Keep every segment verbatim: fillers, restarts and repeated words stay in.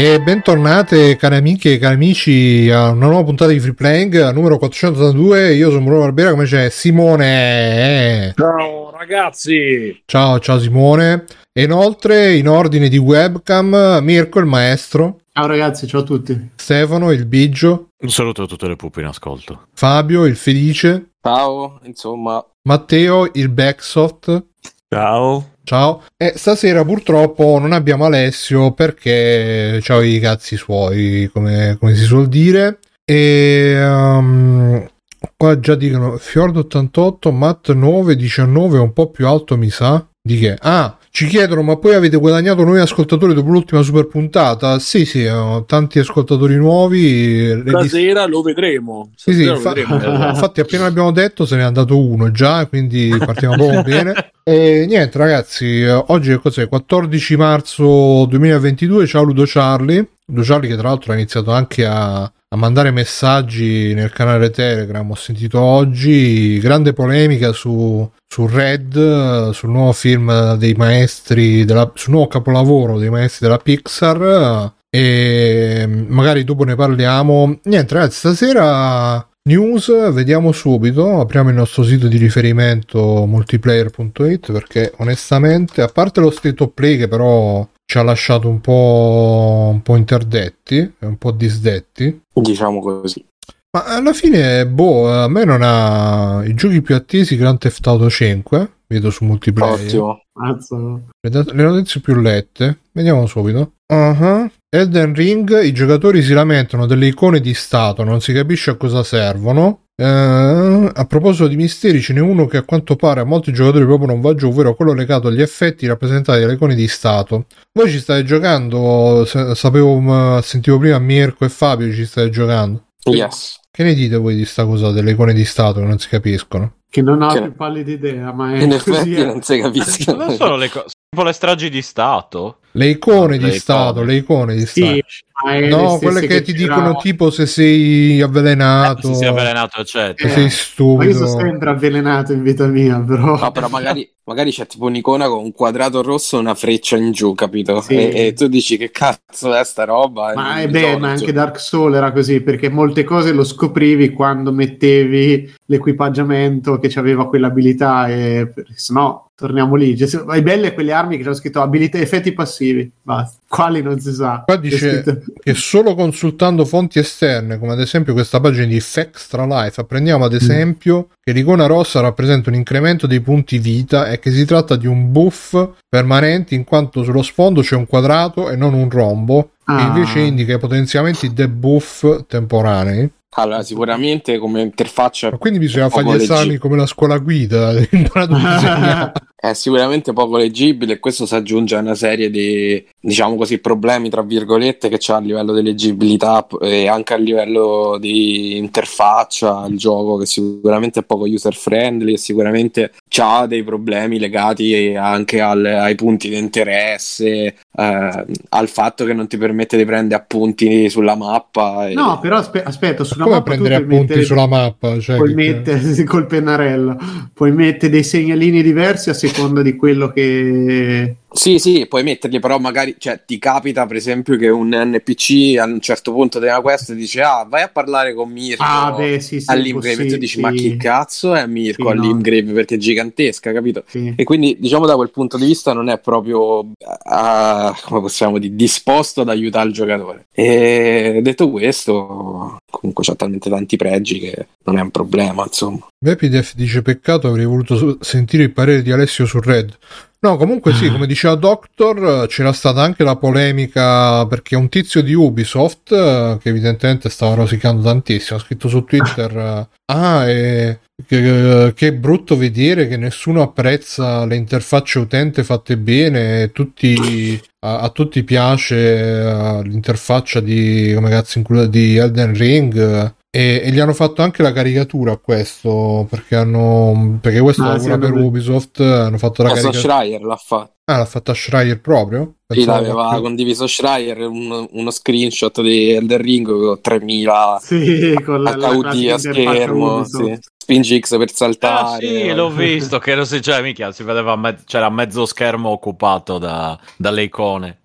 E bentornate cari amiche e cari amici a una nuova puntata di Free Playing numero quattrocentottantadue. Io sono Bruno Barbera, come c'è Simone. Ciao ragazzi. Ciao, ciao Simone. E inoltre in ordine di webcam Mirko il maestro. Ciao ragazzi, ciao a tutti. Stefano il Biggio. Un saluto a tutte le pupe in ascolto. Fabio il Felice. Ciao, insomma. Matteo il Backsoft. Ciao. Ciao. E stasera purtroppo non abbiamo Alessio perché c'ha i cazzi suoi, come, come si suol dire. E um, qua già dicono Fiord ottantotto, Matt nove diciannove, un po' più alto mi sa. Di che? Ah, ci chiedono, ma poi avete guadagnato nuovi ascoltatori dopo l'ultima super puntata? Sì, sì, ho tanti ascoltatori nuovi. Stasera lo vedremo. Sì, sì, lo infa- vedremo. infatti appena l'abbiamo detto se ne è andato uno già, quindi partiamo proprio bene. E niente ragazzi, oggi è cos'è? quattordici marzo duemilaventidue, ciao Ludo Charlie. Ludo Charlie che tra l'altro ha iniziato anche a, a mandare messaggi nel canale Telegram, ho sentito oggi, grande polemica su... su Red, sul nuovo film dei maestri della, sul nuovo capolavoro dei maestri della Pixar, e magari dopo ne parliamo. Niente ragazzi, stasera news, vediamo subito, apriamo il nostro sito di riferimento multiplayer punto it perché onestamente, a parte lo state of play che però ci ha lasciato un po' un po' interdetti, un po' disdetti, diciamo così. ma alla fine, boh, a me non ha i giochi più attesi. Grand Theft Auto cinque, vedo su multiplayer. Ottimo. Le, dat- le notizie più lette, vediamo subito. Uh-huh. Elden Ring, i giocatori si lamentano delle icone di stato, non si capisce a cosa servono. Uh, a proposito di misteri, ce n'è uno che a quanto pare a molti giocatori proprio non va giù, ovvero quello legato agli effetti rappresentati dalle icone di stato. Voi ci state giocando? S- sapevo, sentivo prima Mirko e Fabio ci state giocando. Yes. Che ne dite voi di sta cosa delle icone di stato che non si capiscono? Che non ho Che- più pallida idea, ma è In così. effetti è. non si capisce. Non sono le cose, tipo le stragi di Stato. Le icone No, di le stato, icone. le icone di stato. Sì, ma è le No, stesse quelle che, ti c'era- dicono tipo se sei avvelenato, Se si è avvelenato, se eccetera. sei Ma io stupido. sono sempre avvelenato in vita mia, però. No, però magari, magari c'è tipo un'icona con un quadrato rosso e una freccia in giù, capito? Sì. E, e tu dici che cazzo è sta roba? Ma, E eh, non beh, so, ma non so. anche Dark Souls era così, perché molte cose lo scoprivi quando mettevi l'equipaggiamento che aveva quell'abilità, e se no torniamo lì. Cioè, se- i belli è quelle armi che c'è scritto abilità, effetti passivi, basta. Quali non si sa. Qua C'è dice scritto- che solo consultando fonti esterne, come ad esempio questa pagina di Extra Life, apprendiamo ad esempio che l'icona rossa rappresenta un incremento dei punti vita e che si tratta di un buff permanente in quanto sullo sfondo c'è un quadrato e non un rombo, che Ah. invece indica i potenziamenti debuff temporanei. Allora, sicuramente come interfaccia Ma quindi bisogna è fare gli poco esami leggi- come la scuola guida, imparato a disegnare. è sicuramente poco leggibile, e questo si aggiunge a una serie di, diciamo così, problemi tra virgolette che c'è a livello di leggibilità e anche a livello di interfaccia il gioco, che sicuramente è poco user friendly e sicuramente c'ha dei problemi legati anche al- ai punti di interesse, eh, al fatto che non ti permette di prendere appunti sulla mappa e- No, però aspe- aspetta, sulla Come mappa tu prendere puoi appunti mettere- sulla mappa? Cioè, puoi che- mettere col pennarello, puoi mettere dei segnalini diversi a seconda di quello che. Sì, sì, puoi metterli, però magari, cioè, ti capita per esempio che un N P C a un certo punto della quest dice ah, vai a parlare con Mirko Ah, beh, sì, sì, all'Imgrave, e tu dici sì. ma chi cazzo è Mirko Sì, no. all'Imgrave, perché è gigantesca, capito? Sì. E quindi diciamo da quel punto di vista non è proprio ah, come possiamo dire, disposto ad aiutare il giocatore. E detto questo, comunque c'ha talmente tanti pregi che non è un problema, insomma. Vepidef dice peccato, avrei voluto s- sentire il parere di Alessio su Red. No, comunque sì, come diceva Doctor, c'era stata anche la polemica perché un tizio di Ubisoft, eh, che evidentemente stava rosicando tantissimo, ha scritto su Twitter eh, ah, e che, che è brutto vedere che nessuno apprezza le interfacce utente fatte bene, e tutti, a, a tutti piace eh, l'interfaccia di, come cazzo, include, di Elden Ring, eh, e, e gli hanno fatto anche la caricatura a questo, perché hanno perché questo Ah, sì, lavora per hanno- Ubisoft, hanno fatto la Adesso caricatura. Schreier l'ha fatto. Ah, l'ha fatta Schreier proprio? Sì, Pensavo l'aveva proprio- condiviso Schreier uno, uno screenshot di Elden Ring con tremila Sì, con la, la H U D classica a interfaccia schermo, Ubisoft. sì. Spingi X per Ah, saltare. sì, l'ho visto. Che era, cioè, mica si vedeva me- c'era mezzo schermo occupato da, dalle icone.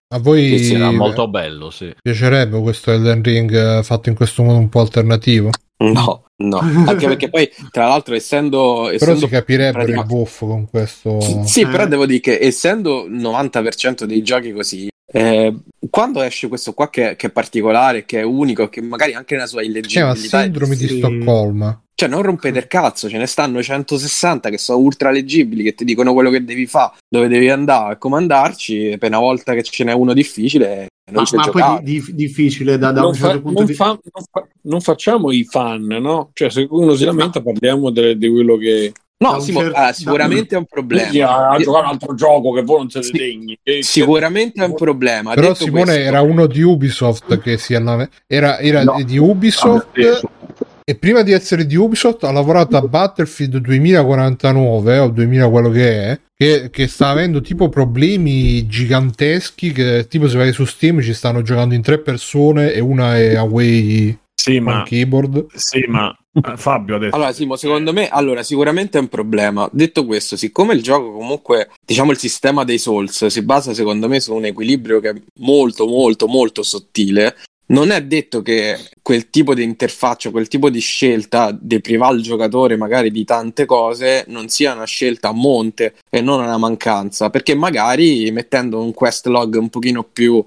A voi Sì, sì, era molto bello, sì. piacerebbe questo Elden Ring fatto in questo modo un po' alternativo? No, no, anche perché poi tra l'altro essendo, Però essendo si capirebbero pratica- il buffo con questo. Sì, sì, Eh. però devo dire che essendo il novanta per cento dei giochi così, eh, quando esce questo qua che, che è particolare, che è unico, che magari anche nella sua Si chiama illeggibilità è Sindrome di sì. Stoccolma. cioè non rompete il cazzo, ce ne stanno centosessanta che sono ultra leggibili, che ti dicono quello che devi fare, dove devi andare e come andarci, e per una volta che ce n'è uno difficile non Ma, c'è ma giocare. poi di, di- difficile da, da Non, un certo fa- punto non di fa- non fa- non facciamo i fan, no? Cioè, se uno si lamenta, parliamo delle- di quello che. No, da un Simo, certo- ah, sicuramente è un problema. Sì, a, a Io- giocare un altro gioco che voi non siete Sì, degni. Che- sicuramente è un problema. Però Detto Simone questo, era uno di Ubisoft che si allame- era, era No. di Ubisoft e prima di essere di Ubisoft ha lavorato a Battlefield duemilaquarantanove o duemila quello che è, che, che sta avendo tipo problemi giganteschi, che tipo se vai su Steam ci stanno giocando in tre persone e una è away Sì, con ma, keyboard. sì, ma eh, Fabio ha detto. Allora, Simo, secondo me, allora, sicuramente è un problema. Detto questo, siccome il gioco comunque, diciamo, il sistema dei Souls si basa, secondo me, su un equilibrio che è molto, molto, molto sottile, non è detto che quel tipo di interfaccia, quel tipo di scelta di privare il giocatore magari di tante cose non sia una scelta a monte e non una mancanza, perché magari mettendo un quest log un pochino più,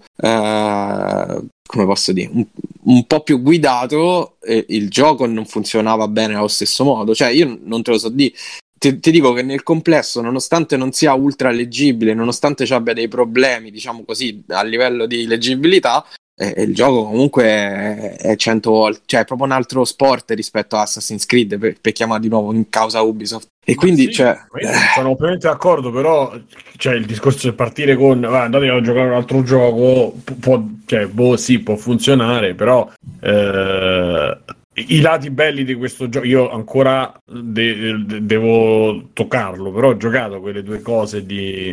eh, come posso dire, un, un po' più guidato, eh, il gioco non funzionava bene allo stesso modo. Cioè, io non te lo so dire. Ti, ti dico che nel complesso, nonostante non sia ultra leggibile, nonostante ci abbia dei problemi, diciamo così, a livello di leggibilità, eh, il gioco comunque è, è cento volte, cioè è proprio un altro sport rispetto a Assassin's Creed, per, per chiamare di nuovo in causa Ubisoft. E quindi, Sì, cioè, sono ovviamente d'accordo, però cioè, il discorso è partire con "Va, andate a giocare un altro gioco, pu- può, cioè, boh, sì, può funzionare, però eh, i lati belli di questo gioco, io ancora de- de- devo toccarlo, però ho giocato quelle due cose di,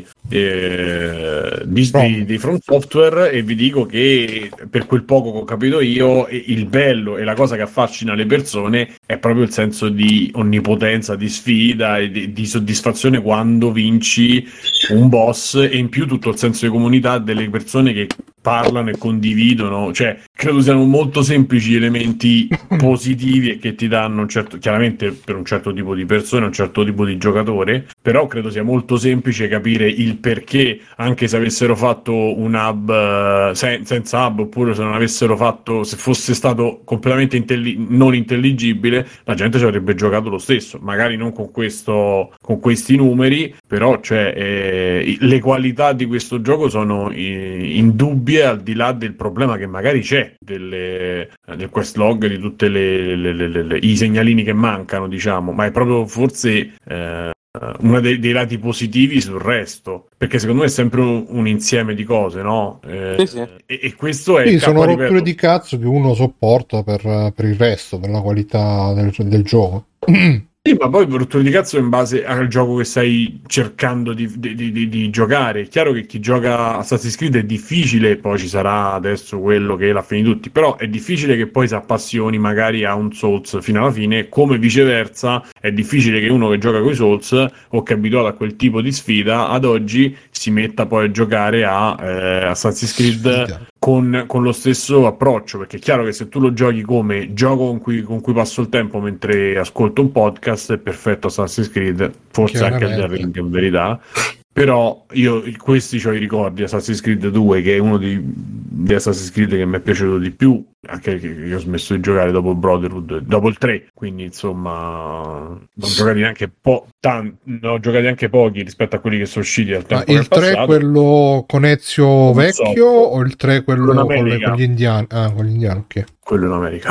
eh, di, di, di From Software e vi dico che per quel poco che ho capito io, il bello e la cosa che affascina le persone è proprio il senso di onnipotenza, di sfida e di, di soddisfazione quando vinci un boss, e in più tutto il senso di comunità delle persone che parlano e condividono. Cioè, credo siano molto semplici elementi positivi e che ti danno un certo, chiaramente per un certo tipo di persone, un certo tipo di giocatore, però credo sia molto semplice capire il perché, anche se avessero fatto un hub uh, sen- senza hub, oppure se non avessero fatto, se fosse stato completamente intelli- non intelligibile, la gente ci avrebbe giocato lo stesso, magari non con questo, con questi numeri, però cioè eh, le qualità di questo gioco sono eh, indubbie, al di là del problema che magari c'è delle, del quest log, di tutte le, le, le, le, le i segnalini che mancano, diciamo, ma è proprio forse eh, uno dei, dei lati positivi sul resto, perché secondo me è sempre un, un insieme di cose, no? Eh, Sì, sì. E, e questo è Sì, il sono capo, rotture ripeto, di cazzo che uno sopporta per, per il resto, per la qualità del, del gioco. Sì, ma poi rotture di cazzo in base al gioco che stai cercando di, di, di, di giocare. È chiaro che chi gioca Assassin's Creed è difficile, poi ci sarà adesso quello che l'ha finito tutti, però è difficile che poi si appassioni magari a un Souls fino alla fine, come viceversa è difficile che uno che gioca coi Souls o che è abituato a quel tipo di sfida ad oggi si metta poi a giocare a eh, Assassin's Creed Sfida. Con, con lo stesso approccio, perché è chiaro che se tu lo giochi come gioco con cui, con cui passo il tempo mentre ascolto un podcast, è perfetto Assassin's Creed, forse anche il Chiaramente. Ring in verità, però io questi ho i ricordi. Assassin's Creed due, che è uno di, di Assassin's Creed che mi è piaciuto di più, anche che, che ho smesso di giocare dopo il Brotherhood, dopo il tre, quindi insomma non ho giocati neanche po- tan- ne ho giocati anche pochi rispetto a quelli che sono usciti al Ma tempo che è il tre passato. quello con Ezio Non vecchio so. o il tre quello Quello in con, le- America. con gli indiani? Ah, con gli indiani, ok. Quello in America.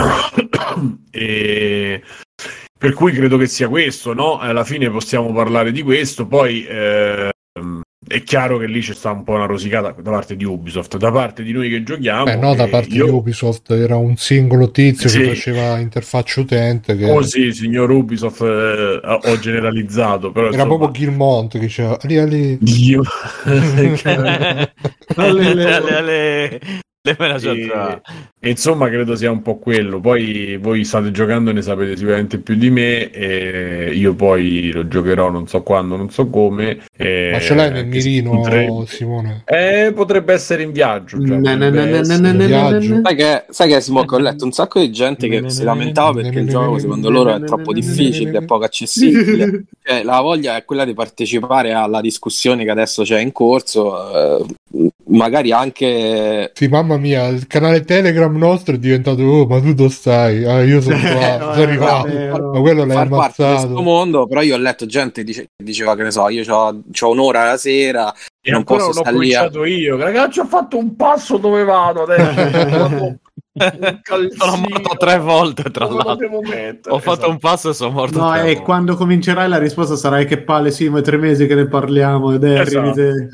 E per cui credo che sia questo, no? Alla fine possiamo parlare di questo, poi eh, è chiaro che lì c'è sta un po' una rosicata da parte di Ubisoft, da parte di noi che giochiamo. Beh, no, da e parte io... di Ubisoft era un singolo tizio Sì. che faceva interfaccia utente, che Oh sì, signor Ubisoft, eh, ho generalizzato, però era insomma... proprio Gilmont che diceva lì, lì. Dio. Ale, ale, le me la so e, tra- E insomma credo sia un po' quello. Poi voi state giocando, ne sapete sicuramente più di me, e io poi lo giocherò non so quando, non so come. E ma ce l'hai nel mirino, potrebbe... Simone? Eh, potrebbe essere in viaggio già, ne, ne, ne, essere... ne, viaggio. Sai che, sai che Smoke, ho letto un sacco di gente che si lamentava perché il gioco secondo loro è troppo difficile, è poco accessibile. Cioè, la voglia è quella di partecipare alla discussione che adesso c'è in corso, eh, magari anche... Sì, mamma mia, il canale Telegram nostro è diventato oh, ma tu dove stai? Ah, io sono qua, no, sono arrivato, no, ma quello l'hai far parte di questo ammazzato. mondo, però io ho letto gente che dice, diceva che ne so, io c'ho, c'ho un'ora la sera e non ancora posso non ho stare lì a... cominciato io, ragazzi, ho fatto un passo dove vado adesso. Sono morto tre volte, tra Dove lo l'altro. devo mettere? Ho fatto Esatto. un passo e sono morto No, tre e volte. quando comincerai la risposta sarà che palle, sì, ma è tre mesi che ne parliamo ed è Esatto. te.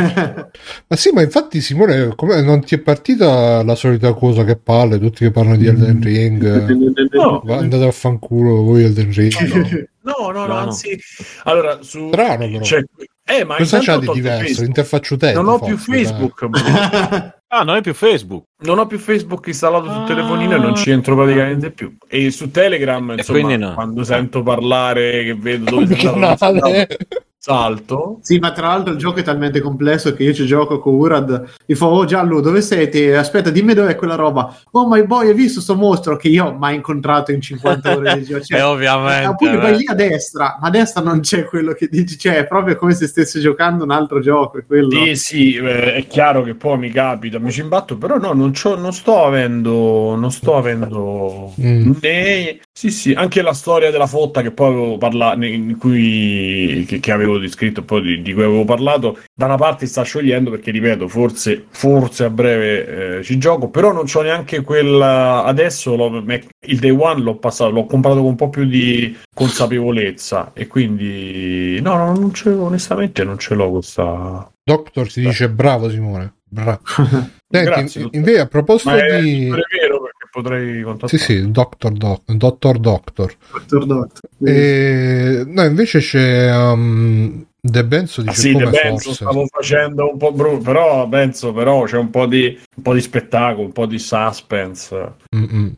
Ma sì, ma infatti Simone, come non ti è partita la solita cosa che palle, tutti che parlano di Elden Ring, No. va, andate a fanculo voi Elden Ring. No, no, no, No, no. anzi, allora su Strano, però. cioè, eh, ma Cosa c'ha intanto ho di tolto diverso? Facebook. L'interfaccia utente, Non ho forse, più Facebook, bro. Ah, non è più Facebook. Non ho più Facebook installato sul Ah. telefonino e non ci entro praticamente più. E su Telegram, E insomma, quindi no. quando sento parlare, che vedo dove dai. sei andato, non Canale. salto. Sì, ma tra l'altro il gioco è talmente complesso che io ci gioco con Urad. Gli fa, oh Giallo, dove sei te? Aspetta, dimmi dov'è quella roba. Oh my boy, hai visto sto mostro che io ho mai incontrato in cinquanta ore di gioco? Cioè, E ovviamente. oppure eh. vai lì a destra, ma a destra non c'è quello che dici, cioè è proprio come se stessi giocando un altro gioco. È quello. Sì, sì, eh, è chiaro che poi mi capita, mi ci imbatto, però no, non, c'ho, non sto avendo, non sto avendo Mm. né... Sì, sì, anche la storia della fotta che poi avevo parlato, in cui che, che avevo descritto, poi di, di cui avevo parlato, da una parte sta sciogliendo perché, ripeto, forse, forse a breve eh, ci gioco, però non c'ho neanche quella... Adesso l'ho- il Day One l'ho passato, l'ho comprato con un po' più di consapevolezza e quindi no, no, non ce, onestamente non ce l'ho questa... Doctor si dice bravo Simone, bravo. Senti, Grazie, in- dottore. invece a proposito Ma è di... pure vero perché potrei contattare. Sì, sì, Doctor Doc, Dottor Doctor. Doctor Doctor. E... No, invece c'è um, De Benzo Ah, dice sì, come De Benzo forse. stavo facendo un po' brutto, però penso però c'è un po' di un po' di spettacolo, un po' di suspense. Mm-mm.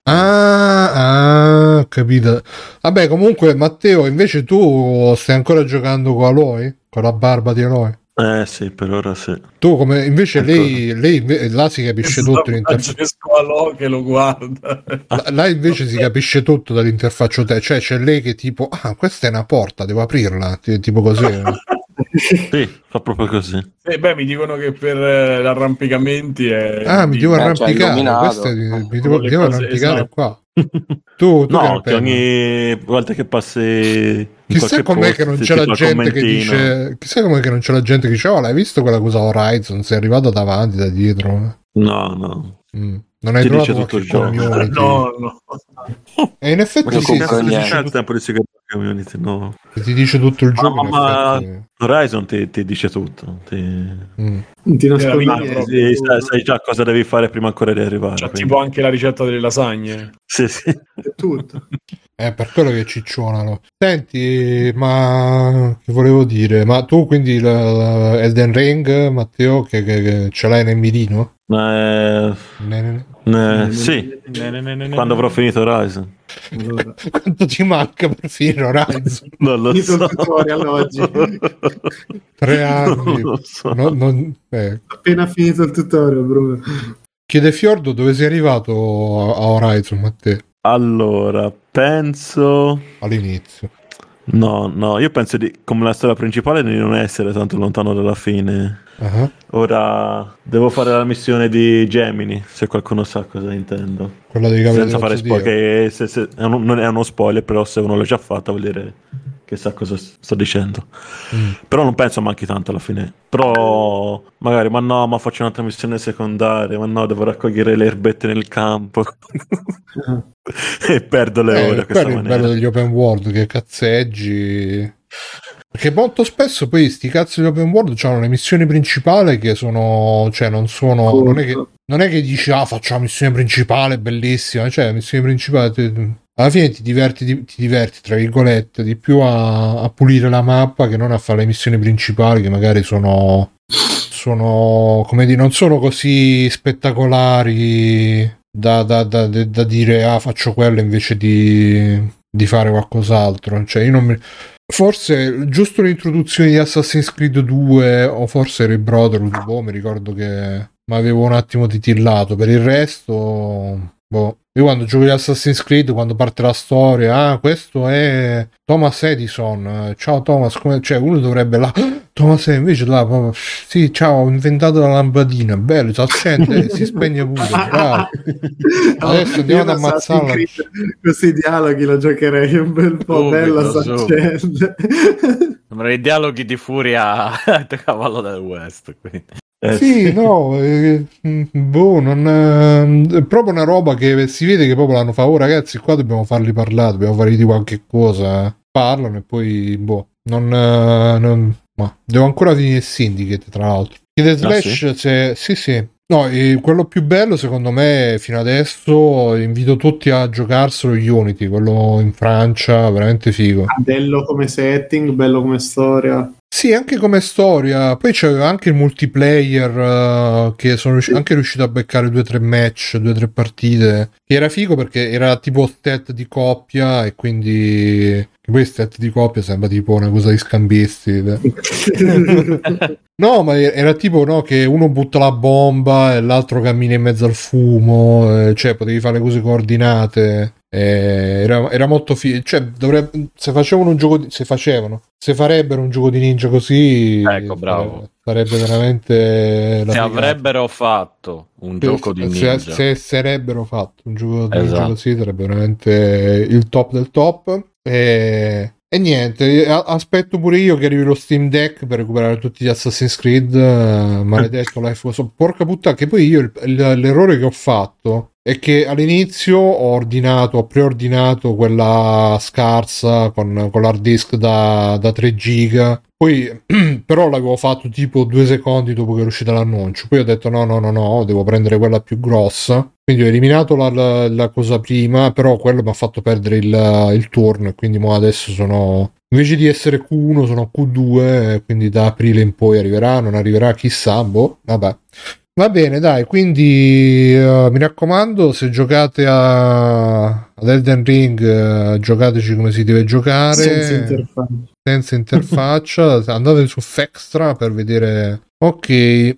Ah, ah, ho capito. Vabbè, comunque Matteo, invece tu stai ancora giocando con Aloy? Con la barba di Aloy? Eh sì, per ora sì. Tu come invece Ecco. lei, lei inve- là si capisce tutto l'interfaccia. Francesco Alò che lo guarda. Là, là invece si capisce tutto dall'interfaccia utente, cioè c'è lei che tipo ah, questa è una porta, devo aprirla, T- tipo così. Sì, fa proprio così. Eh, beh, mi dicono che per eh, l'arrampicamenti è Ah, mi devo Eh, cioè, arrampicare, illuminato. questa è- mi Con devo, le devo cose, arrampicare esatto. qua. Tu, tu che No, ne che pensi? ogni volta che passi in Chissà qualche com'è posto che non ti c'è la tipo il gente che commentino. dice chissà com'è che non c'è la gente che dice oh l'hai visto quella cosa Horizon, sei arrivato davanti, da dietro. No, no. Mm. Non hai Ti trovato dice tutto qualche il gioco. community? No, no. E in effetti Non sì, compro se ti, niente. dice C'è il tutto, tempo di seguire la community, no. se ti dice tutto il gioco, Ma, in ma effetti. Horizon ti, ti dice tutto. Ti... Mm. Non ti nascondi Era niente. Sì, sai, sai già cosa devi fare prima ancora di arrivare. C'ha quindi- tipo anche la ricetta delle lasagne. Sì, sì. È tutto. È per quello che ciccionano. Senti, ma che volevo dire? Ma tu quindi la, la Elden Ring, Matteo, che, che, che ce l'hai nel mirino? Ma, Ne- ne- eh, eh, sì, Ne, ne, ne, ne, ne. quando avrò finito Horizon. Allora, Quanto ti manca per finire Horizon? Non lo finito so. il tutorial oggi. Tre anni. Non lo so. No, non- eh. Appena finito il tutorial, bro. Chiede Fiordo dove sei arrivato a, a Horizon, Matteo? Allora, penso... All'inizio. No, no, io penso di, come la storia principale, di non essere tanto lontano dalla fine. Ah, Ora devo fare la missione di Gemini, se qualcuno sa cosa intendo. quella dei capelli Senza fare dello spoiler, che se- se- è un- non è uno spoiler, però se uno l'ha già fatta vuol dire che sa cosa s- sto dicendo. Mm. Però non penso manchi tanto alla fine. Però magari, ma no, ma faccio un'altra missione secondaria, ma no, devo raccogliere le erbette nel campo. E perdo le ore Eh, a questa quello è il maniera. bello degli open world, che cazzeggi. Perché molto spesso poi sti cazzo di open world hanno le missioni principali che sono, cioè non sono, non è che, non è che dici ah faccio la missione principale bellissima, cioè la missione principale ti- alla fine ti diverti, ti, ti diverti tra virgolette di più a, a pulire la mappa che non a fare le missioni principali che magari sono sono come dire non sono così spettacolari da, da, da, da dire ah faccio quello invece di, di fare qualcos'altro. Cioè io non mi... Forse giusto l'introduzione di Assassin's Creed due o forse era il Brotherhood, boh, mi ricordo che mi avevo un attimo titillato. Per il resto, boh. Io quando gioco di Assassin's Creed, quando parte la storia, ah, questo è Thomas Edison, ciao Thomas, come... cioè uno dovrebbe là, Thomas Edison, invece là, proprio, sì, ciao, ho inventato la lampadina, bello, si accende e si spegne pure, bravo. Adesso andiamo ad ammazzarla. Questi dialoghi lo giocherei un bel po', Subito, bello, si subito. accende. Sembrano i dialoghi di Furia a Cavallo del West. Quindi. Eh, Sì, no, eh, boh, non eh, è proprio una roba che si vede che proprio l'hanno fatto. Oh, ragazzi, qua dobbiamo farli parlare, dobbiamo fargli di qualche cosa. Parlano e poi, boh, non, eh, non ma devo ancora finire Syndicate, tra l'altro. The Slash, Ah, sì? se, sì, sì. No, e quello più bello secondo me fino adesso, invito tutti a giocarselo Unity, quello in Francia, veramente figo. Bello come setting, bello come storia. Sì, anche come storia. Poi c'aveva anche il multiplayer, uh, che sono riusci- anche riuscito a beccare due o tre match, due o tre partite. Che era figo perché era tipo stat di coppia e quindi... Poi stat di coppia sembra tipo una cosa di scambisti. No, ma era tipo no, che uno butta la bomba e l'altro cammina in mezzo al fumo, eh, cioè potevi fare le cose coordinate. Eh, era, era molto figo. Cioè, dovrebbe, se facevano un gioco di, se facevano, se farebbero un gioco di ninja così, Ecco, bravo. sarebbe veramente la Se figata. avrebbero fatto un Se- gioco di se, ninja. se sarebbero fatto un gioco di ninja Esatto. così, sarebbe veramente il top del top. E, e niente, a- aspetto pure io che arrivi lo Steam Deck per recuperare tutti gli Assassin's Creed. eh, maledetto Life was... Porca puttana, che poi io il- il- l'errore che ho fatto è che all'inizio ho ordinato, ho preordinato quella scarsa con, con l'hard disk da, da tre giga. Poi però l'avevo fatto tipo due secondi dopo che era uscita l'annuncio. Poi ho detto no, no, no, no, devo prendere quella più grossa. Quindi ho eliminato la, la, la cosa prima, però quello mi ha fatto perdere il, il turno. E quindi mo adesso sono, invece di essere Q uno, sono Q due. Quindi da aprile in poi arriverà, non arriverà, chissà, boh, vabbè. Va bene, dai, quindi uh, mi raccomando, se giocate a, ad Elden Ring, uh, giocateci come si deve giocare. Senza interfaccia. Senza interfaccia. Andate su Fextra per vedere. Ok,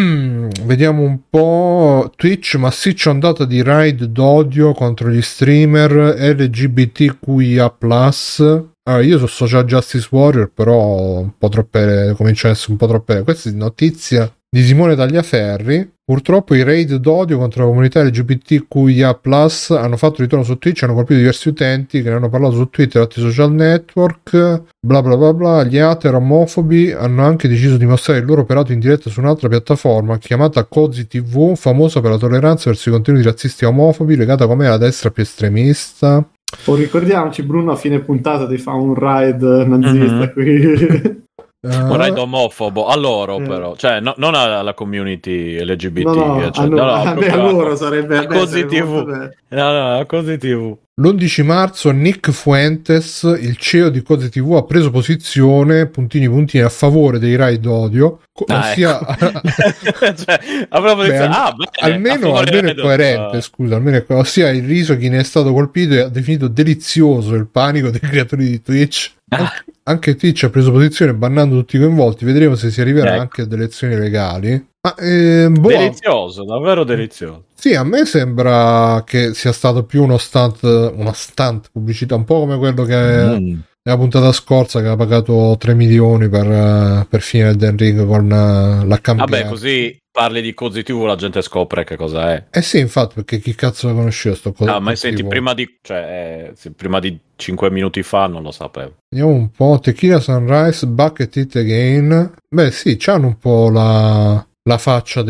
vediamo un po'. Twitch, massiccia ondata di raid d'odio contro gli streamer L G B T Q I A plus. Ah, io sono Social Justice Warrior, però un po' troppe, comincia a essere un po' troppe. Questa è notizia di Simone Tagliaferri. Purtroppo i raid d'odio contro la comunità L G B T Q I A plus hanno fatto ritorno su Twitch, hanno colpito diversi utenti che ne hanno parlato su Twitter e altri social network, bla bla bla bla. Gli hater omofobi hanno anche deciso di mostrare il loro operato in diretta su un'altra piattaforma chiamata Cozy T V, famosa per la tolleranza verso i contenuti razzisti e omofobi, legata come alla destra più estremista. O ricordiamoci, Bruno a fine puntata ti fa un raid nazista Mhm. qui. Un raid omofobo a loro, Eh. però, cioè no- non alla community L G B T. No, no, cioè, a, no, no, no, a, proprio a loro sarebbe, a beh, Cozy sarebbe molto T V. bello. No, no, a Cozy T V. L'undici marzo Nick Fuentes, il C E O di Cozy T V, ha preso posizione puntini puntini a favore dei raid odio, co- Ah, ossia ecco. Cioè, avrò Beh, detto, al- ah, bene, a almeno, favore almeno è del- coerente, ah. scusa, almeno è co- ossia il riso chi ne è stato colpito e ha definito delizioso il panico dei creatori di Twitch. Anche, anche Twitch ha preso posizione bannando tutti i coinvolti, vedremo se si arriverà Ecco. anche ad elezioni legali. Ma eh, boh, Delizioso, davvero delizioso. sì, a me sembra che sia stato più uno stunt, uno stunt pubblicità, un po' come quello che Mm. nella puntata scorsa che aveva pagato tre milioni per, eh, per finire Elden Ring con eh, la cambiata. Vabbè, così parli di Cozy T V, la gente scopre che cosa è. Eh sì, infatti, perché chi cazzo lo conosceva sto cosa? Ah, ma senti, prima di, cioè, eh, sì, prima di cinque minuti fa non lo sapevo. Vediamo un po'. Tequila Sunrise, Bucket It Again. Beh sì, c'hanno un po' la, la faccia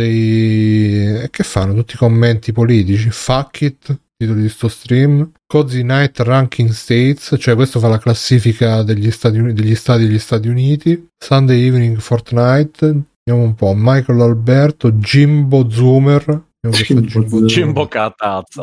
dei... E che fanno? Tutti i commenti politici. Fuck it, titolo di sto stream. Cozy Night Ranking States, cioè questo fa la classifica degli Stati Uniti, degli stati degli Stati Uniti. Sunday Evening Fortnite. Vediamo un po'. Michael Alberto, Jimbo Zoomer. Vediamo questo Jimbo Zoomer. Jimbo Catazza,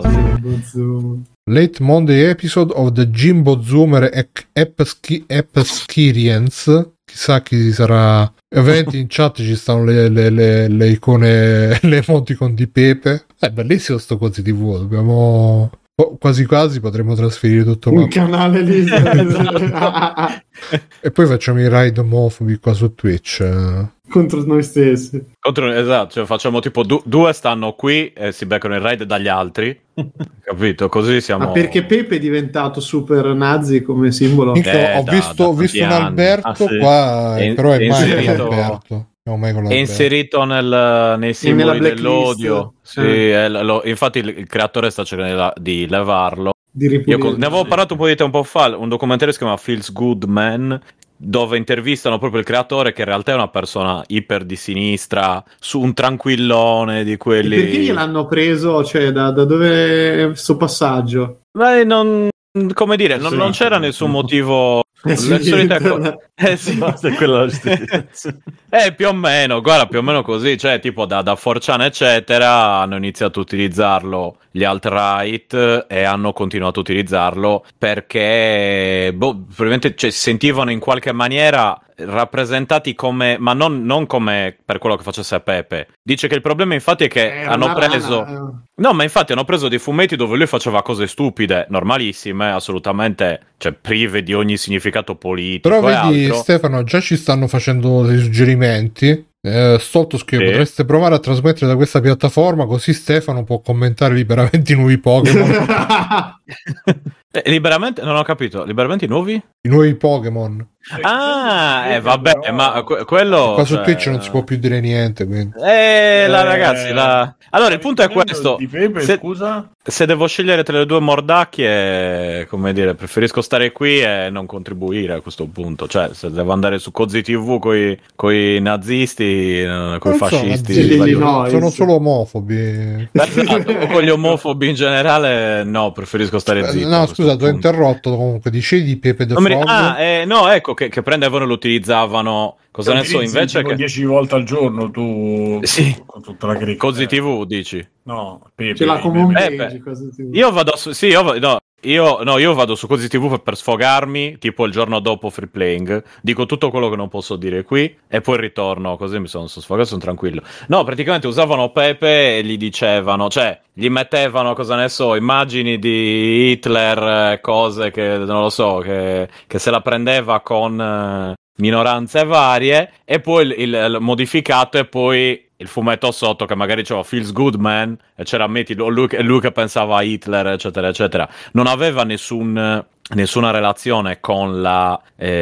sì. Late Monday episode of the Jimbo Zoomer Ec- Epschi- Experience. Chissà chi sarà Ovviamente in chat ci stanno le, le, le, le icone, le emoticon di Pepe. È bellissimo sto Cozi T V, dobbiamo... quasi quasi potremmo trasferire tutto un canale lì. E poi facciamo i raid omofobi qua su Twitch contro noi stessi. Contro, esatto, cioè facciamo tipo du- due stanno qui e si beccano il raid dagli altri. Capito? Così siamo. Ma perché Pepe è diventato super nazi come simbolo? Eh, ho da, visto, da ho visto un anni. Alberto Ah, sì. qua, è, però è, è mai inserito, con l'Alberto. No, mai con è l'Alberto. inserito nel, nei simboli dell'odio. Sì, eh. è, lo, infatti il, il creatore sta cercando di levarlo. Di Io con, ne avevo parlato un po' di tempo fa, un documentario si chiama Feels Good Man, dove intervistano proprio il creatore, che in realtà è una persona iper di sinistra, su un tranquillone di quelli. E perché gliel'hanno preso? Cioè, da, da dove è questo passaggio? Beh, non, come dire, non, non c'era nessun motivo. Eh sì, Le solite per- co- eh sì, Basta, è quella la giustificazione. eh, più o meno, guarda, più o meno così, cioè tipo da, da four chan eccetera hanno iniziato a utilizzarlo gli alt-right e hanno continuato a utilizzarlo perché boh, probabilmente cioè, si sentivano in qualche maniera rappresentati come, ma non, non come per quello che facesse Pepe. Dice che il problema infatti è che Era hanno una preso rana, no, ma infatti hanno preso dei fumetti dove lui faceva cose stupide, normalissime, assolutamente, cioè prive di ogni significato politico. Però e vedi altro. Stefano, già ci stanno facendo dei suggerimenti. Eh, Stolto scrive: Sì. potreste provare a trasmettere da questa piattaforma, così Stefano può commentare liberamente i nuovi Pokémon. Eh, liberamente? Non ho capito. Liberamente i nuovi? I nuovi Pokémon. Ah, eh, vabbè, però- ma que- quello. Qua su cioè, Twitch non si può più dire niente. Quindi. Eh, la Eh, ragazzi, la... allora il punto è questo. Di Pepe, Se, scusa? se devo scegliere tra le due mordacchie, come dire, preferisco stare qui e non contribuire a questo punto. Cioè, se devo andare su Cozi T V coi, coi nazisti, eh, coi Non sono fascisti, nazisti, sbaglio. sono, sono solo omofobi. esatto, o con gli omofobi in generale, no, preferisco stare Eh, zitto. a No, questo scusa, ti ho punto. interrotto. Comunque, dicevi di Pepe the Non mi ri- Frog. ah, eh, no, ecco che, che prendevano e lo utilizzavano. Cosa ne so, invece che dieci volte al giorno tu Sì. con tutta la cricca. Cozi T V dici? No, Pepe, Ce l'ha come un Eh, page, beh. cosa ti- Io vado su, sì, io, va- no, io, no, io vado su Cozi T V per, per sfogarmi, tipo il giorno dopo Free Playing, dico tutto quello che non posso dire qui e poi ritorno, così mi sono, sono sfogato, sono tranquillo. No, praticamente usavano Pepe e gli dicevano, cioè, gli mettevano, cosa ne so, immagini di Hitler, eh, cose che, non lo so, che, che se la prendeva con eh, minoranze varie, e poi il, il- il modificato e poi il fumetto sotto che magari c'era Feels Good Man e c'era metti lui, che- lui che pensava a Hitler eccetera eccetera. Non aveva nessun, nessuna relazione con la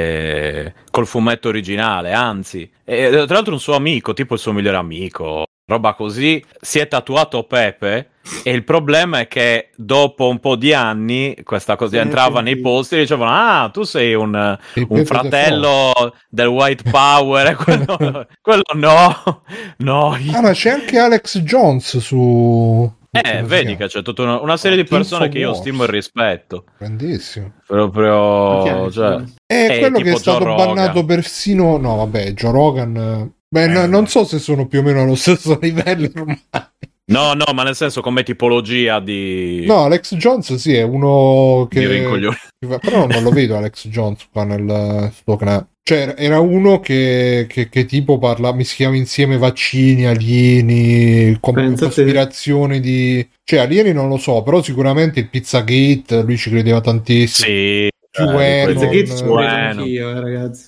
eh, col fumetto originale, anzi, e, tra l'altro un suo amico, tipo il suo migliore amico, roba così, si è tatuato Pepe. E il problema è che dopo un po' di anni questa cosa Sì, entrava sì, nei sì. posti e dicevano: ah, tu sei un, Sei un Pepe the fratello del White Power. E quello, quello no, no. Ah, ma c'è anche Alex Jones su. Eh, come si vedi chiama? che c'è tutta una, una serie di persone che io Infowars. stimo e rispetto. Grandissimo. Proprio, Ok, cioè, È Eh, quello tipo che è stato Joe Rogan. bannato persino. No, vabbè, Joe Rogan. Beh, Eh, no- no. non so se sono più o meno allo stesso livello ormai. no, no, ma nel senso come tipologia di, No, Alex Jones sì, è uno di che. rincoglioni. Però non lo vedo Alex Jones qua nel suo canale. Cioè, era uno che, che, che tipo parla, mischiava insieme vaccini, alieni, com- Pensa te. cospirazioni di. Cioè, alieni non lo so, però sicuramente il Pizzagate, lui ci credeva tantissimo. Sì, QAnon, eh, Pensa che ci non- credo Bueno. anch'io, eh, ragazzi.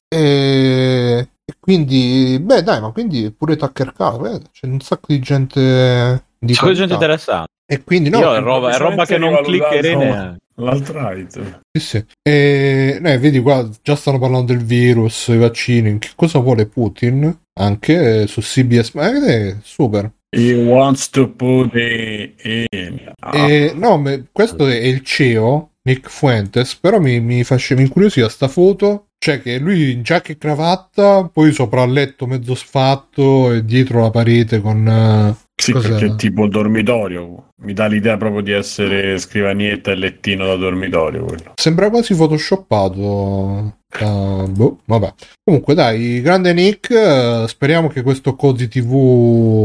E e quindi, beh, dai, ma quindi pure Tucker Carlson, eh, c'è un sacco di gente di c'è gente qualità. interessante. E quindi, no, Io è roba, è roba che non cliccherei neanche. L'alt-right. sì, sì. E, eh, vedi qua, già stanno parlando del virus, i vaccini. Che cosa vuole Putin? Anche eh, su C B S, ma eh, super. He wants to put it in. Ah. E, no, me- questo è il C E O, Nick Fuentes, però mi, mi faceva incuriosire sta foto. Cioè che lui in giacca e cravatta, poi sopra il letto mezzo sfatto e dietro la parete con... eh, Sì, cos'era? perché è tipo dormitorio. Mi dà l'idea proprio di essere scrivanietta e lettino da dormitorio quello. Sembra quasi photoshoppato. da- boh, vabbè. Comunque dai, grande Nick, eh, speriamo che questo Cozy T V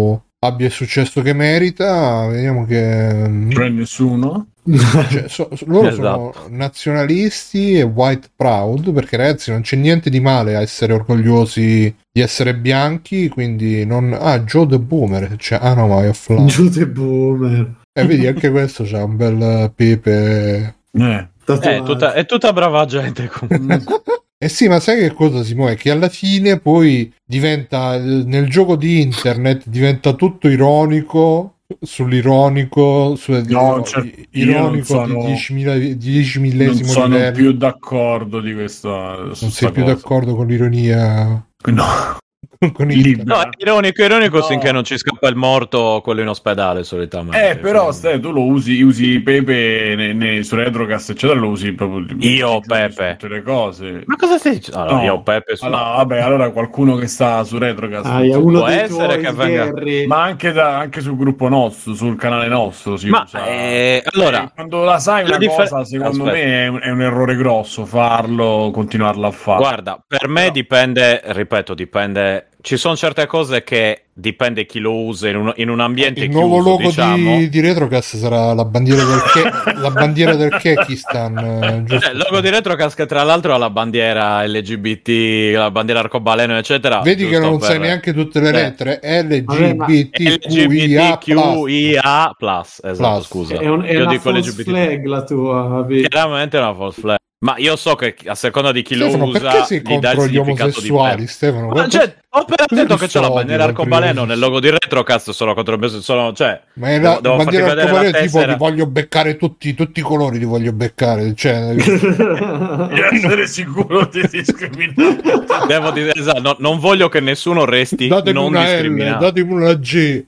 abbia il successo che merita. Vediamo che Cioè nessuno? cioè, so, so- loro Esatto. sono nazionalisti e white proud, perché ragazzi non c'è niente di male a essere orgogliosi di essere bianchi, quindi non... Ah, Joe the Boomer, cioè, ah no, ma è offline. Giude boomer. E vedi, anche questo c'ha un bel pepe. Eh. È tutta, è tutta brava gente comunque. Eh sì, ma sai che cosa si muove? Che alla fine poi diventa, nel gioco di internet, diventa tutto ironico, sull'ironico, su, No, cioè, io non ironico sono- di diecimila dieci Non millesimo sono livello. più d'accordo di questa. Non sei più d'accordo con l'ironia? No, Con Lì- internet? No, è ironico, ironico No. finché non ci scappa il morto, quello in ospedale solitamente. eh, però Ste, tu lo usi, usi Pepe ne, ne, su Retrocast, eccetera, lo usi proprio Io, su Pepe. tutte le cose. Ma cosa stai dicendo? Allora, No. io Pepe su... Allora, vabbè, allora qualcuno che sta su Retrocast, Ah, è uno Può dei essere tuoi che venga- sgherri. ma anche, da, anche sul gruppo nostro, sul canale nostro si Ma, usa. eh, allora, Eh, quando la sai la una differ- cosa, secondo Aspetta. me è un, è un errore grosso farlo, continuarlo a fare. guarda, per me Però- dipende, ripeto, dipende... Ci sono certe cose che dipende chi lo usa in un, in un ambiente Il chiuso, nuovo logo diciamo. di, di Retrocast sarà la bandiera del, Ke- la bandiera del Kekistan, eh, giusto? Eh, il logo di Retrocast che tra l'altro ha la bandiera L G B T, la bandiera arcobaleno, eccetera. Vedi che giusto non per- sai neanche tutte le Eh. lettere. Vabbè, ma- L G B T Q I A plus. L G B T Q I A plus, esatto, Plus. scusa. È, un, è Io una dico false L G B T. flag la tua. vedi? Chiaramente è una false flag. Ma io so che a seconda di chi Stefano, lo usa, perché sei gli dà il contro gli significato omosessuali, diverso. Stefano? Ma Quanto- cioè, ho appena cosa detto ti che c'è la stodi bandiera contro gli arcobaleno nel omosessuali? logo di Retrocast, sono contro me, sono, cioè, Ma è devo- la devo farti bandiera vedere la arcobaleno tipo tessera. ti voglio beccare tutti, tutti i colori, ti voglio beccare. Cioè, Di essere sicuro di discriminare. Devo dire, esatto, no- non voglio che nessuno resti datemi non una L, discriminato. datemi una G.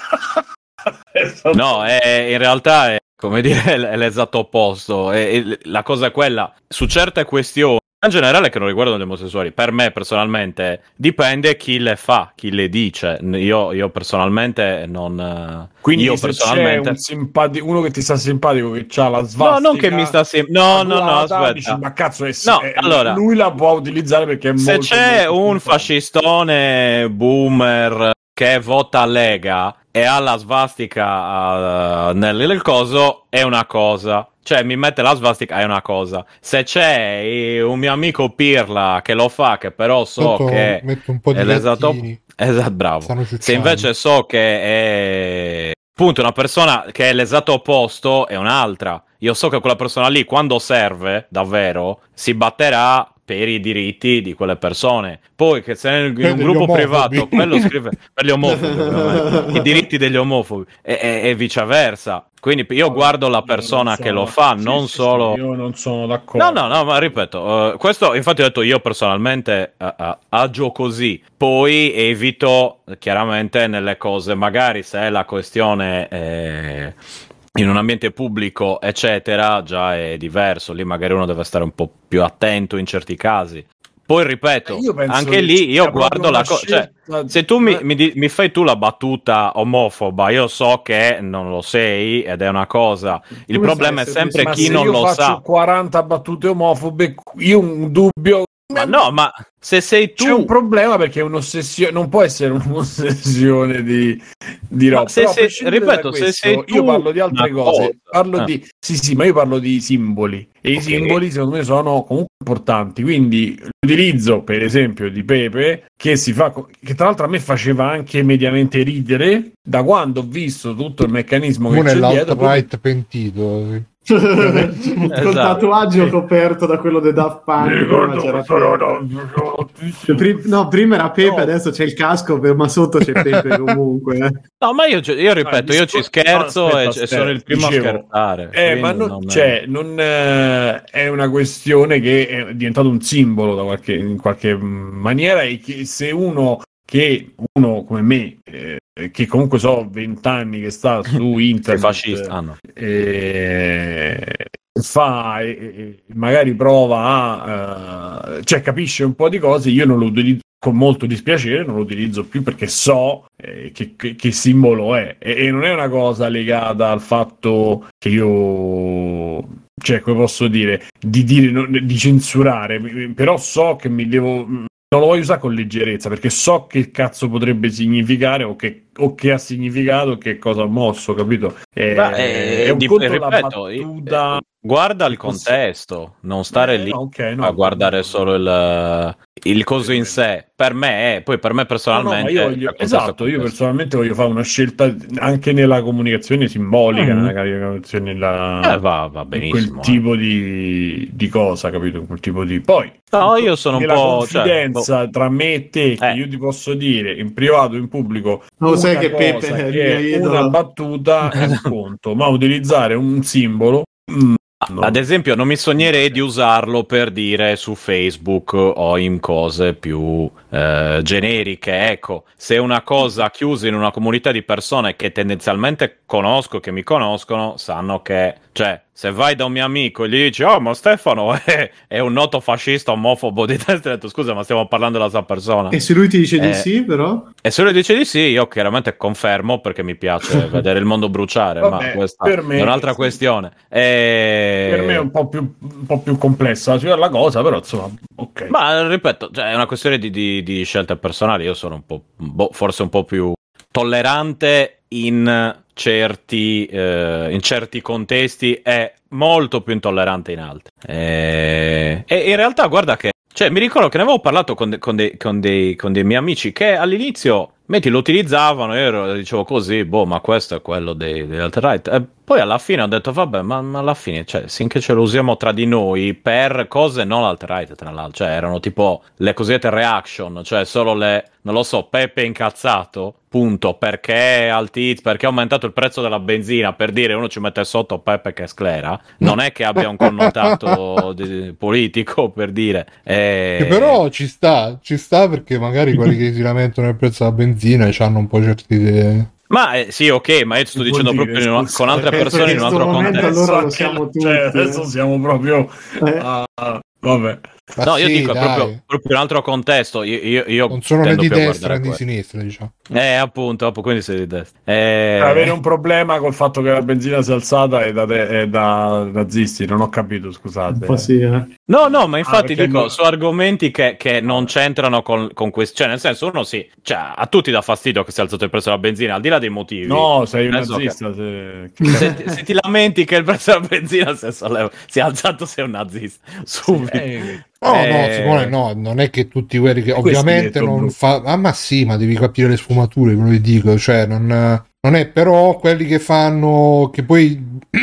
No, è, in realtà è, come dire, è l'esatto opposto. È- è- la cosa è quella, su certe questioni, in generale che non riguardano gli omosessuali, per me personalmente dipende chi le fa, chi le dice. Io, io personalmente non... Quindi io se personalmente... c'è un simpati- uno che ti sta simpatico che ha la No, svastica, non che mi sta sim- No, no, no, tatuata, aspetta. dici, ma cazzo è, No, è- allora, lui la può utilizzare perché è Se molto, c'è molto un simpatico. fascistone boomer che vota Lega e ha la svastica uh, nel, nel coso, è una cosa. Cioè, mi mette la svastica, è una cosa. Se c'è eh, un mio amico Pirla che lo fa, che però so Tanto che metto un po' di è l'esatto... gattini. Esatto, bravo. Stanno Se ciucciando. invece so che è appunto una persona che è l'esatto opposto, è un'altra. Io so che quella persona lì, quando serve davvero, si batterà per i diritti di quelle persone. Poi che se in un Per gli gruppo omofobi. privato quello scrive per gli omofobi, ovviamente, i diritti degli omofobi e, e- e viceversa. Quindi io guardo la persona Non so. che lo fa, Sì, non sì, solo... sì, io non sono d'accordo. No, no, no, ma ripeto, eh, questo infatti ho detto io personalmente eh, eh, agio così, poi evito eh, chiaramente nelle cose, magari se è la questione eh, in un ambiente pubblico, eccetera, già è diverso, lì magari uno deve stare un po' più attento in certi casi. Poi ripeto, Eh, io penso anche che lì sia io proprio guardo la una cosa, cioè, scelta- se tu mi, eh. mi, di- mi fai tu la battuta omofoba, io so che non lo sei ed è una cosa. Il Come problema sai è se sempre Ma chi se non io lo faccio sa. quaranta battute omofobe, io ho un dubbio. Ma no, ma se sei tu... C'è un problema perché è un'ossessione, non può essere un'ossessione di, di roba. Ma se Però a sei- prescindere ripeto, da se questo, sei tu io parlo di altre una cose. cosa. Parlo Ah. di sì, sì, ma io parlo di simboli e Ok. i simboli secondo me sono comunque importanti. Quindi l'utilizzo, per esempio, di Pepe, che si fa, co- che tra l'altro a me faceva anche mediamente ridere da quando ho visto tutto il meccanismo che Uno è c'è dietro. poi- l'alt-right pentito. Col Esatto. tatuaggio Sì. coperto da quello dei Daft Punk. Mi prima ricordo c'era questa roba, Pepe. Cioè, pri- no, prima era Pepe, No. adesso c'è il casco, per- ma sotto c'è Pepe comunque. eh. No, ma io, io ripeto, Ah, io ci discor- scherzo no, aspetta, e, e aspetta, sono il primo dicevo, a scherzare. Eh, quindi ma non, non- cioè, non eh, è una questione che è diventato un simbolo da qualche, in qualche maniera e che se uno che uno come me eh, che comunque so vent'anni che sta su Sei internet fascista. Ah, no. eh, fa e, e magari prova a eh, cioè capisce un po' di cose, io non lo utilizzo con molto dispiacere, non lo utilizzo più perché so eh, che, che, che simbolo è e, e non è una cosa legata al fatto che io cioè come posso dire di dire no, di censurare, però so che mi devo non lo voglio usare con leggerezza perché so che cazzo potrebbe significare o che o che ha significato, che cosa ha mosso, capito? È, Beh, eh, è un di- conto ripeto, la battuta. eh, guarda il contesto, non stare Eh, lì no, okay, no, a guardare no, solo il, il coso in sé. Per me è, poi per me No, no, personalmente... ma io voglio, il contesto è esatto, io contesto. personalmente voglio fare una scelta anche nella comunicazione simbolica, Mm. nella comunicazione la, Eh, va, va in benissimo. quel eh. tipo di, di cosa, capito? In quel tipo di poi No, io sono un nella po'... cioè, confidenza tra me e te, che Eh. io ti posso dire in privato, in pubblico, Lo sai una che cosa Pepe è il che mio è idolo. una battuta è un conto, ma utilizzare un simbolo mm, no. Ad esempio, non mi sognerei di usarlo per dire su Facebook o in cose più eh, generiche. Ecco, se è una cosa chiusa in una comunità di persone che tendenzialmente conosco, che mi conoscono, sanno che, cioè, se vai da un mio amico e gli dici, oh, ma Stefano è, è un noto fascista, omofobo di destra, ho detto, scusa, ma stiamo parlando della sua persona. E se lui ti dice Eh. di sì, però? E se lui dice di sì, io chiaramente confermo perché mi piace vedere il mondo bruciare, Vabbè, ma questa per me- è un'altra questione. E... Per me è un po' più, un po' più complessa la cosa, però insomma, ok. Ma ripeto, cioè, è una questione di, di, di scelte personali. Io sono un po', boh, forse un po' più tollerante in certi, eh, in certi contesti e molto più intollerante in altri. E, e in realtà, guarda che, cioè, mi ricordo che ne avevo parlato con, de, con, dei, con, dei, con dei miei amici che all'inizio, metti, lo utilizzavano, io ero, dicevo così, boh, ma questo è quello dei, degli alt-right. E poi alla fine ho detto, vabbè, ma, ma alla fine, cioè, finché ce lo usiamo tra di noi per cose non alt-right, tra l'altro, cioè, erano tipo le cosiddette reaction, cioè solo le, non lo so, Pepe incazzato, punto, perché alti, perché ha aumentato il prezzo della benzina, per dire, uno ci mette sotto Pepe che sclera, non è che abbia un connotato di, politico, per dire. E... Che però ci sta, ci sta perché magari quelli che si lamentano del prezzo della benzina hanno un po' certe idee. Ma eh, sì, ok, ma io ti sto Che dicendo vuol proprio dire, in una- scusa? con altre Penso persone che in un in altro sto momento contesto. allora lo Adesso siamo anche- tutti, cioè, eh. adesso siamo proprio Eh. a- vabbè. Ma No, io sì, dico, è dai, proprio, proprio in un altro contesto. Io, io, io non sono né tendo di più a destra guardare né di quello. sinistra, diciamo. Eh, appunto, appunto, quindi sei di destra. Eh... Avere un problema col fatto che la benzina sia alzata è da, te- è da nazisti, non ho capito, scusate. Un po' sì, eh. No, no, ma infatti perché dico, no- su argomenti che, che non c'entrano con, con questo. Cioè, nel senso, uno sì, cioè, a tutti dà fastidio che sia alzato il prezzo della benzina, al di là dei motivi. No, sei un Penso nazista. Se... Se, ti- se ti lamenti che il prezzo della benzina si è, solleva- si è alzato, sei un nazista. Subito. Eh, No, Eh, no, Simone, no, non è che tutti quelli che Questo ovviamente detto, non Bru. fa. Ah, ma sì, ma devi capire le sfumature, ve lo dico, cioè non, non è però quelli che fanno che poi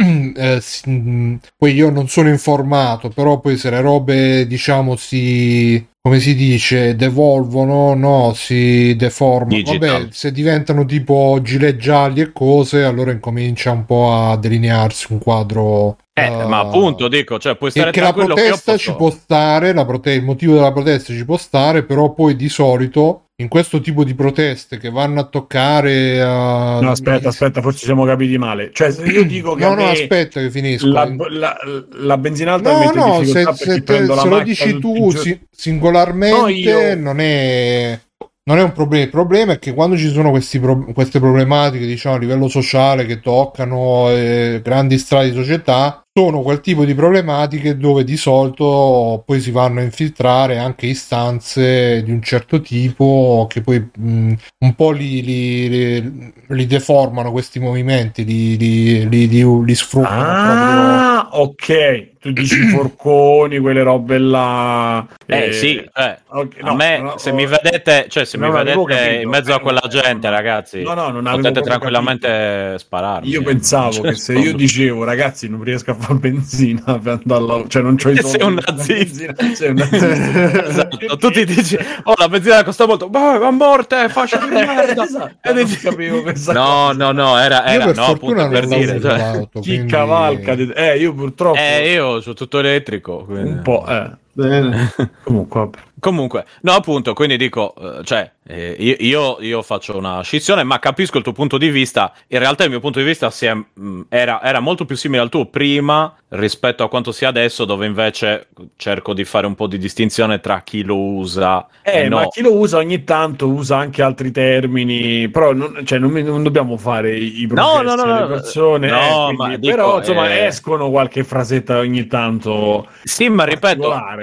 eh, si- mh, poi io non sono informato, però poi se le robe diciamo si come si dice devolvono, no, si deformano. Digital. Vabbè, se diventano tipo gilet gialli e cose, allora incomincia un po' a delinearsi un quadro. Eh, eh, ma appunto dico, cioè, puoi stare e che la tranquillo che io protesta posso- ci può stare, la prote- il motivo della protesta ci può stare, però poi di solito in questo tipo di proteste che vanno a toccare uh, No, aspetta, aspetta, forse ci siamo capiti male. Cioè, se io dico che no a no me aspetta che finisco. la, la, la benzina alta mi no mette in no se, difficoltà se perché te- prendo la se lo macchina dici tutti tu i giorni. si- singolarmente No, io- non è non è un problema. Il problema è che quando ci sono questi pro- queste problematiche, diciamo, a livello sociale che toccano eh, grandi strati di società, sono quel tipo di problematiche dove di solito poi si vanno a infiltrare anche istanze di un certo tipo che poi mh, un po' li, li, li, li deformano questi movimenti, li, li, li, li, li sfruttano proprio. Ah, ok. Tu dici forconi, quelle robe là. Eh, sì, cioè, ok, a no, me no, se oh, mi vedete, cioè se no, mi non avevo vedete capito. in mezzo a Eh, quella no, gente, no. ragazzi, No, no, non avevo potete proprio tranquillamente spararmi. Io eh. pensavo Cioè, che se io dicevo, ragazzi, non riesco a fare benzina per andare alla... cioè non c'ho i soldi. Sei un per fare nazista. benzina, sei un nazista. Esatto, tu ti dici, oh, la benzina costa molto, ma a morte, faccia di merda. Esatto, E non dici- capivo questa No, cosa. no, no, era, Io era per no, fortuna appunto non per dire, uso cioè, l'auto, Chi quindi- cavalca? di- Eh, io purtroppo... eh, io sono tutto elettrico, quindi- Un po', eh. Bene. Comunque, vabbè. Comunque, no, appunto, quindi dico, eh, cioè, eh, io, io, io faccio una scissione, ma capisco il tuo punto di vista. In realtà il mio punto di vista si è, mh, era, era molto più simile al tuo prima rispetto a quanto sia adesso, dove invece cerco di fare un po' di distinzione tra chi lo usa Eh, e ma no. chi lo usa ogni tanto usa anche altri termini, però non, cioè, non, mi- non dobbiamo fare i i No, processi no, no, alle no, persone, no, eh, quindi- ma dico, però insomma eh, escono qualche frasetta ogni tanto. Sì, ma ripeto, particolare,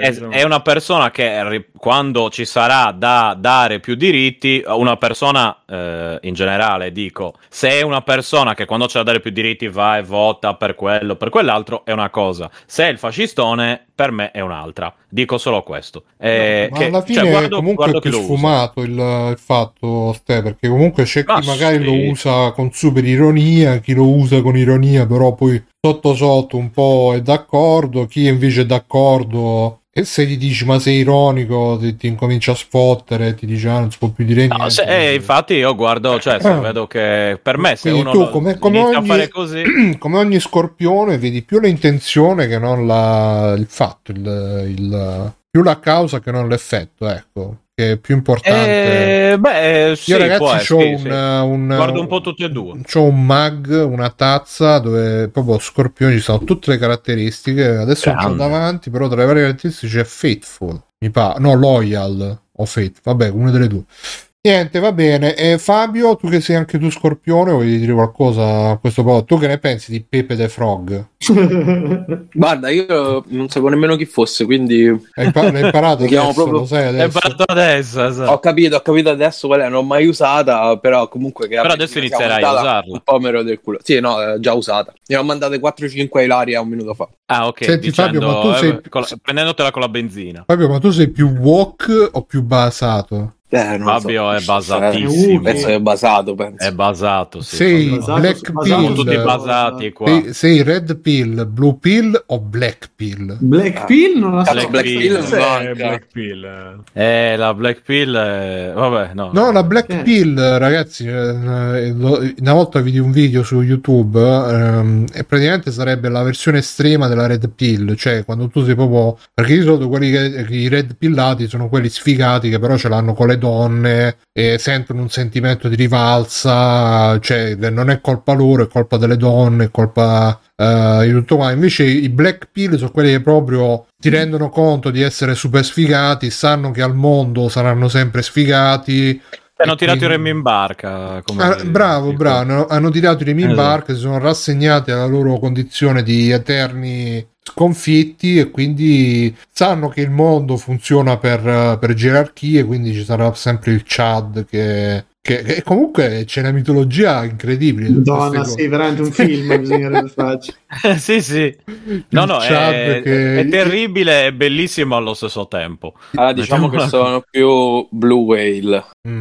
Eh, è, diciamo. è una persona che ri- quando ci sarà da dare più diritti, una persona eh, in generale, dico, se è una persona che quando c'è da dare più diritti va e vota per quello, per quell'altro, è una cosa. Se è il fascistone, per me è un'altra. Dico solo questo. Eh, Ma che, alla fine cioè, guardo, comunque guardo è più chi lo usa. sfumato il, il fatto, Ste, perché comunque c'è chi Ma magari sì. lo usa con super ironia, chi lo usa con ironia, però poi sotto sotto un po' è d'accordo, chi invece è d'accordo e se gli dici ma sei ironico ti, ti incomincia a sfottere, ti dice ah non si può più dire niente. No, se, eh, infatti io guardo, cioè se vedo che per me se Quindi uno tu lo- come, come inizia ogni, a fare così, come ogni scorpione vedi più l'intenzione che non la, il fatto, il, il, più la causa che non l'effetto, ecco, che è più importante. eh, beh sì, Io può ragazzi essere, c'ho sì, un, sì. un Guardo un po' tutti e due. c'ho un mug, una tazza dove proprio scorpione ci sono tutte le caratteristiche, adesso non c'ho Grande. davanti, però tra le varie caratteristiche c'è Faithful, mi pare, no, Loyal o Faith, vabbè, una delle due. Niente, va bene. E Fabio, tu che sei anche tu scorpione, vuoi dire qualcosa a questo punto? Tu che ne pensi di Pepe the Frog? Guarda, io non sapevo nemmeno chi fosse, quindi Hai, impa- l'hai imparato Mi chiamo adesso, proprio- lo sai È adesso? imparato adesso, esatto. ho capito, ho capito adesso qual è, non l'ho mai usata, però comunque che Però a adesso Benzina sia inizierai a aumentata, usarla. un po' mero del culo. Sì, no, è già usata. Ne ho mandate quattro cinque a Ilaria un minuto fa. Ah, ok. Senti, dicendo, Fabio, ma tu sei- eh, con la- prendendotela con la benzina. Fabio, ma tu sei più woke o più basato? Eh, non Fabio so. è basatissimo. Eh, Penso che è basato, penso. È basato, sì. Sei Fabio. Basato- black basato pill, Sono tutti basati qua. sei, sei red pill, blue pill o black pill? Black Pill non la so. Cazzo, Black Black Pill. Pill Cos'è manca. Black Pill? Eh, la Black Pill è... Vabbè, no. No, la black Eh. pill, ragazzi, eh, lo- una volta vidi un video su YouTube ehm, e praticamente sarebbe la versione estrema della red pill, cioè quando tu sei proprio, perché di solito quelli che i red pillati sono quelli sfigati che però ce l'hanno con le donne e sentono un sentimento di rivalsa, cioè non è colpa loro, è colpa delle donne, è colpa eh, di tutto qua. Invece i black pill sono quelli che proprio si rendono conto di essere super sfigati, sanno che al mondo saranno sempre sfigati. Hanno e tirato i quindi- remi in barca. Come Ah, bravo, dico. bravo, hanno, hanno tirato i remi in Esatto. barca, si sono rassegnati alla loro condizione di eterni sconfitti e quindi sanno che il mondo funziona per, per gerarchie, quindi ci sarà sempre il Chad che, che, che comunque c'è una mitologia incredibile. in tutte Madonna, queste sì, veramente un film bisognerebbe farci. Eh, sì, sì. No, Il no, Chad è, che- è terribile e bellissimo allo stesso tempo. Allora, diciamo che sono più Blue Whale. Mm.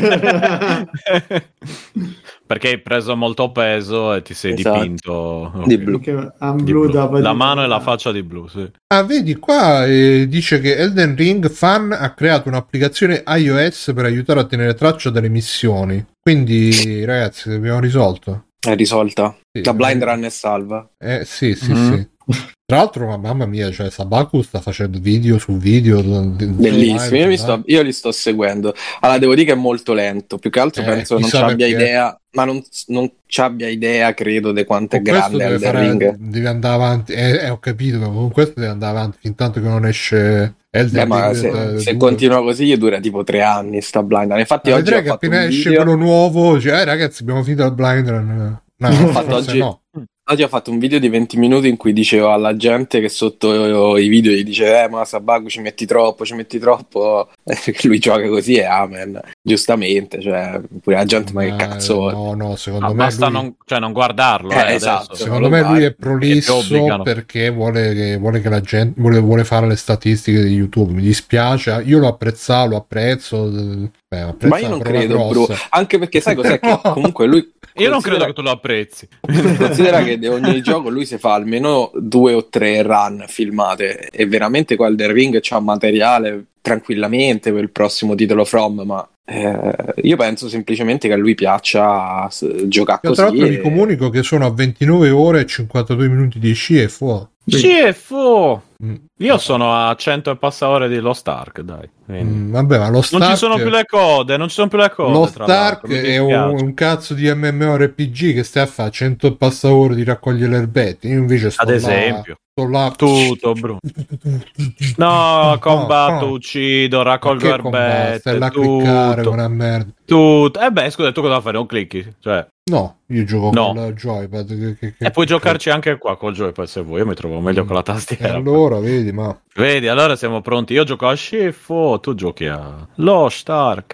Perché hai preso molto peso e ti sei Esatto. dipinto ok. Di blu. Che I'm Di blue blu. da- La mano e la faccia di blu, sì. Ah, vedi qua eh, dice che Elden Ring Fan ha creato un'applicazione iOS per aiutare a tenere traccia delle missioni. Quindi, ragazzi, abbiamo risolto. È risolta. Sì, La blind eh, run è salva. Eh, sì, sì, Mhm. sì. Tra l'altro, ma mamma mia, cioè Sabaku sta facendo video su video. Bellissimo, io, mi sto- io li sto seguendo. Allora, devo dire che è molto lento. Più che altro Eh, penso non ci chissà abbia perché. idea, ma non, non ci abbia idea, credo, di quanto è Con questo grande deve, Elden fare, Ring. deve andare avanti. Eh, eh, ho capito, ma con questo deve andare avanti fin tanto che non esce Elden Beh, ma Ring. se, eh, se due. continua così, gli dura tipo tre anni sta blind run. Infatti, Ma oggi vedrai ho che fatto appena un esce video. quello nuovo, cioè, eh, ragazzi, abbiamo finito il blind run. No, Ho fatto forse oggi- no. Oggi ho fatto un video di venti minuti in cui dicevo alla gente che sotto i video gli dice eh ma Sabaku ci metti troppo, ci metti troppo, perché lui gioca così e amen, giustamente, cioè pure la gente ma che cazzo. No, no, secondo Ma me basta lui- non, cioè, non guardarlo. Eh, eh, esatto. adesso. secondo non me lo lui fai, è prolisso perché ti obbligano. perché vuole che, vuole che la gente vuole, vuole fare le statistiche di YouTube. Mi dispiace, io lo apprezzavo, lo apprezzo. Beh, apprezzo Ma io è non una parola credo, bro. grossa. Anche perché sai cos'è che comunque lui Io non considera- credo che tu lo apprezzi. Considera che di ogni gioco lui si fa almeno due o tre run filmate e veramente qua Elden Ring c'ha materiale tranquillamente per il prossimo titolo From, ma eh, io penso semplicemente che a lui piaccia s- giocare Io, così. tra l'altro, e- vi comunico che sono a ventinove ore e cinquantadue minuti di C F O. C F O! Mm. Io sono a cento e passa ore di Lost Ark, dai. Quindi- Mm, vabbè, ma lo Stark, Non ci sono più le code, non ci sono più le code. lo tra Stark l'altro, mi è un, dispiace. un cazzo di MMORPG che stai a fare cento e passa ore di raccogliere le erbette. Io invece sto Ad là- esempio. sto sto là tutto bro. No, combatto, no, uccido, raccolgo erbette, stai là a cliccare con una merda. Tutto. E eh beh, scusa, tu cosa fai? Non clicchi? Cioè no, io gioco no. con il joypad che, che, che, e puoi che... giocarci anche qua col joypad se vuoi. Io mi trovo meglio mm. con la tastiera. E allora vedi, ma vedi, allora siamo pronti. Io gioco a Schiffo, tu giochi a Lost Ark.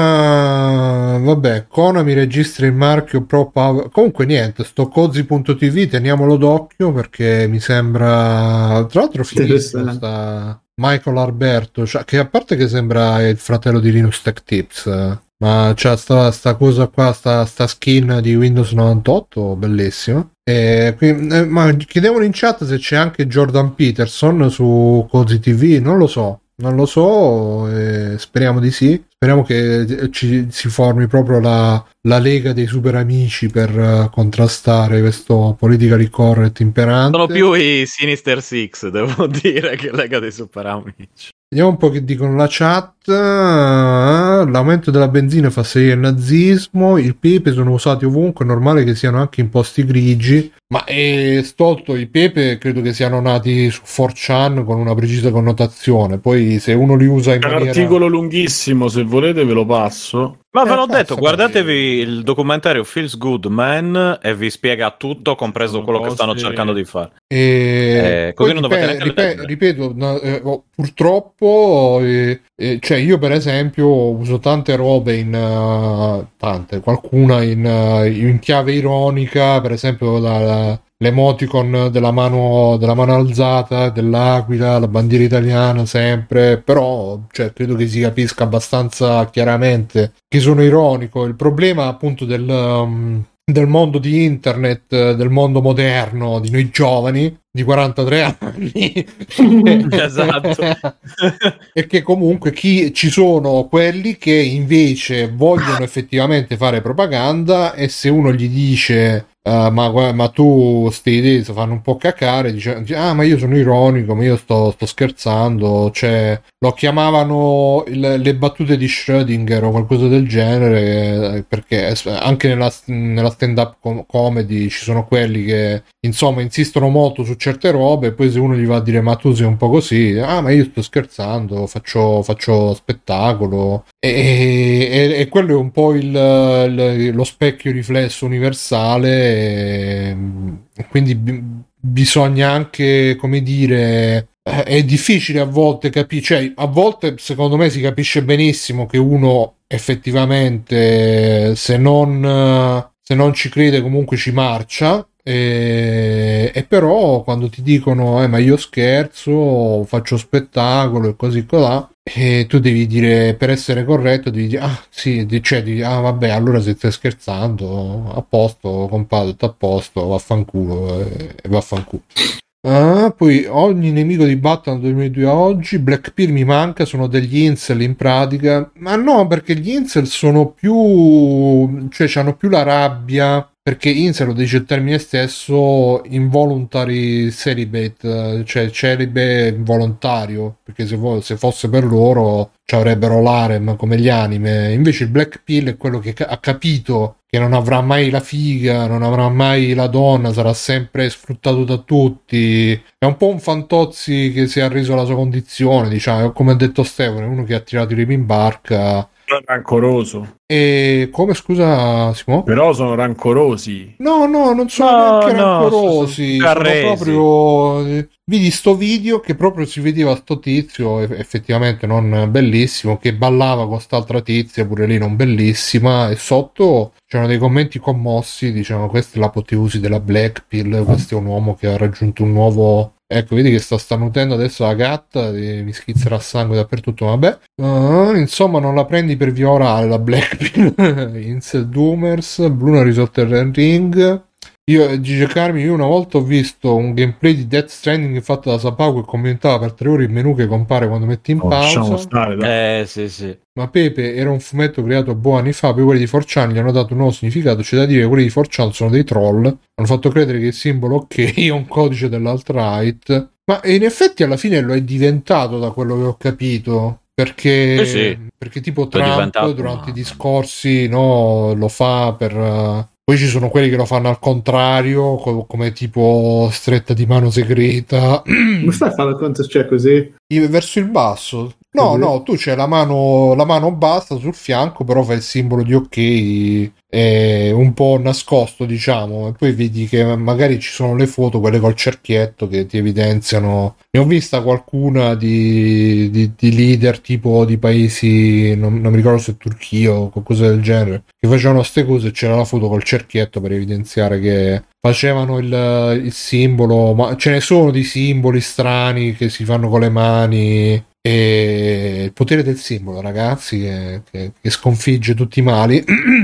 Ah, vabbè, Konami registra il marchio Pro Power. Comunque niente, sto cozy punto tv teniamolo d'occhio perché mi sembra tra l'altro fighissimo sta Michael Alberto, cioè, che a parte che sembra il fratello di Linus Tech Tips, ma c'ha sta, sta cosa qua, sta, sta skin di Windows novantotto bellissima. E qui, eh, ma chiedevano in chat se c'è anche Jordan Peterson su Cozy T V, non lo so. Non lo so, eh, speriamo di sì. Speriamo che ci si formi proprio la, la lega dei super amici per uh, contrastare questo politically correct imperante. Sono più i Sinister Six, devo dire, che lega dei super amici. Vediamo un po' che dicono la chat. L'aumento della benzina fa salire il nazismo. I pepe sono usati ovunque. È normale che siano anche in posti grigi. Ma è stolto, i pepe credo che siano nati su four chan con una precisa connotazione. Poi se uno li usa in C'è maniera... un articolo lunghissimo, se volete ve lo passo. Ma ve l'ho Eh, detto, guardatevi il documentario Feels Good Man e vi spiega tutto, compreso Sono quello che cose- stanno cercando di fare. E Eh, così poi non dovete ripe- neanche ripe- leggere. ripeto, no, eh, oh, purtroppo, eh, eh, cioè io per esempio uso tante robe in uh, tante, qualcuna in, uh, in chiave ironica, per esempio la, la- l'emoticon della mano, della mano alzata, dell'aquila, la bandiera italiana sempre, però cioè, credo che si capisca abbastanza chiaramente che sono ironico. Il problema appunto del... um, del mondo di internet, del mondo moderno, di noi giovani di quarantatré anni. Esatto. E che comunque chi ci sono quelli che invece vogliono effettivamente fare propaganda e se uno gli dice Uh, ma, ma tu sti idee fanno un po' cacare, dice ah ma io sono ironico, ma io sto, sto scherzando, cioè lo chiamavano il, le battute di Schrödinger o qualcosa del genere, eh, perché anche nella, nella stand up com- comedy ci sono quelli che insomma insistono molto su certe robe e poi se uno gli va a dire ma tu sei un po' così, ah ma io sto scherzando, faccio, faccio spettacolo e, e, e quello è un po' il, il, lo specchio riflesso universale. E quindi b- bisogna anche, come dire, eh, è difficile a volte capire, cioè a volte secondo me si capisce benissimo che uno effettivamente se non, se non ci crede comunque ci marcia. E, e però quando ti dicono eh, ma io scherzo, faccio spettacolo e così colà, e tu devi dire, per essere corretto devi dire ah sì, cioè devi, ah vabbè allora se stai scherzando a posto compadre, tutto a posto, vaffanculo e, e vaffanculo. Ah, poi ogni nemico di Batman duemiladue a oggi, Black Pill mi manca, sono degli incel in pratica, ma no perché gli incel sono più, cioè hanno più la rabbia, perché incel lo dice il termine stesso, involuntary celibate, cioè celibe involontario, perché se, vo- se fosse per loro ci avrebbero l'harem come gli anime, invece il Black Pill è quello che ca- ha capito che non avrà mai la figa, non avrà mai la donna, sarà sempre sfruttato da tutti, è un po' un Fantozzi che si è arreso alla sua condizione, diciamo, come ha detto Stefano, è uno che ha tirato i remi in barca. Rancoroso. E come, scusa Simone? Però sono rancorosi. No, no, non sono No, neanche no, rancorosi, sono sono carresi. proprio... Vidi sto video che proprio si vedeva sto tizio, eff- effettivamente non bellissimo, che ballava con st'altra tizia, pure lì non bellissima, e sotto c'erano dei commenti commossi, dicevano questa è l'apoteosi della Black Pill, questo è un uomo che ha raggiunto un nuovo... Ecco, vedi che sta starnutendo adesso la gatta, e mi schizzerà sangue dappertutto, vabbè. Uh, insomma, non la prendi per via orale la Black Pill. Incel Doomers, Bruno ha risolto il ring. Io, Gigi Carmi, io una volta ho visto un gameplay di Death Stranding fatto da Sapago e commentava per tre ore il menu che compare quando metti in Oh, lasciamo pausa. stare, dai. Eh, sì, sì. Ma Pepe era un fumetto creato boh anni fa, poi quelli di four chan gli hanno dato un nuovo significato, c'è da dire che quelli di four chan sono dei troll, hanno fatto credere che il simbolo ok è un codice dell'alt-right, ma in effetti alla fine lo è diventato da quello che ho capito, perché, Eh sì. perché tipo Lo è Trump diventato, durante ma- i discorsi no, lo fa per... uh, Poi ci sono quelli che lo fanno al contrario, co- come tipo stretta di mano segreta. Come fai a fare quanto c'è così? Verso il basso. No, Così? no, tu c'è la mano, la mano bassa sul fianco, però fai il simbolo di ok, è un po' nascosto, diciamo, e poi vedi che magari ci sono le foto, quelle col cerchietto, che ti evidenziano. Ne ho vista qualcuna di, di, di leader tipo di paesi, non, non mi ricordo se Turchia o qualcosa del genere, che facevano ste cose e c'era la foto col cerchietto per evidenziare che facevano il, il simbolo, ma ce ne sono di simboli strani che si fanno con le mani. E il potere del simbolo, ragazzi, che, che, che sconfigge tutti i mali.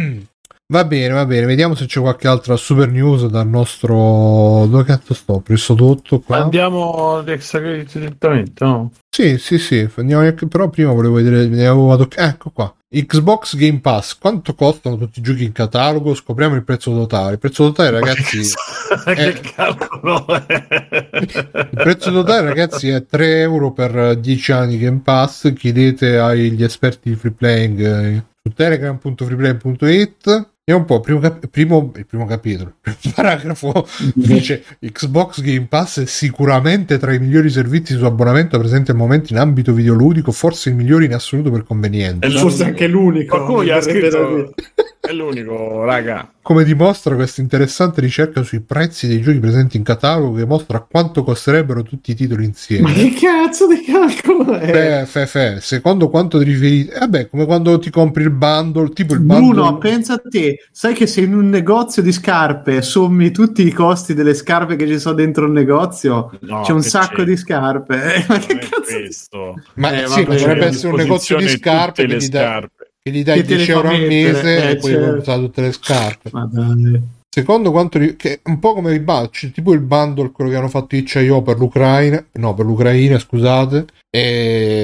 Va bene, va bene, vediamo se c'è qualche altra super news dal nostro... Dove cazzo sto? Ho preso tutto qua. Andiamo ad extra credit direttamente, no? Sì, sì, sì, andiamo anche... però prima volevo vedere, ne avevo ad... ecco qua. Xbox Game Pass, quanto costano tutti i giochi in catalogo? Scopriamo il prezzo totale. Il prezzo totale, ragazzi, che è... calcolo è? Il prezzo totale, ragazzi, è tre euro per dieci anni Game Pass. Chiedete agli esperti di Free Playing eh, su telegram punto freeplaying punto it. E un po' primo, cap- primo, il primo capitolo, il primo paragrafo dice: Xbox Game Pass è sicuramente tra i migliori servizi su abbonamento presenti al momento in ambito videoludico, forse il migliore in assoluto per convenienza. E forse anche l'unico. Qualcuno gli ha verrebbe da scritto dire. è l'unico, raga. Come dimostra questa interessante ricerca sui prezzi dei giochi presenti in catalogo, che mostra quanto costerebbero tutti i titoli insieme. Ma che cazzo di calcolo è? Fe, fe, fe. Secondo quanto ti riferite? Eh vabbè, come quando ti compri il bundle, tipo il bundle. Bruno, pensa a te, sai che se in un negozio di scarpe sommi tutti i costi delle scarpe che ci sono dentro il negozio, No, c'è un che sacco c'è? di scarpe. Eh, ma che Non è cazzo di... questo. Ma Eh, sì, vabbè, ma dovrebbe a essere un negozio di Disposizione scarpe tutte che le gli, dai, scarpe. che gli dai Che te le dieci fa euro al mettere, mese eh, e poi certo. puoi usare tutte le scarpe. Ma dai. Secondo quanto ri- che è un po' come il bundle, tipo il bundle, quello che hanno fatto itch punto io per l'Ucraina, no, per l'Ucraina, scusate, e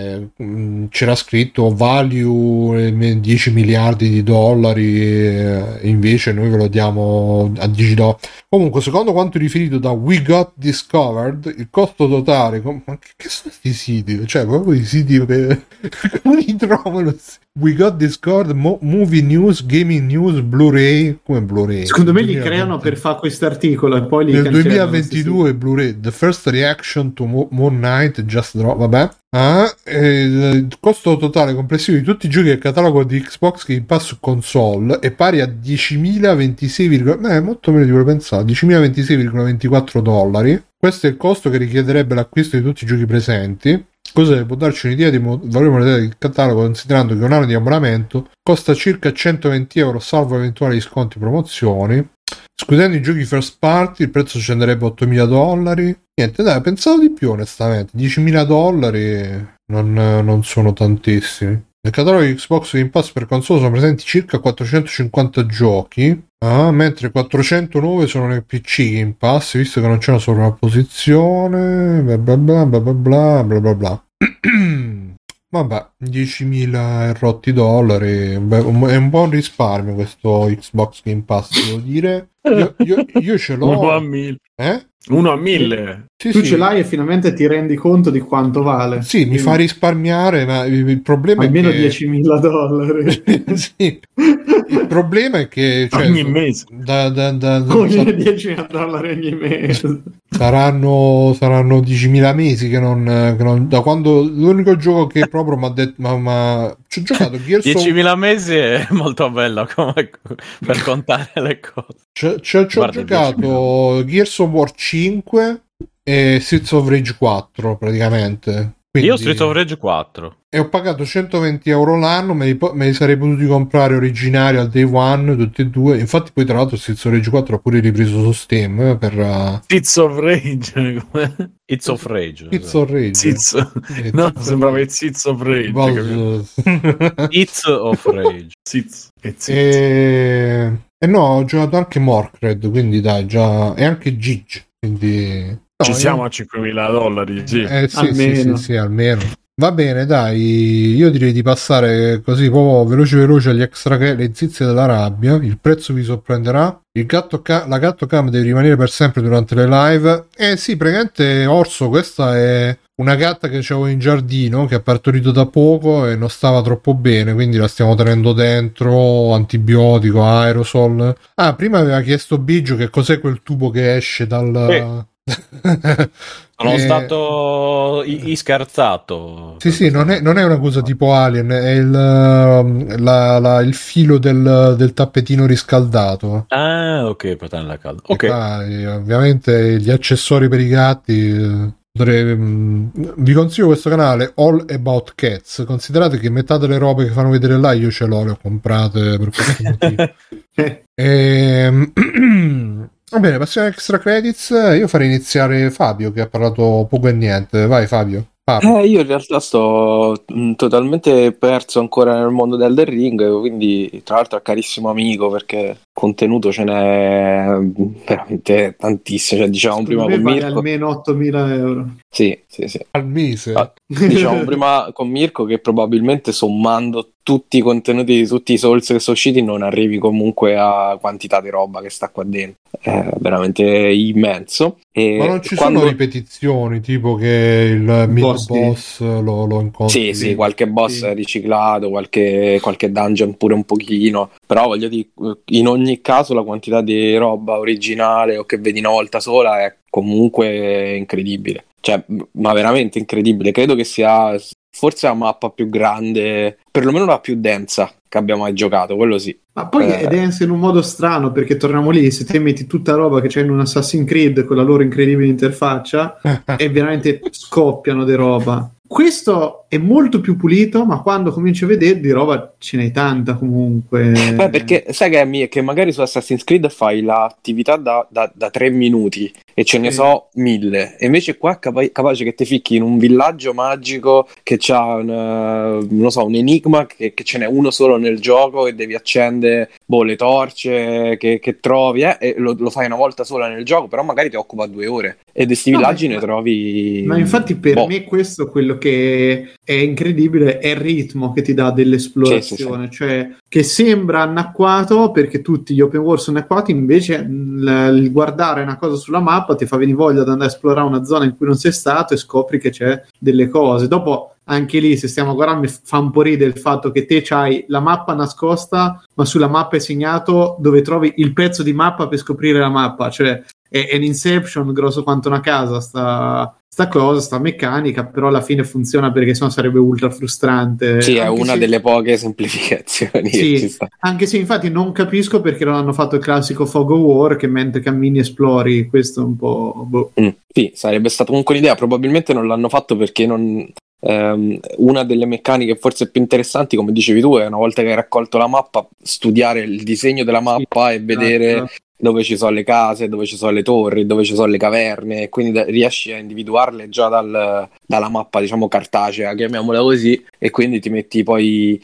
mh, c'era scritto value eh, dieci miliardi di dollari, e invece noi ve lo diamo a dieci dollari. Comunque, secondo quanto riferito da We Got Discovered, il costo totale, com- ma che, che sono questi siti? Cioè, proprio i siti per... come li trovano? We Got Discovered, Mo- Movie News, Gaming News, Blu-ray, come Blu-ray? Secondo me li duemilaventi. creano per fare quest'articolo e poi li Nel cancellano. duemilaventidue Blu-ray, The First Reaction to Mo- Moon Knight, Just Drop, vabbè. Ah, eh, il costo totale complessivo di tutti i giochi del catalogo di Xbox Game Pass su console è pari a diecimilaventisei, eh, molto meno di quello che pensavo, diecimilaventisei virgola ventiquattro dollari. Questo è il costo che richiederebbe l'acquisto di tutti i giochi presenti. Cosa che può darci un'idea di mo- valore monetario del catalogo, considerando che un anno di abbonamento costa circa centoventi euro, salvo eventuali sconti e promozioni. Escludendo i giochi first party, il prezzo scenderebbe a ottomila dollari. Niente, dai, pensavo di più onestamente. diecimila dollari non, non sono tantissimi. Nel catalogo di Xbox Game Pass per console sono presenti circa quattrocentocinquanta giochi, ah, mentre quattrocentonove sono nel P C Game Pass, visto che non c'è una sovrapposizione, bla bla bla bla bla bla bla bla bla. Vabbè, diecimila e rotti dollari, beh, un- è un buon risparmio questo Xbox Game Pass, devo dire. Io, io, io ce l'ho. Uno a mille. Eh? Uno a mille. Sì, Tu sì. ce l'hai e finalmente ti rendi conto di quanto vale. Sì, mi fa risparmiare, ma il il problema almeno è che... diecimila dollari. Sì. Il problema è che cioè, Ogni mese. da, da, da, da- Ogni diecimila dollari ogni mese. saranno, saranno diecimila mesi che non, che non- da quando l'unico gioco che proprio mi ha detto ma, ma ci ho giocato Gears of, diecimila mesi è molto bello come per contare le cose. ci, ci- ci ho Guarda, giocato Gears of War cinque e Streets of Rage quattro praticamente. Quindi- Io Streets of Rage quattro. e ho pagato centoventi euro l'anno, me li, po- me li sarei potuti comprare originari al day one, tutti e due. Infatti poi tra l'altro Streets of Rage quattro ho pure ripreso su Steam eh, per uh, Tits of Rage. come- It's of Rage. It's of Rage. Tits. Eh, No, Tits- sembrava il Tits of Rage. capito? Buzz- It's of Rage. Tits. E Tits. e... e no, ho giocato anche Morkred, quindi dai, già... e anche Gigi, quindi... no, Ci io- siamo a cinquemila dollari, sì. Eh, sì, Almeno. sì, sì, sì, almeno. Va bene, dai, io direi di passare così proprio veloce veloce agli extra che le zizie della rabbia. Il prezzo vi sorprenderà. Il gatto ca- la gatto cam deve rimanere per sempre durante le live. Eh sì, praticamente Orso, questa è una gatta che c'avevo in giardino che ha partorito da poco e non stava troppo bene, quindi la stiamo tenendo dentro, antibiotico, aerosol. Ah, prima aveva chiesto Biggio che cos'è quel tubo che esce dal... Eh. Sono Eh, stato i- ischerzato. Sì, sì, non è, non è una cosa tipo Alien, è il, la- la- il filo del, del tappetino riscaldato. Ah, ok, per tenere la calda. Ok. Ah, e ovviamente gli accessori per i gatti. eh, dovrei- mm, vi consiglio questo canale All About Cats. Considerate che metà delle robe che fanno vedere là io ce l'ho, le ho comprate per questo motivo. Ehm, Va bene, passiamo a extra credits. Io farei iniziare Fabio che ha parlato poco e niente. Vai Fabio, parla. Eh, io in realtà sto mh, totalmente perso ancora nel mondo del Elden Ring, quindi tra l'altro è carissimo amico perché contenuto ce n'è mh, veramente tantissimo, cioè diciamo prima Secondo con me vale Mirko. almeno ottomila euro. Sì, sì, sì. Al mese. Ah, diciamo prima con Mirko che probabilmente sommando tutti i contenuti di tutti i Souls che sono usciti non arrivi comunque a quantità di roba che sta qua dentro. È veramente immenso. E Ma non ci quando... sono ripetizioni, tipo che il mid Boss, boss, sì. lo, lo incontri? Sì, sì, qualche boss Sì. è riciclato, qualche, qualche dungeon pure un pochino, però voglio dire, in ogni caso la quantità di roba originale o che vedi una volta sola è comunque incredibile, cioè, ma veramente incredibile. Credo che sia forse la mappa più grande, perlomeno la più densa che abbiamo mai giocato, quello sì. Ma poi Eh. è denso in un modo strano, perché torniamo lì, se te metti tutta roba che c'è in un Assassin's Creed con la loro incredibile interfaccia e veramente scoppiano di roba. Questo è molto più pulito, ma quando cominci a vedere di roba ce n'hai tanta comunque. Beh, perché sai che, mi- che magari su Assassin's Creed fai l'attività da, da, da tre minuti e ce ne Sì. so mille, e invece qua è capa- capace che ti ficchi in un villaggio magico che c'ha un, eh, non so, un enigma che, che ce n'è uno solo nel gioco e devi accendere boh, le torce che, che trovi eh, e lo, lo fai una volta sola nel gioco, però magari ti occupa due ore e di sti No, villaggi ma- ne trovi. Ma infatti per boh. me questo quello che è incredibile è il ritmo che ti dà dell'esplorazione, Sì, sì, cioè che sembra anacquato perché tutti gli open world sono anacquati, invece l- il guardare una cosa sulla mappa ti fa venire voglia di andare a esplorare una zona in cui non sei stato e scopri che c'è delle cose. Dopo anche lì, se stiamo a guardare, mi fa un po' ridere il fatto che te c'hai la mappa nascosta, ma sulla mappa è segnato dove trovi il pezzo di mappa per scoprire la mappa, cioè è, è un Inception grosso quanto una casa sta, sta cosa, sta meccanica, però alla fine funziona perché sennò sarebbe ultra frustrante. Sì, è Anche una se- delle poche semplificazioni che ci Sì, sta. anche se infatti non capisco perché non hanno fatto il classico Fog of War che mentre cammini esplori, questo è un po'... boh. Mm, sì, sarebbe stata comunque un'idea. Probabilmente non l'hanno fatto perché non, ehm, una delle meccaniche forse più interessanti, come dicevi tu, è una volta che hai raccolto la mappa, studiare il disegno della mappa e vedere esatto. dove ci sono le case, dove ci sono le torri, dove ci sono le caverne, e quindi da- riesci a individuarle già dal- dalla mappa, diciamo, cartacea, chiamiamola così, e quindi ti metti poi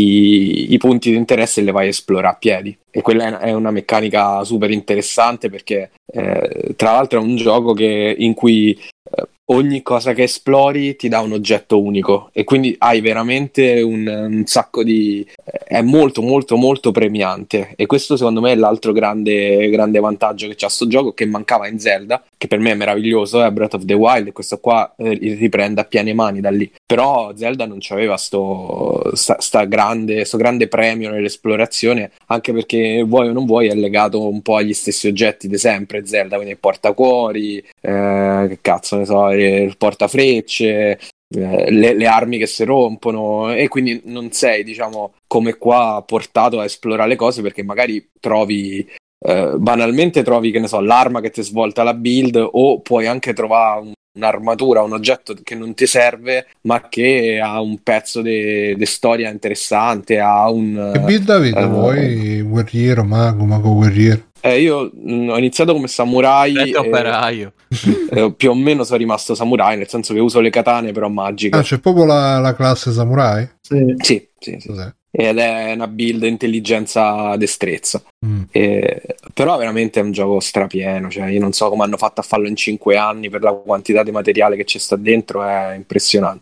i, i punti di interesse e le vai a esplorare a piedi. E quella è, è una meccanica super interessante perché, eh, tra l'altro, è un gioco che, in cui eh, ogni cosa che esplori ti dà un oggetto unico e quindi hai veramente un, un sacco di... è molto molto molto premiante, e questo secondo me è l'altro grande, grande vantaggio che c'ha sto gioco, che mancava in Zelda, che per me è meraviglioso, è Breath of the Wild, e questo qua eh, riprende a piene mani da lì, però Zelda non c'aveva sto, sta, sta grande, sto grande premio nell'esplorazione, anche perché vuoi o non vuoi è legato un po' agli stessi oggetti di sempre Zelda, quindi il portacuori, eh, che cazzo ne so, il portafrecce, eh, le, le armi che si rompono, e quindi non sei, diciamo, come qua portato a esplorare le cose perché magari trovi eh, banalmente trovi, che ne so, l'arma che ti svolta la build, o puoi anche trovare un, un'armatura, un oggetto che non ti serve ma che ha un pezzo di storia interessante, ha un... Che build avete eh, voi? Guerriero, mago, mago guerriero? Eh, io mh, ho iniziato come samurai Detto e, operaio. eh, più o meno sono rimasto samurai, nel senso che uso le katane però magiche. Ah, c'è proprio la, la classe samurai? Sì. Sì, sì, sì. Cos'è? Ed è una build intelligenza destrezza. Mm. Eh, però veramente è un gioco strapieno, cioè io non so come hanno fatto a farlo in cinque anni per la quantità di materiale che c'è sta dentro, è impressionante.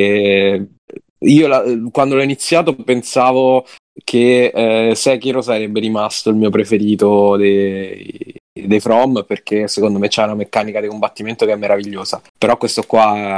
E io la, quando l'ho iniziato pensavo che eh, Sekiro sarebbe rimasto il mio preferito dei, dei From, perché secondo me c'è una meccanica di combattimento che è meravigliosa, però questo qua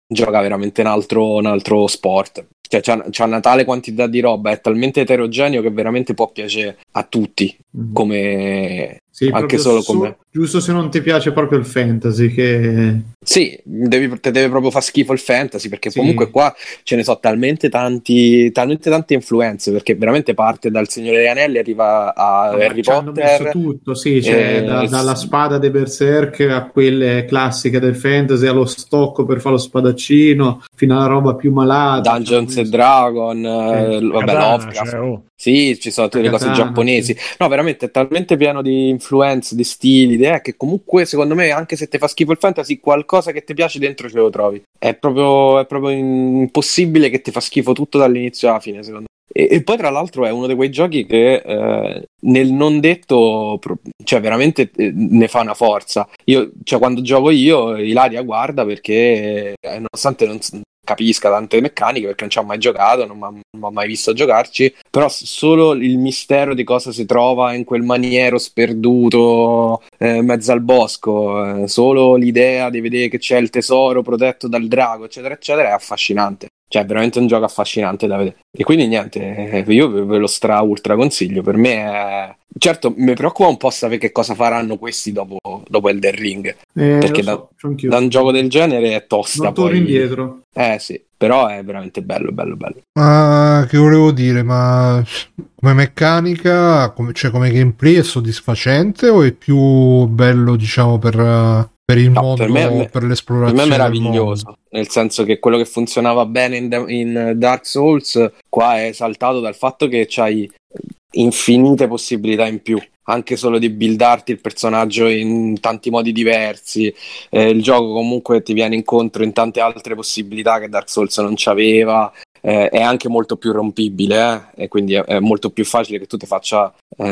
gioca veramente un altro, un altro sport. Cioè c'ha, c'ha una tale quantità di roba, è talmente eterogeneo che veramente può piacere a tutti, Mm. come Sì, anche proprio solo so- come giusto se non ti piace proprio il fantasy, che sì, devi, te deve proprio far schifo il fantasy, perché Sì. comunque qua ce ne so talmente tanti, talmente tante influenze, perché veramente parte dal Signore degli Anelli, arriva a No, ma Harry ci hanno messo Potter, tutto, sì, cioè, eh, da- dalla sì. spada dei Berserk a quelle classiche del fantasy, allo stocco per fare lo spadaccino, fino alla roba più malata. Dungeons ci hanno and Dragon, eh, Sì. vabbè, Katana, Lovecraft. cioè, oh. Sì, ci sono tutte le cose Katana, giapponesi. sì. No, veramente è talmente pieno di influenze, di stili, idee, che comunque secondo me, anche se ti fa schifo il fantasy, qualcosa che ti piace dentro ce lo trovi. È proprio, è proprio impossibile che ti fa schifo tutto dall'inizio alla fine, secondo me. E, e poi tra l'altro è uno di quei giochi che eh, nel non detto, pro- cioè veramente eh, ne fa una forza. Io, cioè quando gioco io, Ilaria guarda perché eh, nonostante non s- capisca tante meccaniche, perché non ci ho mai giocato, non mi ha mai visto giocarci, però s- solo il mistero di cosa si trova in quel maniero sperduto eh, in mezzo al bosco, eh, solo l'idea di vedere che c'è il tesoro protetto dal drago, eccetera, eccetera, è affascinante. Cioè, è veramente un gioco affascinante da vedere. E quindi niente, eh, io ve ve lo stra ultra consiglio. Per me è... Certo, mi preoccupa un po' sapere che cosa faranno questi dopo, dopo Elden Ring. Eh, Perché lo da, so, c'ho anch'io. da un gioco del genere è tosta. Non torno poi... indietro. Eh sì, però è veramente bello, bello, bello. Ma che volevo dire, ma come meccanica, come, cioè come gameplay è soddisfacente o è più bello, diciamo, per, eh, per il No, mondo, per me- per Per l'esplorazione me è del meraviglioso, mondo? nel senso che quello che funzionava bene in, in Dark Souls qua è esaltato dal fatto che c'hai infinite possibilità in più, anche solo di buildarti il personaggio in tanti modi diversi. Eh, il gioco comunque ti viene incontro in tante altre possibilità che Dark Souls non c'aveva. Eh, è anche molto più rompibile, eh, e quindi è, è molto più facile che tu ti faccia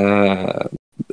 eh,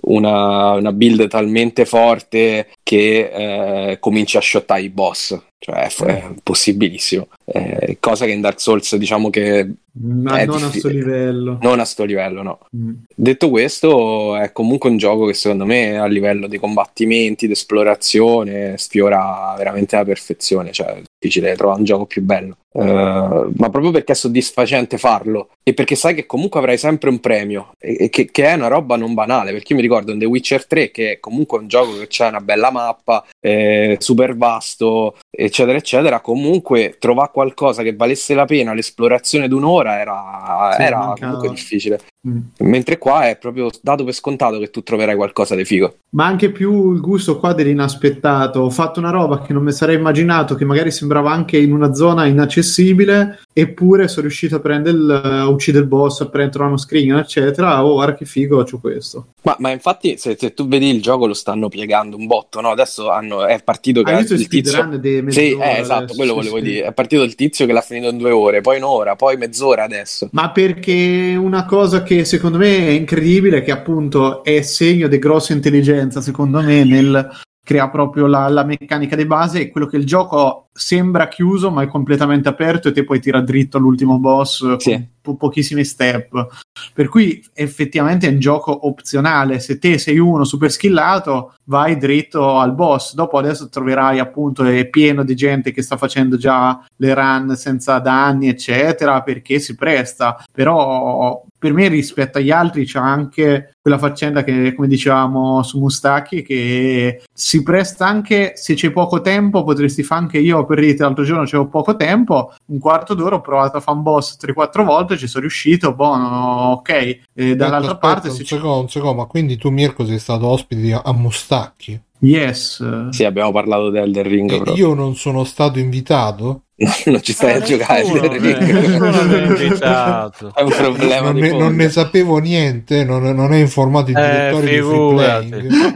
una, una build talmente forte che eh, cominci a shottare i boss, cioè è, è possibilissimo, eh, cosa che in Dark Souls diciamo che Ma è non a diffi- sto livello. non a sto livello, no. Mm. Detto questo, è comunque un gioco che secondo me a livello di combattimenti, di esplorazione, sfiora veramente la perfezione, cioè è difficile trovare un gioco più bello. Uh, ma proprio perché è soddisfacente farlo e perché sai che comunque avrai sempre un premio e, e che, che è una roba non banale, perché io mi ricordo in The Witcher tre che è comunque un gioco che c'è una bella mappa, eh, super vasto, eccetera eccetera, comunque trovare qualcosa che valesse la pena l'esplorazione di un'ora era, Sì, era mancava. comunque difficile. Mm. Mentre qua è proprio dato per scontato che tu troverai qualcosa di figo. Ma anche più il gusto qua dell'inaspettato. Ho fatto una roba che non mi sarei immaginato, che magari sembrava anche in una zona inaccessibile, eppure sono riuscito a prendere il, a uccidere il boss, a prendere uno screen, eccetera. Oh, guarda che figo, c'ho questo. Ma, ma infatti se, se tu vedi il gioco lo stanno piegando un botto, no? Adesso hanno, è partito che Hai visto il il tizio... speedrun di mezz'ora Sì, eh, esatto, adesso? quello Sì, volevo sì. dire. È partito il tizio che l'ha finito in due ore, poi un'ora, poi mezz'ora adesso. Ma perché una cosa che secondo me è incredibile, che appunto è segno di grossa intelligenza, secondo me, nel crea proprio la, la meccanica di base, è quello che il gioco sembra chiuso ma è completamente aperto e te puoi tirare dritto all'ultimo boss Sì. con po- pochissimi step, per cui effettivamente è un gioco opzionale. Se te sei uno super skillato vai dritto al boss, dopo adesso troverai appunto è pieno di gente che sta facendo già le run senza danni eccetera, perché si presta. Però per me rispetto agli altri c'è anche quella faccenda che, come dicevamo su Mustaki, che si presta anche, se c'è poco tempo potresti fare, anche io per dire l'altro giorno c'avevo poco tempo, un quarto d'ora ho provato a fare un boss tre quattro volte, ci sono riuscito, buono, ok. E dall'altra Aspetta, parte un se secondo, un secondo, ma quindi tu Mirko sei stato ospite a Mustacchi? Yes. Sì, abbiamo parlato del Elden Ring, E però. io non sono stato invitato? Non ci stai Eh, a giocare nessuno, Elden Ring. eh, nessuno mi ha invitato. È un problema non, di ne, fondo. non ne sapevo niente, non, non è informato il Eh, direttore di Free figurati.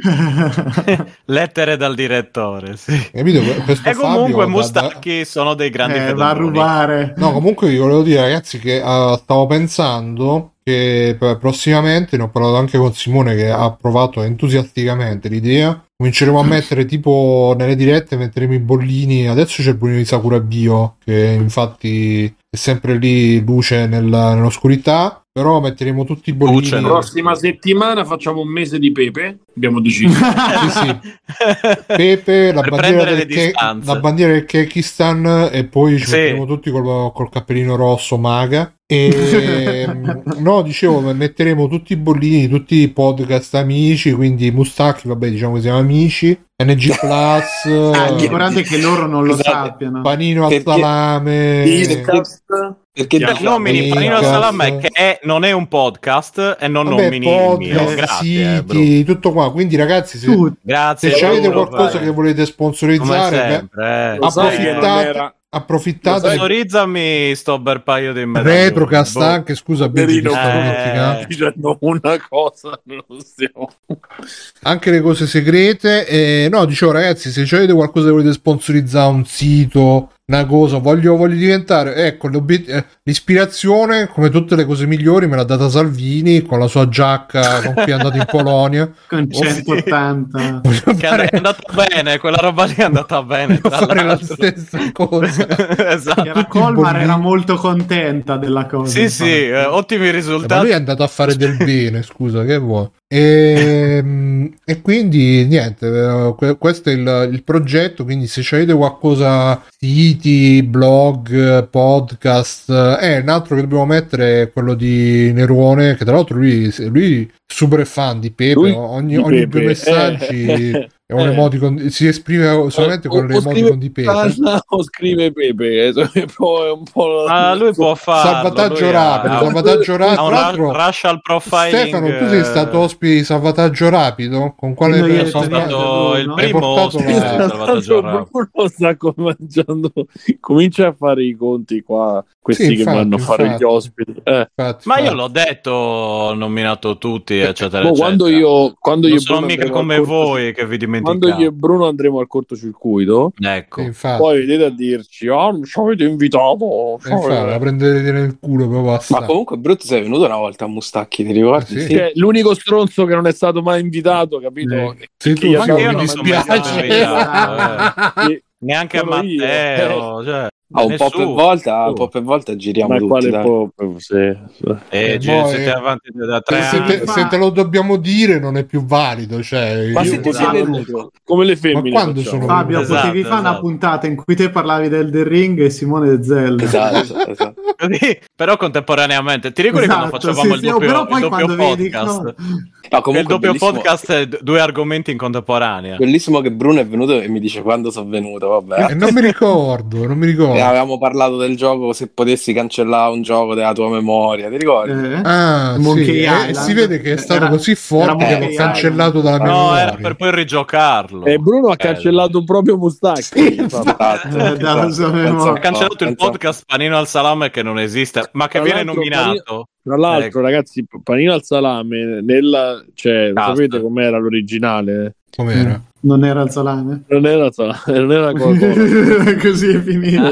Playing. Lettere dal direttore, sì. Capito? Questo E comunque Fabio, Mustacchi sono dei grandi Eh, va a fedondoni. rubare. No, comunque vi volevo dire, ragazzi, che uh, stavo pensando che per- prossimamente, ne ho parlato anche con Simone che ha provato entusiasticamente l'idea, cominceremo a mettere tipo nelle dirette, metteremo i bollini. Adesso c'è il bollino di Sakura Bio che infatti è sempre lì, luce nel- nell'oscurità, però metteremo tutti i bollini. La prossima settimana facciamo un mese di pepe, abbiamo deciso. Sì, sì. Pepe, la Per bandiera, prendere del le Ke- distanze. la bandiera del Kyrgyzstan, e poi ci Sì. metteremo tutti col, col cappellino rosso maga. E no, dicevo, metteremo tutti i bollini, tutti i podcast amici, quindi Mustacchi, vabbè, diciamo che siamo amici, N G Plus, Ah, l'importante è che loro non lo Scusate, sappiano. Panino al Perché- salame. Perché Chiaro. diciamo- Nomini Panino al Podcast. Salame, che è- non è un podcast, e non Vabbè, nomini il mio. podcast, Grazie, Bruno. siti, tutto qua. Quindi, ragazzi, se, Tu, Grazie. se avete Bruno, qualcosa vai. che volete Come sponsorizzare, beh, sempre, eh. Lo sai che non approfittate, era- approfittate. Sponsorizzami sto bel paio di medaglioni. Retrocast Boh. anche, scusa, Benji, Poverino, che stavo eh. dimenticando. dicendo una cosa, non stiamo. Anche le cose segrete. E, no, dicevo, ragazzi, se avete qualcosa che volete sponsorizzare, un sito, una cosa, voglio, voglio diventare, ecco, l'obiet- eh, l'ispirazione, come tutte le cose migliori, me l'ha data Salvini con la sua giacca con cui è andato in Polonia. con centottanta. Voglio Che fare, è andata bene, quella roba lì è andata bene. voglio Tra fare la l'altro. stessa cosa. Esatto. Era tutti i Colmar bollini. era molto contenta della cosa. Sì, sì, infatti. eh, ottimi Ma risultati. lui è andato a fare del bene, scusa, che vuoi? E, e quindi niente, eh, que- questo è il, il progetto. Quindi se avete qualcosa, siti, blog, podcast, eh, un altro che dobbiamo mettere è quello di Nerone, che tra l'altro lui, lui è super fan di Pepe. Lui ogni di ogni Pepe, due messaggi eh. è un Eh. emoticon, si esprime solamente con le o scrive emoticon di Pepe. Anna o scrive Pepe, eh, è poi un po'. Ma lui può farlo. Salvataggio lui ha- rapido, ha- salvataggio ha rapido. un Tra ra- l'altro, racial profiling. Stefano, tu sei stato ospite di salvataggio rapido? Con quale Noi per- siamo Sono stato il Hai primo portato ospite la- del salvataggio rapido. Bruno sta mangiando, comincia a fare i conti qua. Questi Sì, che infatti, vanno a fare infatti. gli ospiti. Eh. Infatti, Ma io infatti. l'ho detto, ho nominato tutti, eccetera, Boh, eccetera. quando io, quando io non e sono Bruno mica andremo come al corto- voi che vi dimenticate. Quando io e Bruno andremo al cortocircuito, Ecco. Sì, infatti, poi vedete a dirci: ah, non ci avete invitato. Eh, infatti, la prendete nel culo proprio Ma assai. comunque Brutto sei venuto una volta a Mustacchi, ti ricordi? Eh, sì. Cioè, l'unico stronzo che non è stato mai invitato, capito? Eh. Sei Che tu, io sì, non- mi io non dispiace. sono mai stato Che- Neanche a Sono io. Matteo, cioè, Ah, un po' per nessuno. volta, un Oh. po' per volta giriamo Ma tutti, quale dai. po'? Sì. Eh, Eh, Gio, boh, siete eh. avanti da tre Se, anni. te, se te lo dobbiamo dire non è più valido, cioè, Ma io- se tu sei Esatto. venuto, Come le femmine. Ma quando facciamo. sono- Fabio, Esatto, potevi fare una esatto. puntata in cui te parlavi del The Ring e Simone Zelda. esatto, esatto. Così, però contemporaneamente. Ti ricordi Esatto, quando facevamo sì, il sì, doppio, però il poi doppio quando vedi- podcast? no. Ma Che il comunque doppio bellissimo, podcast è d- due argomenti in contemporanea. bellissimo che Bruno è venuto e mi dice quando sono venuto, vabbè. Eh, non mi ricordo, non mi E ricordo. avevamo parlato del gioco, se potessi cancellare un gioco della tua memoria, ti ricordi? Eh? Ah, Monkey sì, eh, Island. si vede che è stato Era- così forte era che l'ho Monkey cancellato dalla mia No, memoria. era per poi rigiocarlo. E Bruno ha Bello. cancellato proprio Mustacchi. Sì, Esatto, Eh, dalla sua Pensa memoria. un Ha po', cancellato il pensa un podcast Panino al Salame che non esiste, ma che Tra viene l'altro, nominato. Tra l'altro, Ecco. ragazzi, panino al salame, nella, cioè, Cazzo. sapete com'era l'originale? Com'era? Non era il salame? Non era il salame, non era Coca-Cola. Così è finita.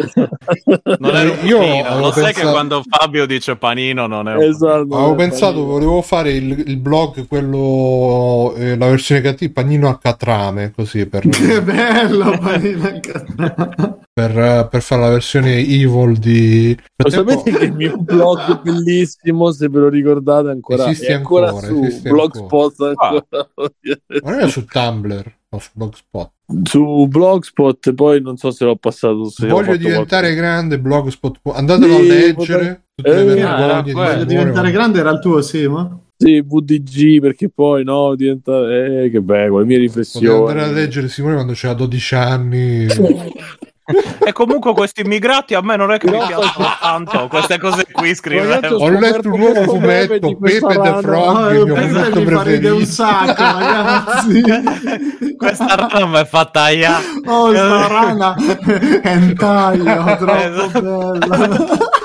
Non era un Io panino. avevo Lo sai che pensato- quando Fabio dice panino non è un Esatto. Avevo non è pensato, panino. volevo fare il, il blog, quello, eh, la versione cattiva, panino al catrame, così per, Che bello, panino al catrame. per, eh, per fare la versione evil di... Lo Nel tempo- sapete che il mio blog bellissimo, se ve lo ricordate ancora, Esiste è ancora, ancora, su esiste Blogspot. Ancora. non era su Tumblr o su Blogspot. Su Blogspot, poi non so se l'ho passato. Se ho Voglio fatto diventare qualcosa. grande, Blogspot, andatelo Sì, a leggere tutte le eh, vergogne era di quello. Voglio Simone, diventare ma- grande, era il tuo, Simo? Sì, V D G, perché poi no, diventa... Eh, che bello, le mie Potevo riflessioni. andare a leggere Simone quando c'era dodici anni. E comunque questi immigrati a me non è che mi No. piacciono tanto. Queste cose qui scrivevo. Ragazzi, Ho letto un nuovo scoperto fumetto, di questa Pepe the rana. Frog, Ah, il mio Pepe fumetto mi fa ridere un preferito. sacco, ragazzi. Questa rana mi è fatta ia. Oh, sta rana hentai, oh, troppo Esatto. bella.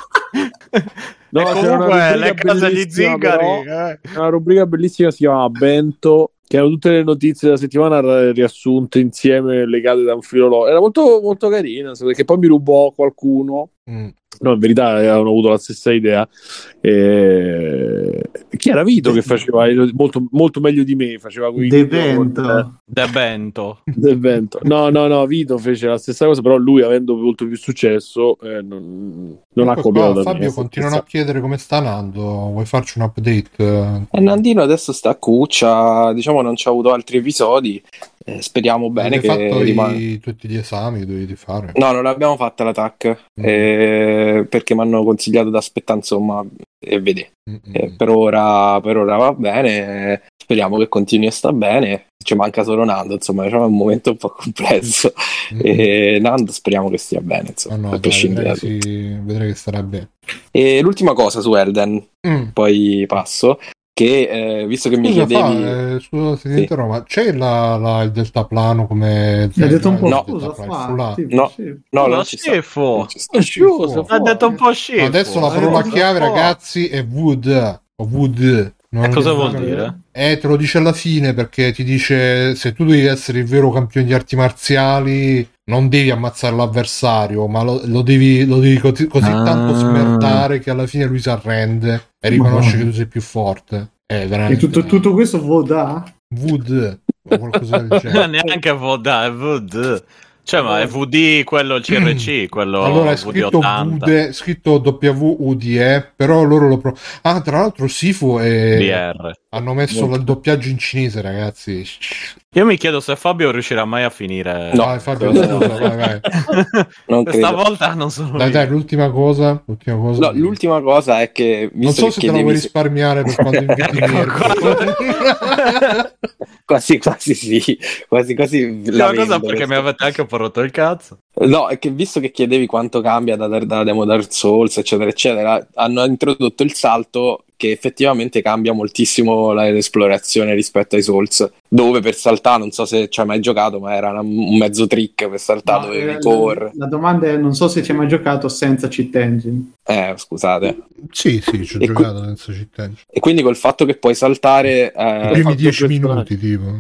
No, E c'era una comunque rubrica le case di bellissima, zingari. però. eh. Una rubrica bellissima si chiama Bento, che erano tutte le notizie della settimana r- riassunte insieme, legate da un filo loro. Era molto, molto carina, perché poi mi rubò qualcuno Mm. no, in verità avevano avuto la stessa idea. Eh, chi era Vito che faceva molto, molto meglio di me, faceva quei De video con- Vento. De Bento. del vento. No, no, no, Vito fece la stessa cosa, però lui avendo molto più successo eh, non, non ha Comunque copiato qua da me. Fabio continuano a chiedere come sta Nando, vuoi farci un update? E Nandino adesso sta a cuccia, diciamo non c'ha avuto altri episodi, eh, speriamo bene Hai che fatto rimanga. i- tutti gli esami che dovevi fare? No, non l'abbiamo fatta l'attack, Mm. eh, perché mi hanno consigliato di aspettare, insomma, e vedere. Mm-mm. Eh, per ora, per ora va bene, eh, speriamo che continui a sta bene. Ci manca solo Nando, insomma, diciamo, è un momento un po' complesso. Mm-mm. E Nando speriamo che stia bene, insomma, Ah, no, a dai, prescindere vedrai, da che tutto. si- vedrai che starà bene. E l'ultima cosa su Elden, Mm. poi passo, che eh, visto che mi Scusa, chiedevi... fa, eh, scusa se ti Sì. interrompo, ma c'è la, la- il deltaplano come Mi ha detto un po' No. scusa, fa. Sì, No. sì. No, Lo non ci sta. schifo. Non ci sta. Scioso, Ha detto un po' scifo. Adesso la Eh, parola cosa chiave, fa? ragazzi, è wood o wood. Non E cosa lo vuol so. dire? Eh, te lo dice alla fine perché ti dice se tu devi essere il vero campione di arti marziali non devi ammazzare l'avversario, ma lo, lo devi, lo devi così, così Ah. tanto smerdare che alla fine lui si arrende e riconosce Madonna. che tu sei più forte. È E veramente tutto, tutto questo Voda? wood o qualcosa del genere. Neanche V D, è V D. Cioè, ma è V D quello il C R C, quello Allora è V D scritto ottanta. W, scritto W U D E, però loro lo pro... Ah, tra l'altro Sifu è... D R. hanno messo il doppiaggio in cinese, ragazzi. Io mi chiedo se Fabio riuscirà mai a finire. No. Vai, Fabio, no, scusa, no. vai, vai. Non Questa credo. volta non sono Dai, io. dai, l'ultima cosa, l'ultima cosa. No, l'ultima cosa è che Non visto so che se te la chiedevi vuoi se- risparmiare per quando inviti Mirko. quasi quasi sì, quasi quasi la L'ultima cosa vendo, perché mi questa. avete anche un po' rotto il cazzo. No, è che visto che chiedevi quanto cambia da, da demo Dark Souls, eccetera, eccetera, hanno introdotto il salto che effettivamente cambia moltissimo la- l'esplorazione rispetto ai Souls, dove per saltare, non so se ci hai mai giocato, ma era una- un mezzo trick per saltare, No, dovevi eh, correre. la, la domanda è: non so se ci hai mai giocato senza cheat engine. Eh, scusate. Sì, sì, ci ho E qui- giocato senza città. E quindi col fatto che puoi saltare... eh, I primi fatto dieci questo- minuti, tipo.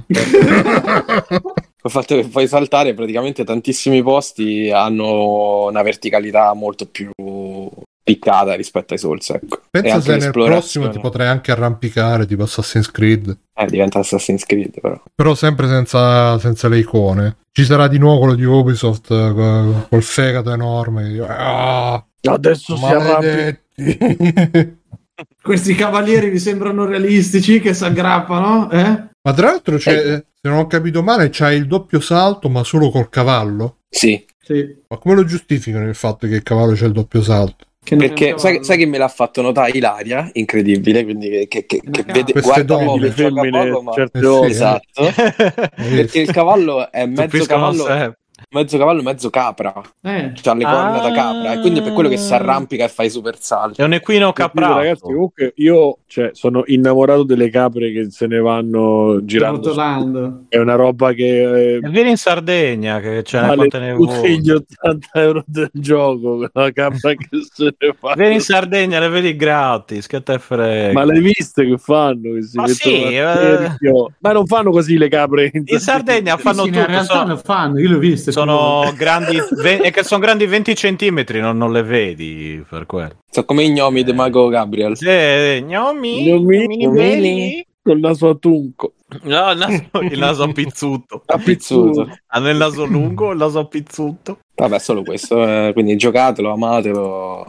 col fatto che puoi saltare, praticamente tantissimi posti hanno una verticalità molto più piccata rispetto ai Souls, ecco. E Pensa anche se nel prossimo l'esplorazione- ti potrai anche arrampicare, tipo Assassin's Creed. Eh, diventa Assassin's Creed, però. Però sempre senza, senza le icone. Ci sarà di nuovo quello di Ubisoft eh, co- col fegato enorme. Ah, Adesso si arrabbia. maledetti. Questi cavalieri vi sembrano realistici che si aggrappano? Eh? Ma tra l'altro, c'è, se non ho capito male, c'hai il doppio salto, ma solo col cavallo. Sì, Sì. Ma come lo giustificano il fatto che il cavallo c'è il doppio salto? Che non è perché un sai, cavallo. sai che me l'ha fatto notare Ilaria, incredibile, quindi che, che, che, che vede, Queste guarda poco, donne. gioca Femmine, poco, ma... certe Eh sì, volte. eh. Esatto, perché il cavallo è mezzo Stupiscono cavallo, sempre. mezzo cavallo, mezzo capra, Eh. c'ha le corna da Ah. capra, e quindi è per quello che si arrampica e fa i super salti. È un equino caprato. Ragazzi, comunque io cioè, sono innamorato delle capre che se ne vanno girando. Rotolando. È una roba che E vieni in Sardegna che ce ne vale quante ne tutti vuoi. gli ottanta euro del gioco. La capra che se ne fa. Vieni in Sardegna, le vedi gratis, che te frega. Ma l'hai viste che fanno? Che si Ma mettono sì, a eh. cerchio? Ma non fanno così le capre in, In Sardegna Sì, fanno sì, in tutto. realtà Sono, lo fanno, io l'ho visto. sono grandi, ve- è che sono grandi venti centimetri, non, non le vedi per quello. Sono come i gnomi di Mago Gabriel. Eh, gnomi, Gnomi, gnomini gnomini. belli. col naso a tunco. No, il naso, il naso pizzuto. Appizzuto. Hanno il naso lungo, il naso pizzuto. Vabbè, solo questo. eh, quindi giocatelo, amatelo.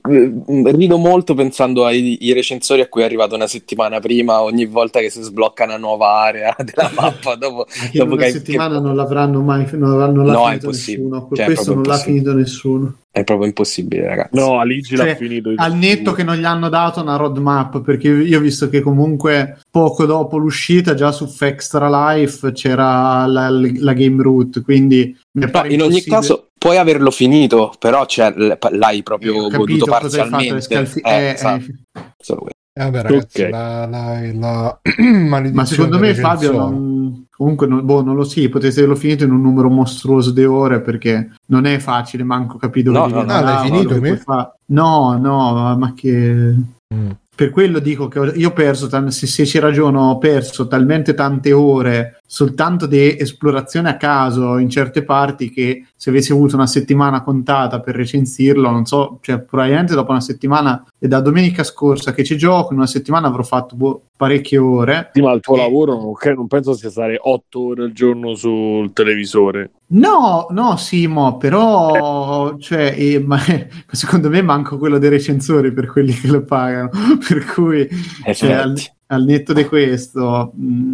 Rido molto pensando ai ai recensori a cui è arrivato una settimana prima, ogni volta che si sblocca una nuova area della mappa. Dopo, Anche dopo in una che- settimana non l'avranno mai non l'avranno non l'ha No, è finito impossibile. nessuno. Cioè, è Questo proprio non l'ha impossibile. finito nessuno. È proprio impossibile, ragazzi. No, Aligi Cioè, l'ha finito. di al netto sicuro. che non gli hanno dato una roadmap, perché io ho visto che comunque poco dopo l'uscita già su Extra Life c'era la, la game route, quindi mi No, pare in ogni impossibile- caso puoi averlo finito, però c'è, l'hai proprio Ho goduto capito cosa hai fatto, parzialmente. scalfi- Eh, eh, esatto, eh. solo questo. Eh, vabbè, ragazzi, Ok. la, la, la maledizione Ma secondo me dei Fabio recensori. non... comunque non, boh, non lo sì, potete averlo finito in un numero mostruoso di ore, perché non è facile manco capire dove No, viene no, la no. Ah, l'hai lava, finito, quello che me? puoi fare. No, no, ma che Mm. per quello dico che io ho perso tal- se, se ci ragiono ho perso talmente tante ore soltanto di esplorazione a caso in certe parti, che se avessi avuto una settimana contata per recensirlo, non so, cioè probabilmente dopo una settimana, e da domenica scorsa che ci gioco, in una settimana avrò fatto boh, parecchie ore. Sì, ma il tuo e... lavoro non, non penso sia stare otto ore al giorno sul televisore. No, no, Simo, però cioè, eh, ma, secondo me manco quello dei recensori per quelli che lo pagano, per cui cioè, al, al netto di questo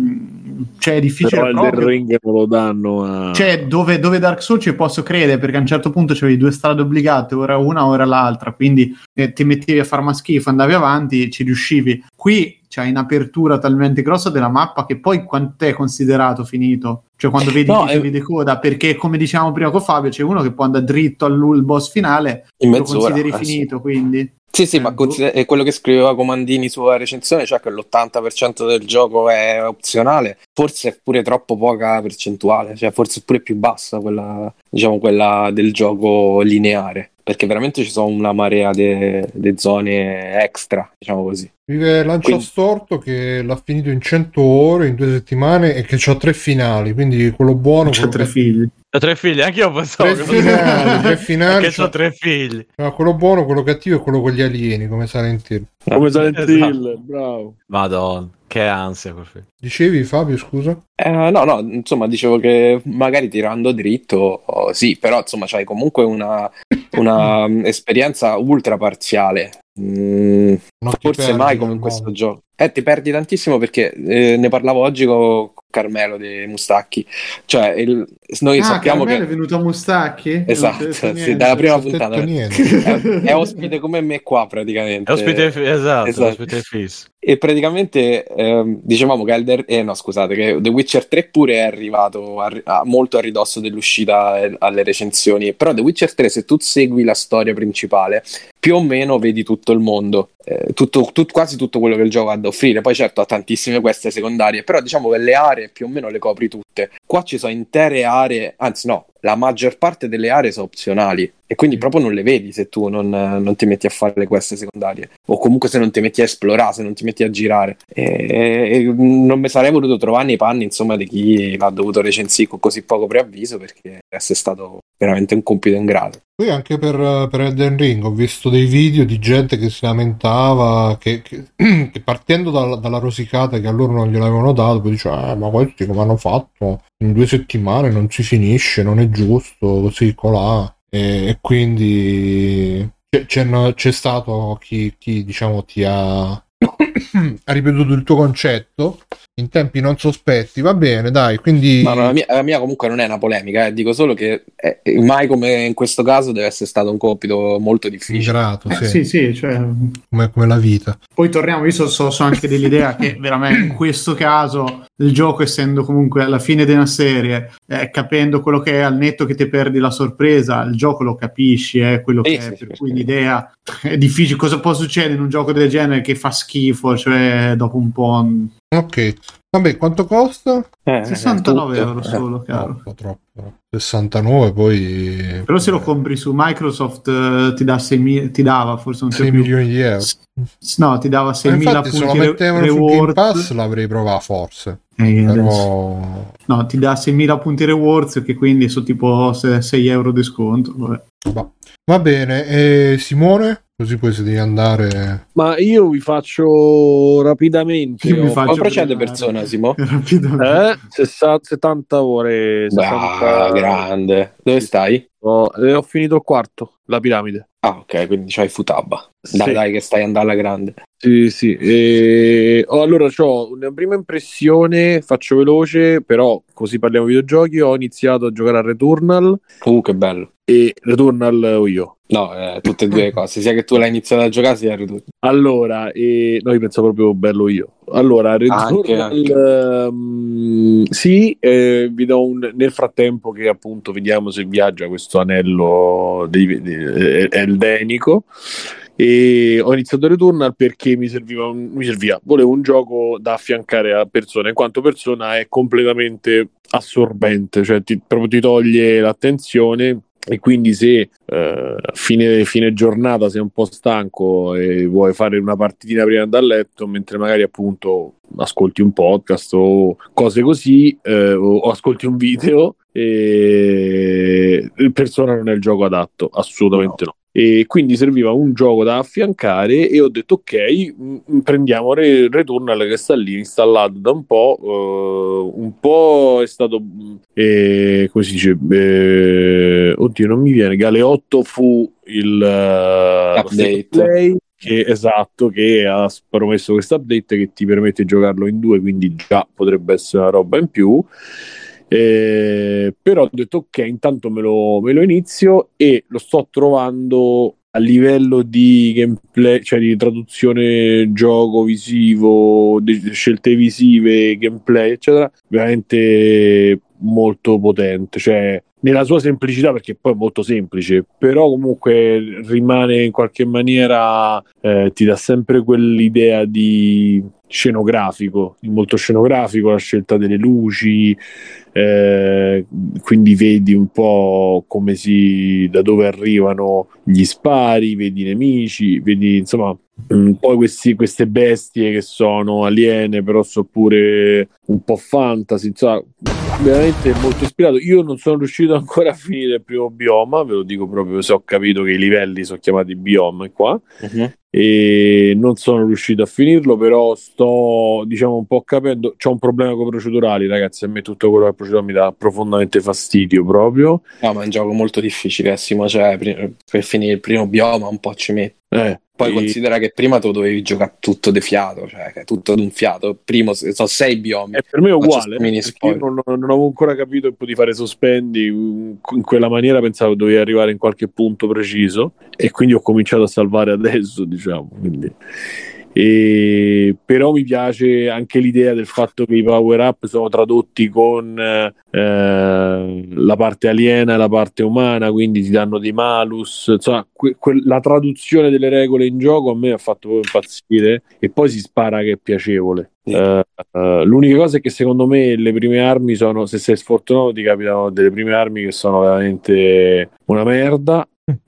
mh, cioè, è difficile però proprio. il Ring non lo danno a... Cioè, dove, dove Dark Souls ci posso credere, perché a un certo punto c'avevi due strade obbligate, ora una, ora l'altra, quindi eh, ti mettevi a far ma schifo, andavi avanti, ci riuscivi. Qui c'hai un'apertura talmente grossa della mappa che poi quant'è considerato finito? Cioè quando vedi no, i titoli è... di coda, perché come dicevamo prima con Fabio, c'è uno che può andare dritto al boss finale, in lo consideri eh, finito, sì. quindi... Sì, sì, eh, ma consider- è quello che scriveva Comandini sulla recensione, cioè che l'ottanta per cento del gioco è opzionale, forse è pure troppo poca percentuale, cioè forse è pure più bassa quella, diciamo, quella del gioco lineare, perché veramente ci sono una marea di zone extra, diciamo così. Vive Lancia Quindi... Storto che l'ha finito in cento ore, in due settimane, e che c'ha tre finali, quindi quello buono... C'ha tre figli. Ho tre figli, anche io pensavo Tre che finali, tre finali. che ho tre figli. No, quello buono, quello cattivo e quello con gli alieni, come Silent Hill. Come Silent Esatto. Hill, bravo. Madonna, che ansia quel film. Dicevi, Fabio, scusa? Eh, no, no, insomma, dicevo che magari tirando dritto, oh, sì, però insomma c'hai comunque una, una esperienza ultra parziale. Mm, forse mai come in questo mondo. Gioco. Eh, ti perdi tantissimo perché eh, ne parlavo oggi con Carmelo dei Mustacchi. Cioè, il, noi ah, sappiamo Carmelo che è venuto a Mustacchi? Esatto, sì, dalla prima puntata. È, è ospite come me qua praticamente. È ospite, esatto, esatto. È ospite fisso. E praticamente ehm, dicevamo che Elder, eh no scusate, che The Witcher tre pure è arrivato a, a, molto a ridosso dell'uscita eh, alle recensioni, però The Witcher tre, se tu segui la storia principale, più o meno vedi tutto il mondo, eh, tutto, tut, quasi tutto quello che il gioco ha da offrire. Poi certo ha tantissime queste secondarie, però diciamo che le aree più o meno le copri tutte. Qua ci sono intere aree, anzi no, la maggior parte delle aree sono opzionali e quindi proprio non le vedi se tu non, non ti metti a fare le queste secondarie, o comunque se non ti metti a esplorare, se non ti metti a girare. E, e non mi sarei voluto trovare nei panni, insomma, di chi l'ha dovuto recensire con così poco preavviso, perché è stato veramente un compito ingrato. Poi anche per, per Elden Ring ho visto dei video di gente che si lamentava che, che, che partendo dalla, dalla rosicata che a loro non gliel'avevano dato, poi dice ah, ma questi come hanno fatto in due settimane non si finisce, non è giusto, così colà, e, e quindi c'è, c'è, c'è stato chi, chi diciamo ti ha ha ripetuto il tuo concetto in tempi non sospetti, va bene, dai, quindi no, no, la, mia, la mia comunque non è una polemica, eh. Dico solo che eh, mai come in questo caso deve essere stato un compito molto difficile. Ingrato, eh, sì, sì, sì, cioè... come, come la vita. Poi torniamo, io so, so, so anche dell'idea che veramente in questo caso il gioco, essendo comunque alla fine di una serie, eh, capendo quello che è, al netto che ti perdi la sorpresa, il gioco lo capisci, è eh, quello sì, che sì, è, sì, per sì, cui sì. l'idea è difficile. Cosa può succedere in un gioco del genere che fa schifo, cioè dopo un po'... Ok, vabbè, quanto costa? Eh, sessantanove tutto. euro solo, caro. Troppo, troppo, troppo. sessantanove poi... Però se lo compri su Microsoft eh, ti, dà seimila, ti dava, forse non c'è sei più. milioni di euro. S- no, ti dava seimila Infatti se lo punti re- mettevano su Game rewards. Pass l'avrei provato forse. Eh, adesso- Però... No, ti dà seimila punti rewards, che quindi sono tipo sei euro di sconto. Vabbè. Va, va bene, e Simone? Così poi se devi andare... Ma io vi faccio rapidamente. Io mi ho- faccio Ma procede prelevare. persona, Simo? Rapidamente. Eh, sessanta, settanta ore. sessanta... Ah, grande. Dove stai? Ho, eh, ho finito il quarto, la piramide. Ah, ok, quindi c'hai Futaba. Dai, Sì. dai, che stai andando alla grande. Sì, sì. E... oh, allora, ho una prima impressione, faccio veloce, però così parliamo di videogiochi. Ho iniziato a giocare a Returnal Uh, che bello. e Returnal o io. No, eh, tutte e due le cose, sia che tu l'hai iniziato a giocare, sia che tu. Allora, e... no, io penso proprio bello io. Allora, Anche, Returnal, ehm, sì, eh, vi do un... nel frattempo che appunto vediamo se viaggia questo anello dei... di... eh, eldenico. E ho iniziato Returnal perché mi serviva, un... mi serviva, volevo un gioco da affiancare a persona, in quanto persona è completamente assorbente, cioè ti, proprio ti toglie l'attenzione. e quindi se eh, fine, fine giornata sei un po' stanco e vuoi fare una partitina prima di andare a letto, mentre magari appunto ascolti un podcast o cose così, eh, o, o ascolti un video, e Persona non è il gioco adatto, assolutamente no. E quindi serviva un gioco da affiancare e ho detto ok, m- prendiamo Re- Returnal, che sta lì installato da un po', uh, un po' è stato eh, come si dice, eh, oddio non mi viene, Galeotto fu il uh, update play, che, esatto, che ha promesso questo update che ti permette di giocarlo in due, quindi già potrebbe essere una roba in più. Eh, però ho detto ok, intanto me lo, me lo inizio e lo sto trovando a livello di gameplay, cioè di traduzione gioco visivo, di scelte visive, gameplay eccetera, veramente molto potente, cioè nella sua semplicità, perché poi è molto semplice, però comunque rimane in qualche maniera, eh, ti dà sempre quell'idea di scenografico, di molto scenografico, la scelta delle luci, eh, quindi vedi un po' come si, da dove arrivano gli spari, vedi i nemici, vedi insomma un po' questi, queste bestie che sono aliene, però sono pure un po' fantasy, insomma, veramente molto ispirato. Io non sono riuscito ancora a finire il primo bioma, ve lo dico proprio se ho capito che i livelli sono chiamati biome qua. uh-huh. E non sono riuscito a finirlo, però sto diciamo un po' capendo. C'ho un problema con i procedurali, ragazzi, a me tutto quello che è procedurale mi dà profondamente fastidio proprio. No, ma è un gioco molto difficilissimo, cioè per finire il primo bioma un po' ci metti. Eh, Poi e... considera che prima tu dovevi giocare tutto de fiato, cioè tutto d'un fiato. Primo sono sei biomi. E per me è uguale, eh, perché io non, non avevo ancora capito il di fare sospendi in quella maniera, pensavo dovevi arrivare in qualche punto preciso e quindi ho cominciato a salvare adesso, diciamo, quindi... E... però mi piace anche l'idea del fatto che i power up sono tradotti con eh, la parte aliena e la parte umana, quindi ti danno dei malus, insomma que- que- la traduzione delle regole in gioco a me ha fatto proprio impazzire, e poi si spara che è piacevole. Sì. Uh, uh, l'unica cosa è che secondo me le prime armi sono, se sei sfortunato ti capitano delle prime armi che sono veramente una merda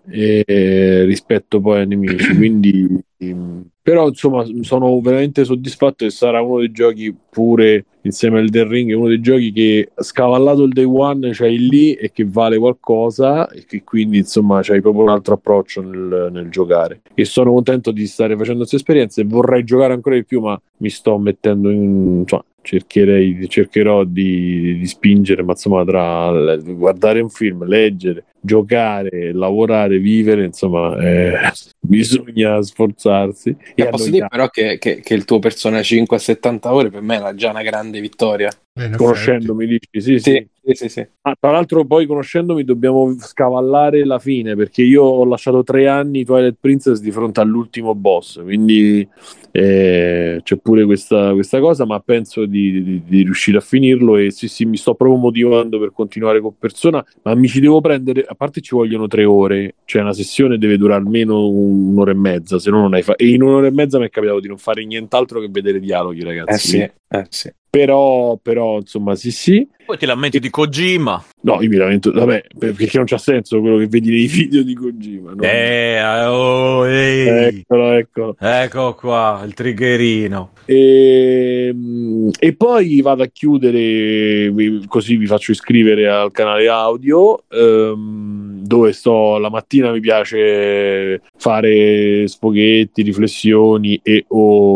e, rispetto poi ai nemici, quindi però insomma sono veramente soddisfatto, e sarà uno dei giochi, pure insieme al Elden Ring, è uno dei giochi che scavallato il day one c'hai lì e che vale qualcosa, e che quindi insomma c'hai proprio un altro approccio nel, nel giocare, e sono contento di stare facendo queste esperienze. Vorrei giocare ancora di più, ma mi sto mettendo in, insomma, cercherei, cercherò di, di spingere, ma insomma tra guardare un film, leggere, giocare, lavorare, vivere, insomma eh, bisogna sforzarsi. E posso dire però che, che, che il tuo Persona cinque a settanta ore per me era già una grande vittoria. Bene, Conoscendomi dici sì, sì, sì, sì, sì, sì. Ah, tra l'altro poi conoscendomi dobbiamo scavallare la fine, perché io ho lasciato tre anni Twilight Princess di fronte all'ultimo boss, quindi eh, c'è pure questa, questa cosa, ma penso di, di, di riuscire a finirlo, e sì sì mi sto proprio motivando per continuare con Persona, ma mi ci devo prendere, a parte ci vogliono tre ore, cioè una sessione deve durare almeno un'ora e mezza, se no non hai fa- e in un'ora e mezza mi è capitato di non fare nient'altro che vedere dialoghi, ragazzi. Eh sì, eh sì. Però, però, insomma, sì, sì. Poi ti lamenti di Kojima. No, io mi lamento, vabbè, perché non c'ha senso quello che vedi nei video di Kojima. No? Eh, oh, ehi. Eccolo, eccolo. Ecco qua, il triggerino. E, e poi vado a chiudere, così vi faccio iscrivere al canale audio, ehm, dove sto la mattina. Mi piace fare sfoghetti, riflessioni e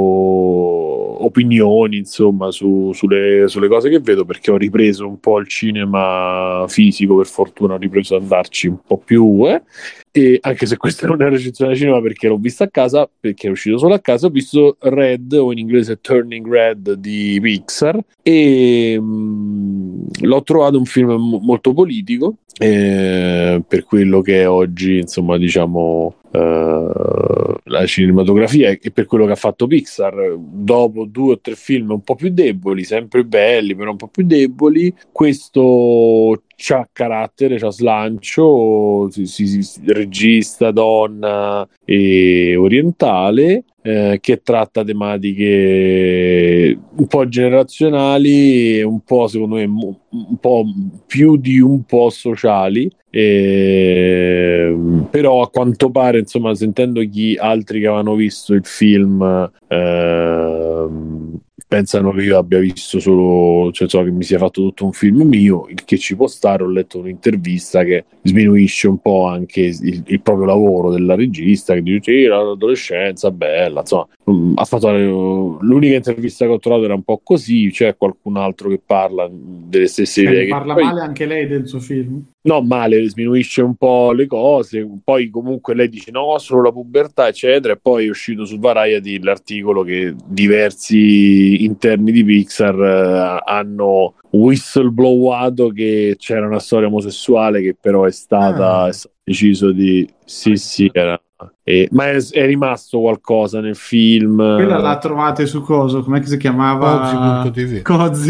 o opinioni, insomma, su, sulle, sulle cose che vedo, perché ho ripreso un po' il cinema fisico, per fortuna ho ripreso ad andarci un po' più, eh? E anche se questa non è una recensione da cinema, perché l'ho vista a casa, perché è uscito solo a casa, ho visto Red, o in inglese Turning Red, di Pixar, e mh, l'ho trovato un film m- molto politico, eh, per quello che è oggi, insomma, diciamo, Uh, la cinematografia, e per quello che ha fatto Pixar. Dopo due o tre film un po' più deboli, sempre belli però un po' più deboli, questo c'ha carattere, c'ha slancio, si, si, si, regista donna e orientale, eh, che tratta tematiche un po' generazionali e un po', secondo me, un po' più di un po' sociali. Eh, però a quanto pare, insomma, sentendo chi altri che avevano visto il film eh, pensano che io abbia visto solo, cioè so, che mi sia fatto tutto un film mio, il che ci può stare. Ho letto un'intervista che sminuisce un po' anche il, il proprio lavoro della regista, che dice sì, l'adolescenza bella, insomma, ha fatto l'unica intervista che ho trovato era un po' così. C'è qualcun altro che parla delle stesse idee, che parla poi... male anche lei del suo film? No, male, sminuisce un po' le cose, poi comunque lei dice no, solo la pubertà, eccetera, e poi è uscito su Variety l'articolo che diversi interni di Pixar eh, hanno whistleblowato che c'era una storia omosessuale che però è stata, Ah. è stato deciso di... Sì, sì, era... Eh, ma è, è rimasto qualcosa nel film. Quella la trovate su coso? Com'è che si chiamava? Cozzi punto t v. Cozzi.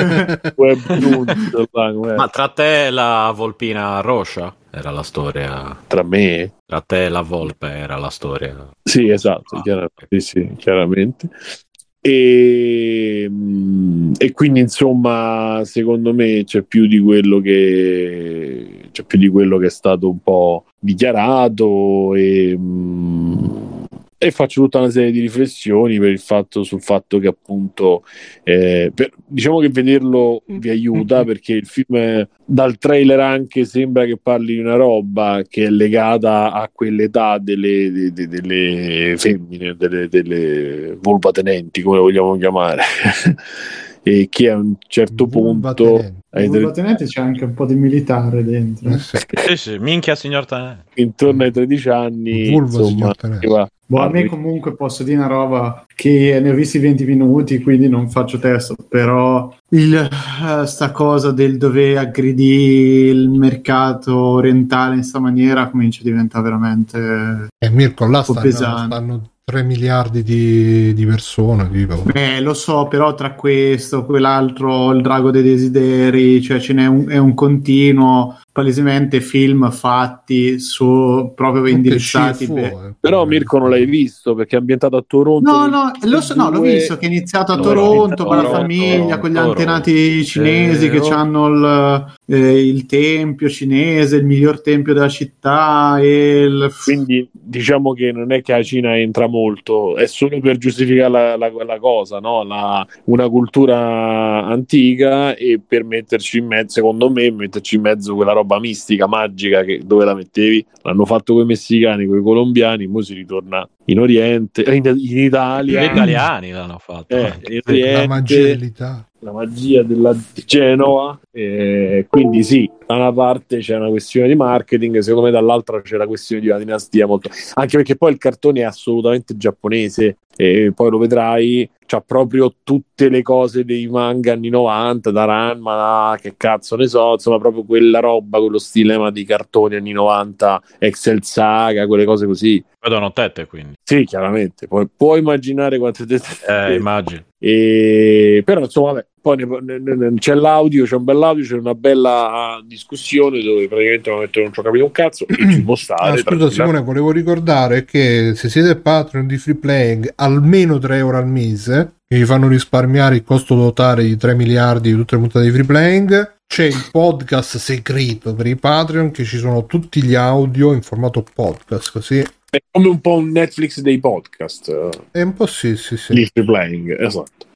Web Ma tra te e la volpina Roscia era la storia. Tra me? Tra te e la volpe era la storia. Sì, esatto, Ah, chiaramente, sì, sì, chiaramente. E, e quindi insomma secondo me c'è più di quello che c'è più di quello che è stato un po' dichiarato, e, e faccio tutta una serie di riflessioni per il fatto sul fatto che appunto eh, per, diciamo che vederlo vi aiuta, perché il film dal trailer anche sembra che parli di una roba che è legata a quell'età delle, de, de, delle femmine, delle, delle volpatenenti, come le vogliamo chiamare, e che a un certo punto ai volpatenenti c'è anche un po' di militare dentro. Eh sì. Sì, sì, minchia signor Tenente. Intorno ai tredici anni, Vulva, insomma, signor boh, a me comunque posso dire una roba che ne ho visti venti minuti, quindi non faccio testo, però il, uh, sta cosa del dove aggredì il mercato orientale in sta maniera comincia a diventare veramente e Mirko, là un po' stanno, pesante. stanno tre miliardi di, di persone tipo. Eh, lo so, però tra questo, quell'altro, il drago dei desideri, cioè ce n'è un, è un continuo, palesemente film fatti su proprio indirizzati. Fu, beh. eh, Però Mirko non l'hai visto perché è ambientato a Toronto. No, no, lo so, no, l'ho visto che è iniziato a Toronto con la famiglia, con gli antenati cinesi che hanno il, eh, il tempio cinese, il miglior tempio della città. E il... Quindi diciamo che non è che la Cina entra molto, è solo per giustificare la, la, la cosa, no? La, una cultura antica, e per metterci in mezzo, secondo me, metterci in mezzo quella roba mistica, magica, che dove la mettevi? L'hanno fatto con i messicani, con i colombiani, ora si ritorna in Oriente, in, in Italia. Gli italiani l'hanno fatto. Eh, in Oriente, la magia dell'Italia. La magia della di Genova, eh, quindi sì, da una parte c'è una questione di marketing, secondo me dall'altra c'è la questione di una dinastia molto, anche perché poi il cartone è assolutamente giapponese, e poi lo vedrai, c'ha proprio tutte le cose dei manga anni novanta, da Ranma, ah, che cazzo ne so, insomma proprio quella roba, quello stilema di cartoni anni novanta, Excel Saga, quelle cose così. Vedono tette, quindi. Sì, chiaramente, puoi, puoi immaginare quante tette. Eh, immagino. E... però insomma vabbè, poi ne, ne, ne, c'è l'audio, c'è un bell'audio, c'è una bella discussione dove praticamente non ci ho capito un cazzo e ci può stare. Ah, scusa Simone, volevo ricordare che se siete Patreon di Free Playing, almeno tre euro al mese, che vi fanno risparmiare il costo totale di tre miliardi di tutte le puntate di Free Playing, c'è il podcast segreto per i Patreon, che ci sono tutti gli audio in formato podcast, così è come un po' un Netflix dei podcast. È un po' sì, sì, sì. Di Free Playing, esatto.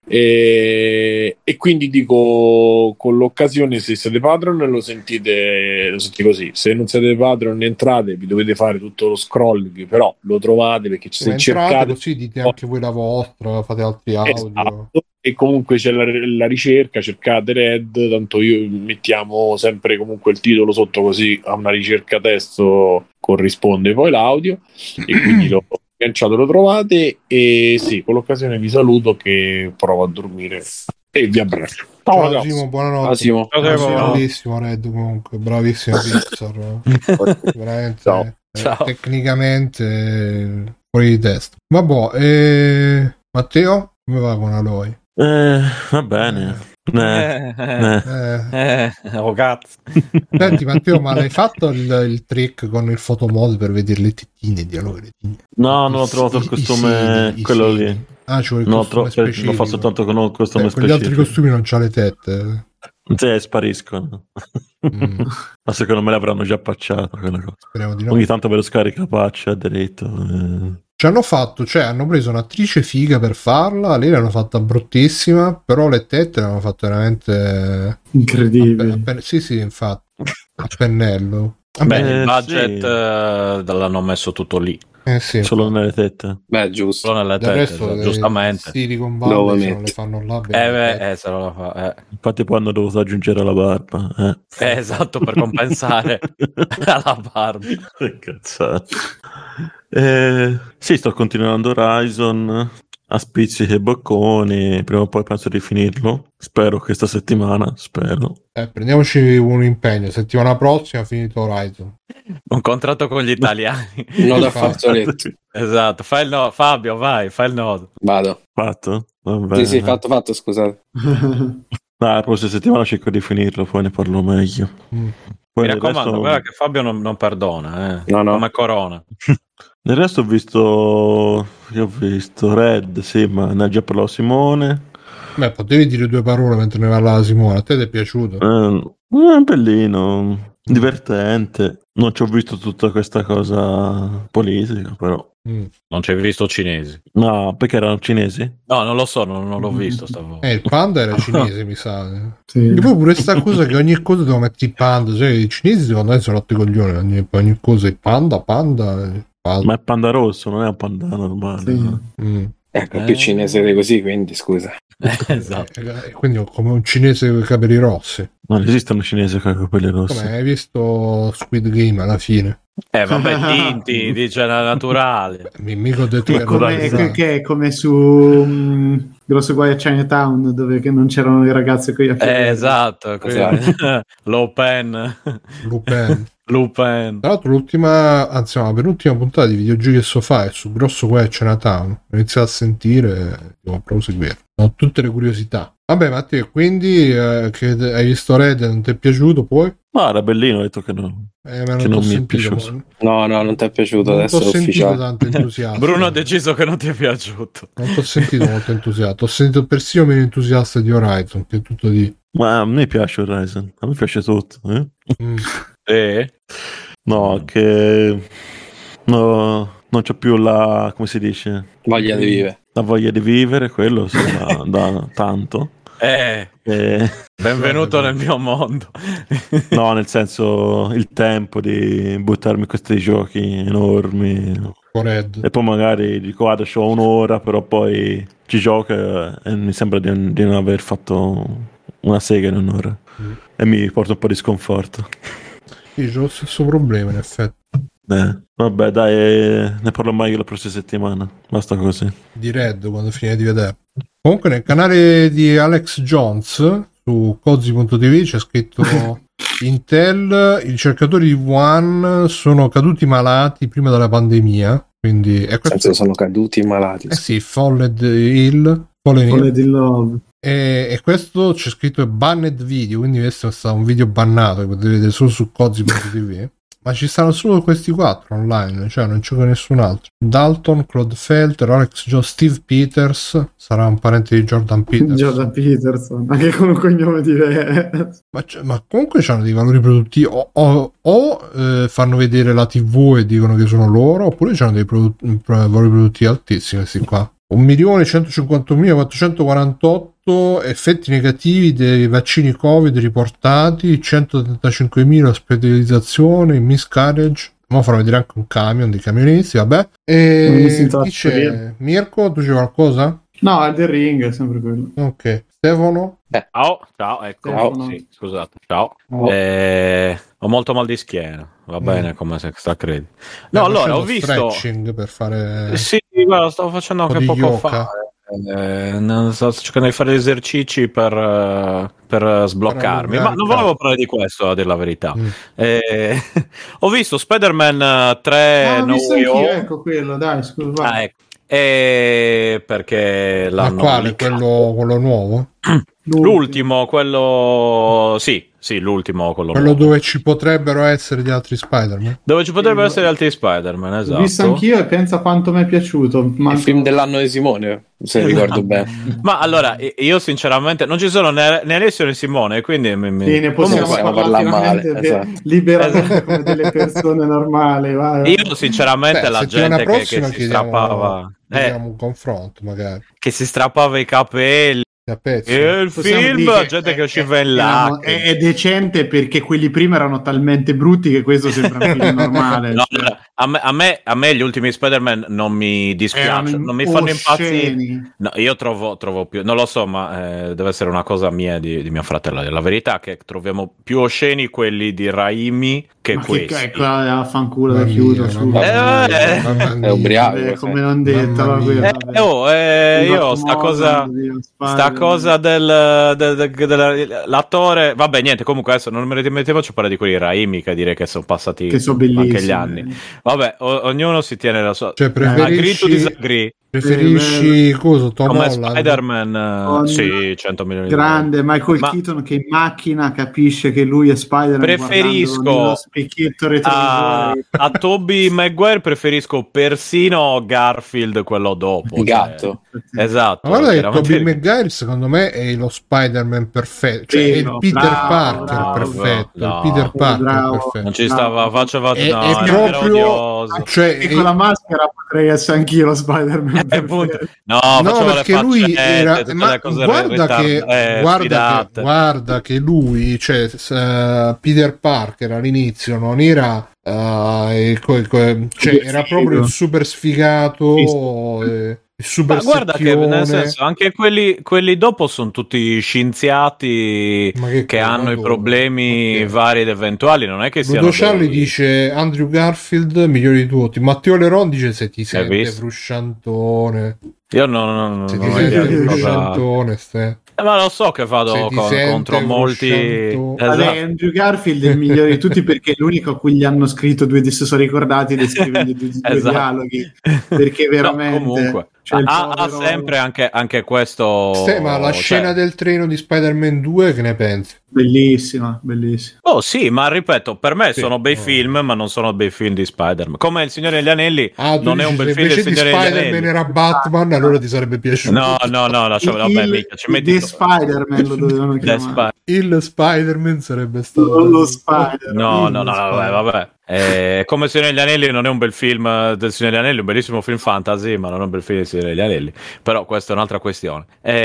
E, e quindi dico, con l'occasione, se siete Patreon lo sentite, lo sentite così, se non siete Patreon entrate, vi dovete fare tutto lo scrolling, però lo trovate, perché se entrate, cercate così dite anche voi la vostra, fate altri audio. Esatto. E comunque c'è la, la ricerca, cercate Red, tanto io mettiamo sempre comunque il titolo sotto, così a una ricerca testo corrisponde poi l'audio, e quindi lo agganciato lo trovate. E sì, con l'occasione vi saluto, che provo a dormire e vi abbraccio. Ciao, ciao Simo, buonanotte. Simo. Ciao, Simo. Bravissimo Red, comunque bravissimo Pixar. Veramente ciao. Eh, ciao. Tecnicamente fuori di testa. Vabbè, eh... Matteo, come va con Aloy? Eh, va bene. Eh, Eh, Eh. eh, oh cazzo. Senti Matteo, ma l'hai fatto il, il trick con il photomod per vedere le tettine, dialogo le tettine? No, non ho I- trovato il i- costume, i seni, i quello seni. lì. Ah, ci vuole il No, costume tro- specifico. lo fa soltanto con un costume Eh, con gli altri specifico. costumi non c'ha le tette. Sì, spariscono. Mm, Ma secondo me l'avranno già pacciato quella cosa. speriamo di no. Ogni tanto ve lo scarica patch a diritto. eh. Ci hanno fatto, cioè hanno preso un'attrice figa per farla, lei l'hanno fatta bruttissima, però le tette l'hanno fatte veramente Incredibile. a pe- a pe- sì, sì, infatti, a pennello. Beh, Vabbè, Eh, il budget sì. eh, l'hanno messo tutto lì, eh sì, Solo nelle tette. Beh, giusto. solo nelle del tette, resto esatto, eh, giustamente. Silicon Dove Valley se non metti? le fanno là Eh, bene, le beh, tette. eh, se non lo fa, eh. Infatti poi hanno dovuto aggiungere la barba. Eh. Eh, esatto, per compensare alla barba. Che cazzate. Eh, sì, sto continuando Horizon a spizzichi e bocconi. Prima o poi penso di finirlo. Spero questa settimana. Spero. Eh, prendiamoci un impegno, settimana prossima finito Horizon. Un contratto con gli italiani. No, da Infatti. fazzoletto. Esatto, fai il no, Fabio, vai, fai il nodo. Vado. Fatto? Va Sì, bene. sì, fatto, fatto, scusate. Dai, la prossima settimana cerco di finirlo, poi ne parlo meglio. Mm. Poi Mi nel raccomando, resto- guarda che Fabio non, non perdona, eh. No, no. Come Corona. Nel resto ho visto. Io ho visto Red, sì, ma ne ha già parlato Simone. Beh, potevi dire due parole mentre ne parlava Simone, a te ti è piaciuto? Eh, è bellino, divertente. Non ci ho visto tutta questa cosa politica, però. Mm. Non ci hai visto cinesi? No, perché erano cinesi? No, non lo so, non, non l'ho visto stavolta. Eh, il panda era cinese, mi sa. Sì. E poi pure sta cosa che ogni cosa devo mettere il panda, cioè i cinesi secondo me sono rotti i coglioni, ogni, ogni cosa il panda, panda, eh, panda. Ma è panda rosso, non è un panda normale. Sì. no? Mm. Ecco, Eh. più cinese di così, quindi scusa. Esatto. Eh, quindi come un cinese con i capelli rossi. Non esistono cinesi con i capelli rossi. Come hai visto Squid Game alla fine? Eh, vabbè, tinti, dice la naturale. Mi mica ho detto È che come, non è sa. che- che è come su um, Grosso Guai a Chinatown, dove che non c'erano le ragazze con gli occhi Eh, verdi. esatto. qui- Esatto. L'open. Lupin. Lupin. Tra l'altro l'ultima, anzi no, la penultima puntata di Videogiochi e Sofà è su Grosso Guai a Chinatown. Ho iniziato a sentire, devo proseguire. Ho tutte le curiosità. Vabbè Matteo, quindi eh, che hai visto Red, non ti è piaciuto poi? No, era bellino, ho detto che no. Eh, ma Che non, non t'ho mi è sentito, piaciuto. mo- No, no, non ti è piaciuto, non adesso t'ho è sentito ufficiale. tanto entusiasta. Bruno ha deciso che non ti è piaciuto. Non ti ho sentito molto entusiasta. Ho sentito persino meno entusiasta di Horizon, che è tutto di... Ma a me piace Horizon, a me piace tutto. Eh? Mm. Eh? No, che no, non c'ho più la, come si dice, Voglia di vivere. la voglia di vivere, quello sì, da, da tanto. Eh, E- benvenuto nel mio mondo. no, nel senso il tempo di buttarmi in questi giochi enormi. Con Red. E poi magari dico, guarda, c'ho un'ora, però poi ci gioco e, e mi sembra di, di non aver fatto una sega in un'ora. Mm. E mi porta un po' di sconforto. Sì, c'ho lo stesso problema, in effetti. Eh, vabbè, dai, eh, ne parlo meglio la prossima settimana. Basta così. Di Red, quando finire di vedere. Comunque nel canale di Alex Jones, su Cozzi punto tv, c'è scritto... Intel, i ricercatori di Wuhan sono caduti malati prima della pandemia, quindi è Nel questo. senso, sono caduti malati. Eh sì, Fallen Hill, Fallen Hill. Quelle di Love. E, e questo c'è scritto banned video, quindi questo è stato un video bannato che potete vedere solo su Cozzi punto tv. Ma ci stanno solo questi quattro online, cioè non c'è nessun altro. Dalton, Claude Felter, Alex Jones, Steve Peters, sarà un parente di Jordan Peters. Jordan Peterson, anche con un cognome diverso. Ma, c- ma comunque hanno dei valori produttivi o, o- o, eh, fanno vedere la tivù e dicono che sono loro, oppure hanno dei produ- pro- valori produttivi altissimi questi qua. un milione centocinquantamila quattrocentoquarantotto effetti negativi dei vaccini Covid riportati, centotrentacinquemila ospedalizzazioni, miscarriage. Ora farò vedere anche un camion di camionisti, vabbè. Non mi E sento chi c'è? attribuire. Mirko, tu c'è qualcosa? No, è The Ring, è sempre quello. Ok. Stefano? Ciao, ciao, ecco. Ciao. Sì, scusate. Ciao. Oh. Eh, ho molto mal di schiena. Va bene, come se sta credi. No, Stai allora ho facendo visto. stretching per fare... Sì, guarda, stavo facendo Un po' anche di poco yoga. fa. Eh, non so, sto cercando di fare esercizi per, eh, per sbloccarmi, Per ma non allungare volevo il parlare di questo, a dire la verità. Mm. Eh, ho visto Spider-Man tre Ah, ho No visto Way anch'io, Home. ecco quello, dai, scusa. vai. Ah, ecco. E perché Ma l'hanno quale? leakato. Quello, quello nuovo? L'ultimo, quello... Sì, sì, l'ultimo, quello Quello nuovo. dove ci potrebbero essere gli altri Spider-Man. Dove ci potrebbero Sì, essere altri Spider-Man, esatto. L'ho visto anch'io e pensa quanto mi è piaciuto. Ma... Il film dell'anno di Simone, se ricordo bene. Ma allora, io sinceramente non ci sono né, né Alessio né Simone, quindi mi, mi... Sì, ne possiamo Comunque, parlare parla male, finalmente esatto. liberamente come delle persone normali. Vai. Io sinceramente Beh, la settimana gente che, che prossima si chiediamo, strappava chiediamo eh, un confronto magari che si strappava i capelli a pezzi. e il Possiamo film, dire gente è- che usciva è- in è, lacrime. è, è decente perché quelli prima erano talmente brutti che questo sembra un film normale. No, cioè. allora, a, me, a, me, a me gli ultimi Spider-Man non mi dispiacciono, Erano non mi fanno impazzire. osceni. No, io trovo, trovo più, non lo so, ma eh, deve essere una cosa mia di, di mio fratello. La verità è che troviamo più osceni quelli di Raimi che Ma che questi. ecco, a fanculo da Mamma chiuso mia, su. mamma Eh, mia, eh. mamma mia. È ubriaco. Vabbè, questo. come non detto, Mamma vabbè, mia. vabbè. Eh, oh, eh, Il io sta Batman, cosa, Dio, sta Spider-Man. cosa del, del, del- dell'attore, vabbè, niente. Comunque, adesso non me ne mettevo a parlare di quelli Raimi che direi che sono passati che sono anche gli bellissimi. anni. Vabbè, o- ognuno si tiene la sua. Cioè, Agree to preferisci, disagree. preferisci cosa, Tom Come Holland? Spider-Man, eh, Con sì, cento milioni di grande Michael Ma- Keaton che in macchina capisce che lui è Spider-Man Preferisco guardando nello specchietto a, retrovisore. a Tobey Maguire preferisco persino Garfield quello dopo. Il cioè- gatto. Esatto. Ma guarda che chiaramente- Tobey Maguire secondo me è lo Spider-Man perfetto, cioè è il Vero, Peter bravo, Parker bravo, perfetto, no, il Peter no. Parker Bravo. perfetto. Non ci stava, faceva È, no, è era proprio, odioso. cioè, E è- con la maschera potrei essere anch'io lo Spider-Man Eh, perfetto. appunto. No, no, faceva le perché lui faccette, era, tutte ma le cose guarda che, ritard- eh, guarda, che, sfidate. guarda che lui, cioè s- eh, Peter Parker all'inizio non era, eh, co- co- cioè, era proprio il super sfigato, eh, il super Ma guarda che secchione. nel senso anche quelli, quelli dopo sono tutti scienziati Ma che che cosa, hanno i dove? problemi Ok. vari ed eventuali, non è che siano Ludo Charlie dei- dice Andrew Garfield migliore di tutti. Matteo Leron dice se ti sente visto? frusciantone, Io non, non, non se ho ti idea sente di cosa- frusciantone ste. Eh, ma lo so che Se vado ti co- sente contro molti. fruscianto- Esatto. Vabbè, Andrew Garfield è il migliore di tutti perché è l'unico a cui gli hanno scritto due si sono ricordati di scrivere due, due Esatto. dialoghi perché No, veramente comunque cioè, il ha, ha povero- sempre anche, anche questo. Ste, ma la cioè- scena del treno di Spider-Man due che ne pensi? bellissima, bellissima. Oh sì, ma ripeto, per me Sì. sono bei Oh. film, ma non sono bei film di Spider-Man. Come Il Signore degli Anelli Ah, tu non è dici, un bel se film del invece di Signore degli Spider-Man Anelli. era Batman, allora ti sarebbe piaciuto. No, no, no, lasciamo, vabbè, il, mica, ci il metti The Spider-Man lo dovevano The chiamare. Spy- Il Spider-Man sarebbe stato Non lo Spider. No, Il no, no, vabbè, Spider-Man. vabbè. Eh, come Il Signore degli Anelli non è un bel film eh, del Signore degli Anelli, è un bellissimo film fantasy, ma non è un bel film del Signore degli Anelli. Però questa è un'altra questione.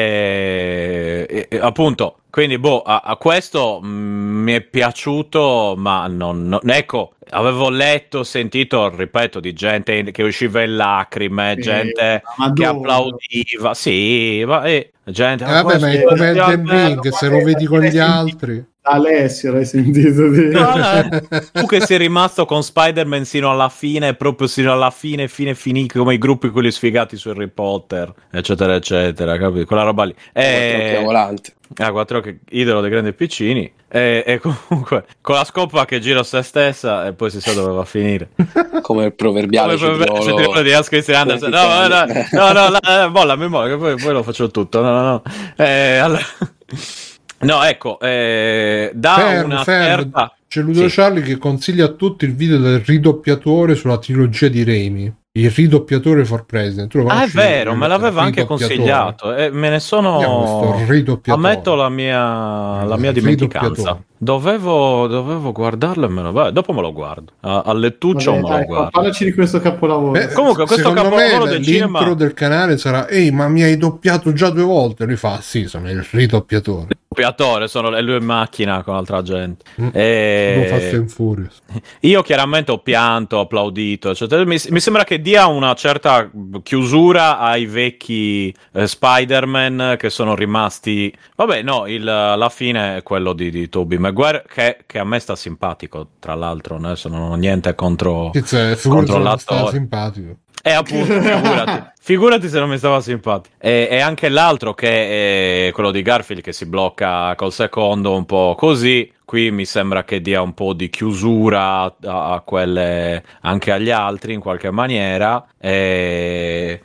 Eh, eh, eh, appunto, quindi boh, a, a questo mh, mi è piaciuto, ma non, non- ecco, avevo letto, sentito, ripeto, di gente che usciva in lacrime, Eh, gente ma che dove? applaudiva, sì, ma eh, gente... Eh, vabbè, ma è questo come è Elden bello, Ring, se lo vedi con gli altri. Alessio l'hai sentito dire? No, no, tu che sei rimasto con Spider-Man sino alla fine, proprio sino alla fine, fine finito, come i gruppi quelli sfigati su Harry Potter, eccetera, eccetera, capito? Quella roba lì. Eh... E... volante. Ah, quattro occhi, idolo dei grandi e piccini. E, e comunque, con la scopa che gira se stessa e poi si sa dove va a finire. Come il proverbiale Come per- cetriolo. cetriolo di Hans Christian Andersen. No, no, no, no, no, la- molla, mi molla, che poi, poi lo faccio tutto. No, no, no. Eh, allora... No, ecco, eh, da Fermo, una fermo. certa... C'è Ludo Sì. Charlie che consiglia a tutti il video del ridoppiatore sulla trilogia di Raimi. Il ridoppiatore for president. Tu lo Ah, è conosci, vero, il me l'aveva anche ridoppiatore? consigliato e me ne Vediamo sono... questo ridoppiatore. Ammetto la mia, la mia Il dimenticanza. ridoppiatore. Dovevo, dovevo guardarlo e me lo... Beh, dopo me lo guardo. A, a lettuccio Vabbè, me dai, lo guardo. parlaci di questo capolavoro. Eh, Comunque, questo secondo capolavoro me del l'intro cinema- del canale sarà ehi, ma mi hai doppiato già due volte. Lui fa sì, sono il ridoppiatore. Doppiatore, sono e lui in macchina con altra gente. Mm. E- Lo Fast and Furious. Io chiaramente ho pianto, ho applaudito, eccetera. Mi, mi sembra che dia una certa chiusura ai vecchi eh, Spider-Man che sono rimasti. Vabbè, no, il, la fine è quello di, di Tobey Maguire, che, che a me sta simpatico, tra l'altro. Adesso non ho niente contro, Cioè, figurati contro se non stava l'attore. simpatico. E appunto, figurati. Figurati se non mi stava simpatico. E, e anche l'altro che è quello di Garfield che si blocca col secondo un po' così. Qui mi sembra che dia un po' di chiusura a, a quelle anche agli altri in qualche maniera. E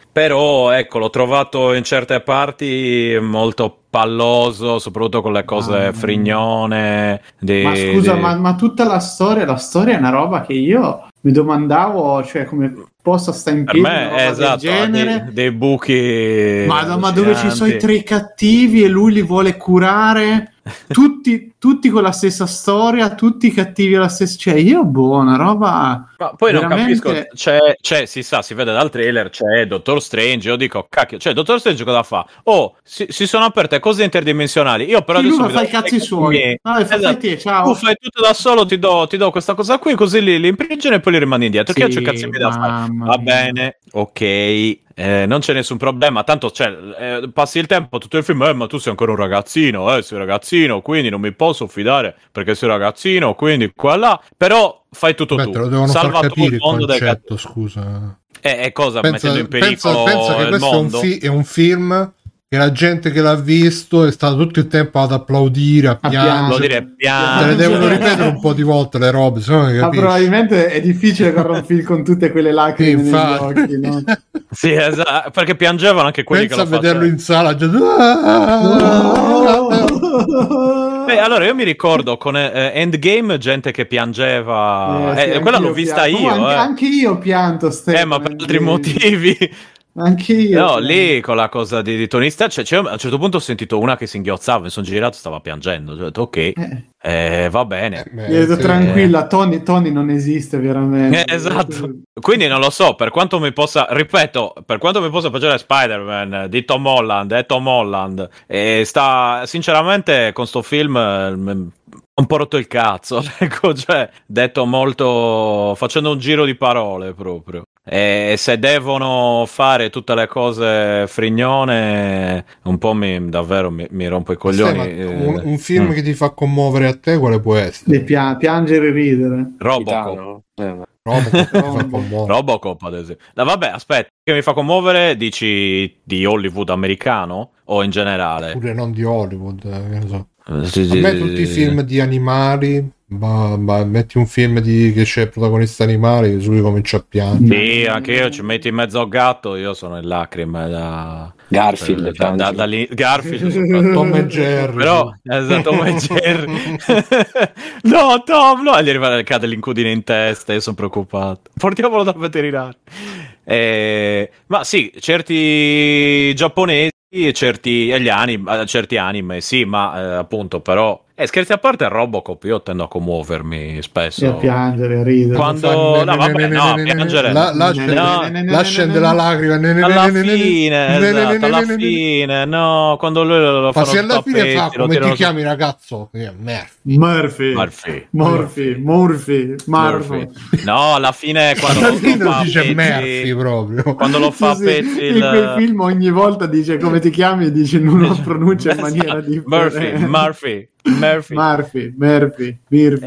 però ecco, l'ho trovato in certe parti molto palloso, soprattutto con le cose Ah, frignone. Di, ma scusa, di... Ma, ma tutta la storia, la storia è una roba che io mi domandavo, cioè come possa sta in Per piedi una me roba è esatto, del genere. dei, dei buchi. Ma, ma dove ci sono i tre cattivi e lui li vuole curare? Tutti, tutti con la stessa storia, tutti i cattivi alla stessa. Cioè, io, boh, una roba. Ma poi veramente... non capisco. C'è, c'è, si sa, si vede dal trailer. C'è Dottor Strange. Io dico, cacchio, cioè, Dottor Strange cosa fa? Oh, si, si sono aperte cose interdimensionali. Io, però, sì, adesso lui fa i cazzi suoi. No, esatto. fai te, ciao. Tu fai tutto da solo. Ti do, ti do questa cosa qui, così li, li imprigiono e poi li rimani indietro. Sì, che io c'ho cazzi da fare. Va bene, ok. Eh, non c'è nessun problema, tanto cioè, eh, passi il tempo tutto il film, eh, ma tu sei ancora un ragazzino, eh, sei un ragazzino, quindi non mi posso fidare perché sei un ragazzino, quindi qua là, però fai tutto Beh, tu, te lo devono salva far tu il capire il mondo del concetto, cat- scusa. E eh, cosa? Pensa, Mettendo in pericolo pensa, pensa che il questo è un, mondo? fi- è un film che la gente che l'ha visto è stato tutto il tempo ad applaudire, a A piangere. Dire, Te piano. le devono ripetere un po' di volte le robe, se no non Ma capisci. probabilmente è difficile correre un film con tutte quelle lacrime Sì, negli infatti. occhi, no? Sì, esatto, perché piangevano anche quelli Pensa a che lo vederlo facevano. in sala già... Beh, allora io mi ricordo con eh, Endgame gente che piangeva, Eh, sì, eh, quella l'ho anch'io vista pianto. io, Oh, anche, eh. anche io pianto, Stefano, Eh, ma per altri anche- motivi. Anche io. No, lì con la cosa di, di Tony Stark, cioè, cioè, a un certo punto ho sentito una che si inghiozzava, mi sono girato, stava piangendo. Ho detto, ok, Eh. eh, va bene. Beh, Gli ho detto sì. tranquilla, Tony, Tony non esiste veramente. Eh, esatto. Quindi non lo so, per quanto mi possa, ripeto, per quanto mi possa piacere Spider-Man di Tom Holland, è Tom Holland, e sta, sinceramente, con sto film eh, m- un po' rotto il cazzo, ecco, cioè, detto molto, facendo un giro di parole proprio. E se devono fare tutte le cose frignone, un po' mi, davvero mi, mi rompo i coglioni. Sì, ma eh, un, un film mm. che ti fa commuovere a te, quale può essere? Di pia- piangere e ridere. Robocop. Titano. Eh, Robocop che ti fa commuovere. Robocop, ad esempio. No, vabbè, aspetta, che mi fa commuovere, dici di Hollywood americano o in generale? Pure non di Hollywood, eh, che ne so. Sì, A sì, me sì, tutti i sì. film di animali, ma, ma metti un film di, che c'è il protagonista animale, su lui comincia a piangere. Sì, anche io ci metti in mezzo al gatto, io sono in lacrime da... Garfield, da, piangi. da, da lì- Garfield soprattutto. Tom e Jerry. Però, esatto, Tom e Jerry. No, Tom, no, gli arriva, cade l'incudine in testa, io sono preoccupato. Portiamolo dal veterinario. Eh, ma sì, certi giapponesi e certi, e gli anime, certi anime, sì, ma eh, appunto, però... Eh, scherzi a parte, a Robocop io tendo a commuovermi spesso. E a piangere, a ridere. Quando... No, vabbè, no, a piangere... La, la, scende, No. la scende la lacrima. Alla fine, esatto, alla fine, no, quando lui lo, lo Ma fanno se alla tutto a fine fa petti, lo come ti tirano su- chiami ragazzo? Eh, Murphy. Murphy. Murphy. Murphy. Murphy. Murphy. Murphy. No, alla fine quando Alla lo fine fa a dice pezzi- Murphy proprio. quando lo fa a Sì, sì, pezzi in il... quel film ogni volta dice come ti chiami e dice non lo pronuncia in maniera Esatto. differente. Murphy, Murphy, Murphy. Murphy, Murphy, Murphy.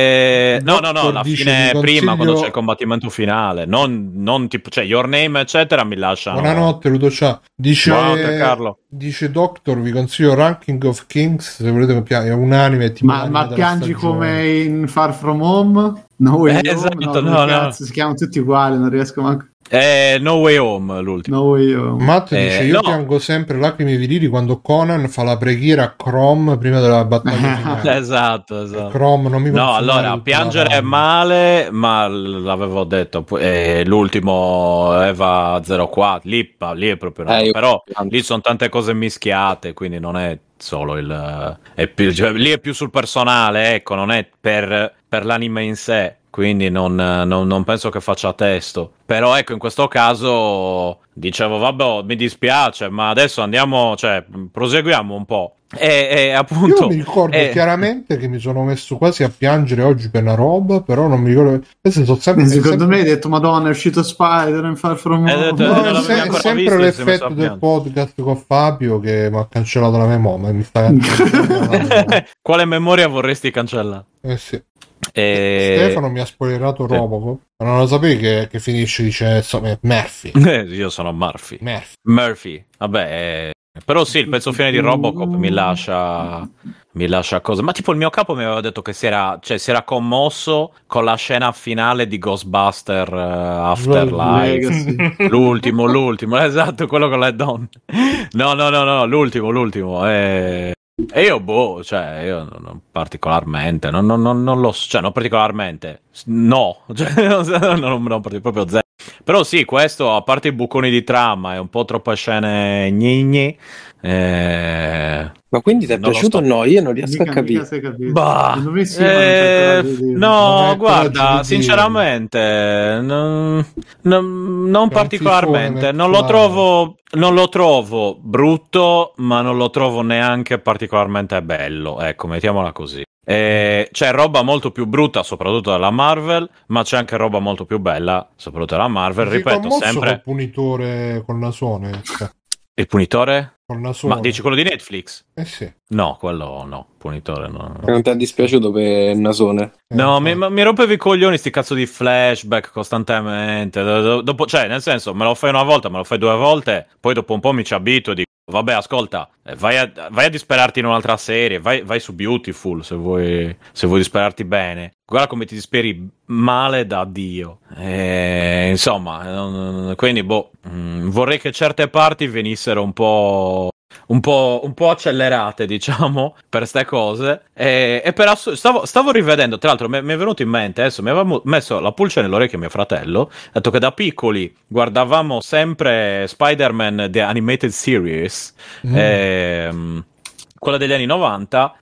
Eh, no, no, no, Doctor alla dice, fine "Vi prima consiglio- quando c'è il combattimento finale, non, non tipo, cioè Your Name eccetera mi lasciano. Buonanotte Ludo Ciao. Dice, Buonanotte, Carlo. dice Doctor, vi consiglio Ranking of Kings se volete piangere, è un anime tipo Ma, l'anime ma della piangi stagione. come in Far From Home? No Way Eh, Home? esatto, no, come no, no. cazzo, si chiamano tutti uguali, non riesco manco. Eh, No Way Home l'ultimo. No Way Home. Matt Eh, dice io no. piango sempre lacrime virili quando Conan fa la preghiera a Chrome prima della battaglia finale. Esatto, esatto. Chrome non mi No, consumare allora, tutta piangere la è roba. male, ma l- l'avevo detto, pu- eh, l'ultimo Eva zero quattro, lì, pa- lì è proprio una... Eh, io- però lì sono tante cose mischiate, quindi non è solo il... È più, cioè, lì è più sul personale, ecco, non è per, per l'anime in sé, quindi non, non- non penso che faccia testo. Però ecco, in questo caso dicevo, vabbè, mi dispiace, ma adesso andiamo, cioè, proseguiamo un po'. E, e appunto... Io mi ricordo eh, chiaramente che mi sono messo quasi a piangere oggi per una roba, però non mi ricordo. Questi sono sempre, Secondo sempre- me hai detto Madonna è uscito Spider in Far From Eh, Home. detto- No, non è, l'avevo se- è ancora sempre visto, l'effetto si è messo a del piangere. podcast con Fabio che mi ha cancellato la memoria. Mi sta cancellando. Quale memoria vorresti cancellare? Eh sì. E... Stefano mi ha spoilerato Robocop, ma non lo sapevi che, che finisce dice insomma, Murphy. Eh, io sono Murphy. Murphy. Murphy, vabbè, eh, Però sì, il pezzo fine di Robocop mi lascia mi lascia cosa. Ma tipo il mio capo mi aveva detto che si era, cioè, si era commosso con la scena finale di Ghostbuster uh, Afterlife. L'ultimo, l'ultimo, esatto, quello con le donne. No, no, no, no, l'ultimo, l'ultimo. E, e io, boh, cioè, io non particolarmente, non, non, non, non lo so, cioè, non particolarmente, no, cioè, non, non, non proprio zero. Però sì, questo, a parte i buconi di trama e un po' troppe scene gnigni, eh... Ma quindi ti è piaciuto o no? Io non riesco mica, a capire. Bah, sì, eh, no, non guarda, sinceramente, non, non, non particolarmente. Non lo trovo, non lo trovo brutto, ma non lo trovo neanche particolarmente bello. Ecco, mettiamola così. Eh, c'è roba molto più brutta, soprattutto della Marvel, ma c'è anche roba molto più bella, soprattutto della Marvel. Si Ripeto sempre. Il punitore col nasone. Cioè. Il punitore? Col nasone. Ma dici quello di Netflix? Eh sì. No, quello no, punitore no. Non ti è dispiaciuto per il nasone? No, eh, mi, mi rompevi i coglioni sti cazzo di flashback costantemente. Dopo, cioè, nel senso, me lo fai una volta, me lo fai due volte, poi dopo un po' mi ci abituo e dico, vabbè, ascolta, vai a, vai a disperarti in un'altra serie, vai, vai su Beautiful se vuoi, se vuoi disperarti bene. Guarda come ti disperi male da Dio. E, insomma, non, quindi, boh, mh, vorrei che certe parti venissero un po'... Un po', un po' accelerate, diciamo, per ste cose. E, e per ass- stavo, stavo rivedendo, tra l'altro, mi, mi è venuto in mente adesso, mi aveva messo la pulce nell'orecchio mio fratello. Ha detto che da piccoli guardavamo sempre Spider-Man The Animated Series. Mm. E, quella degli anni novanta,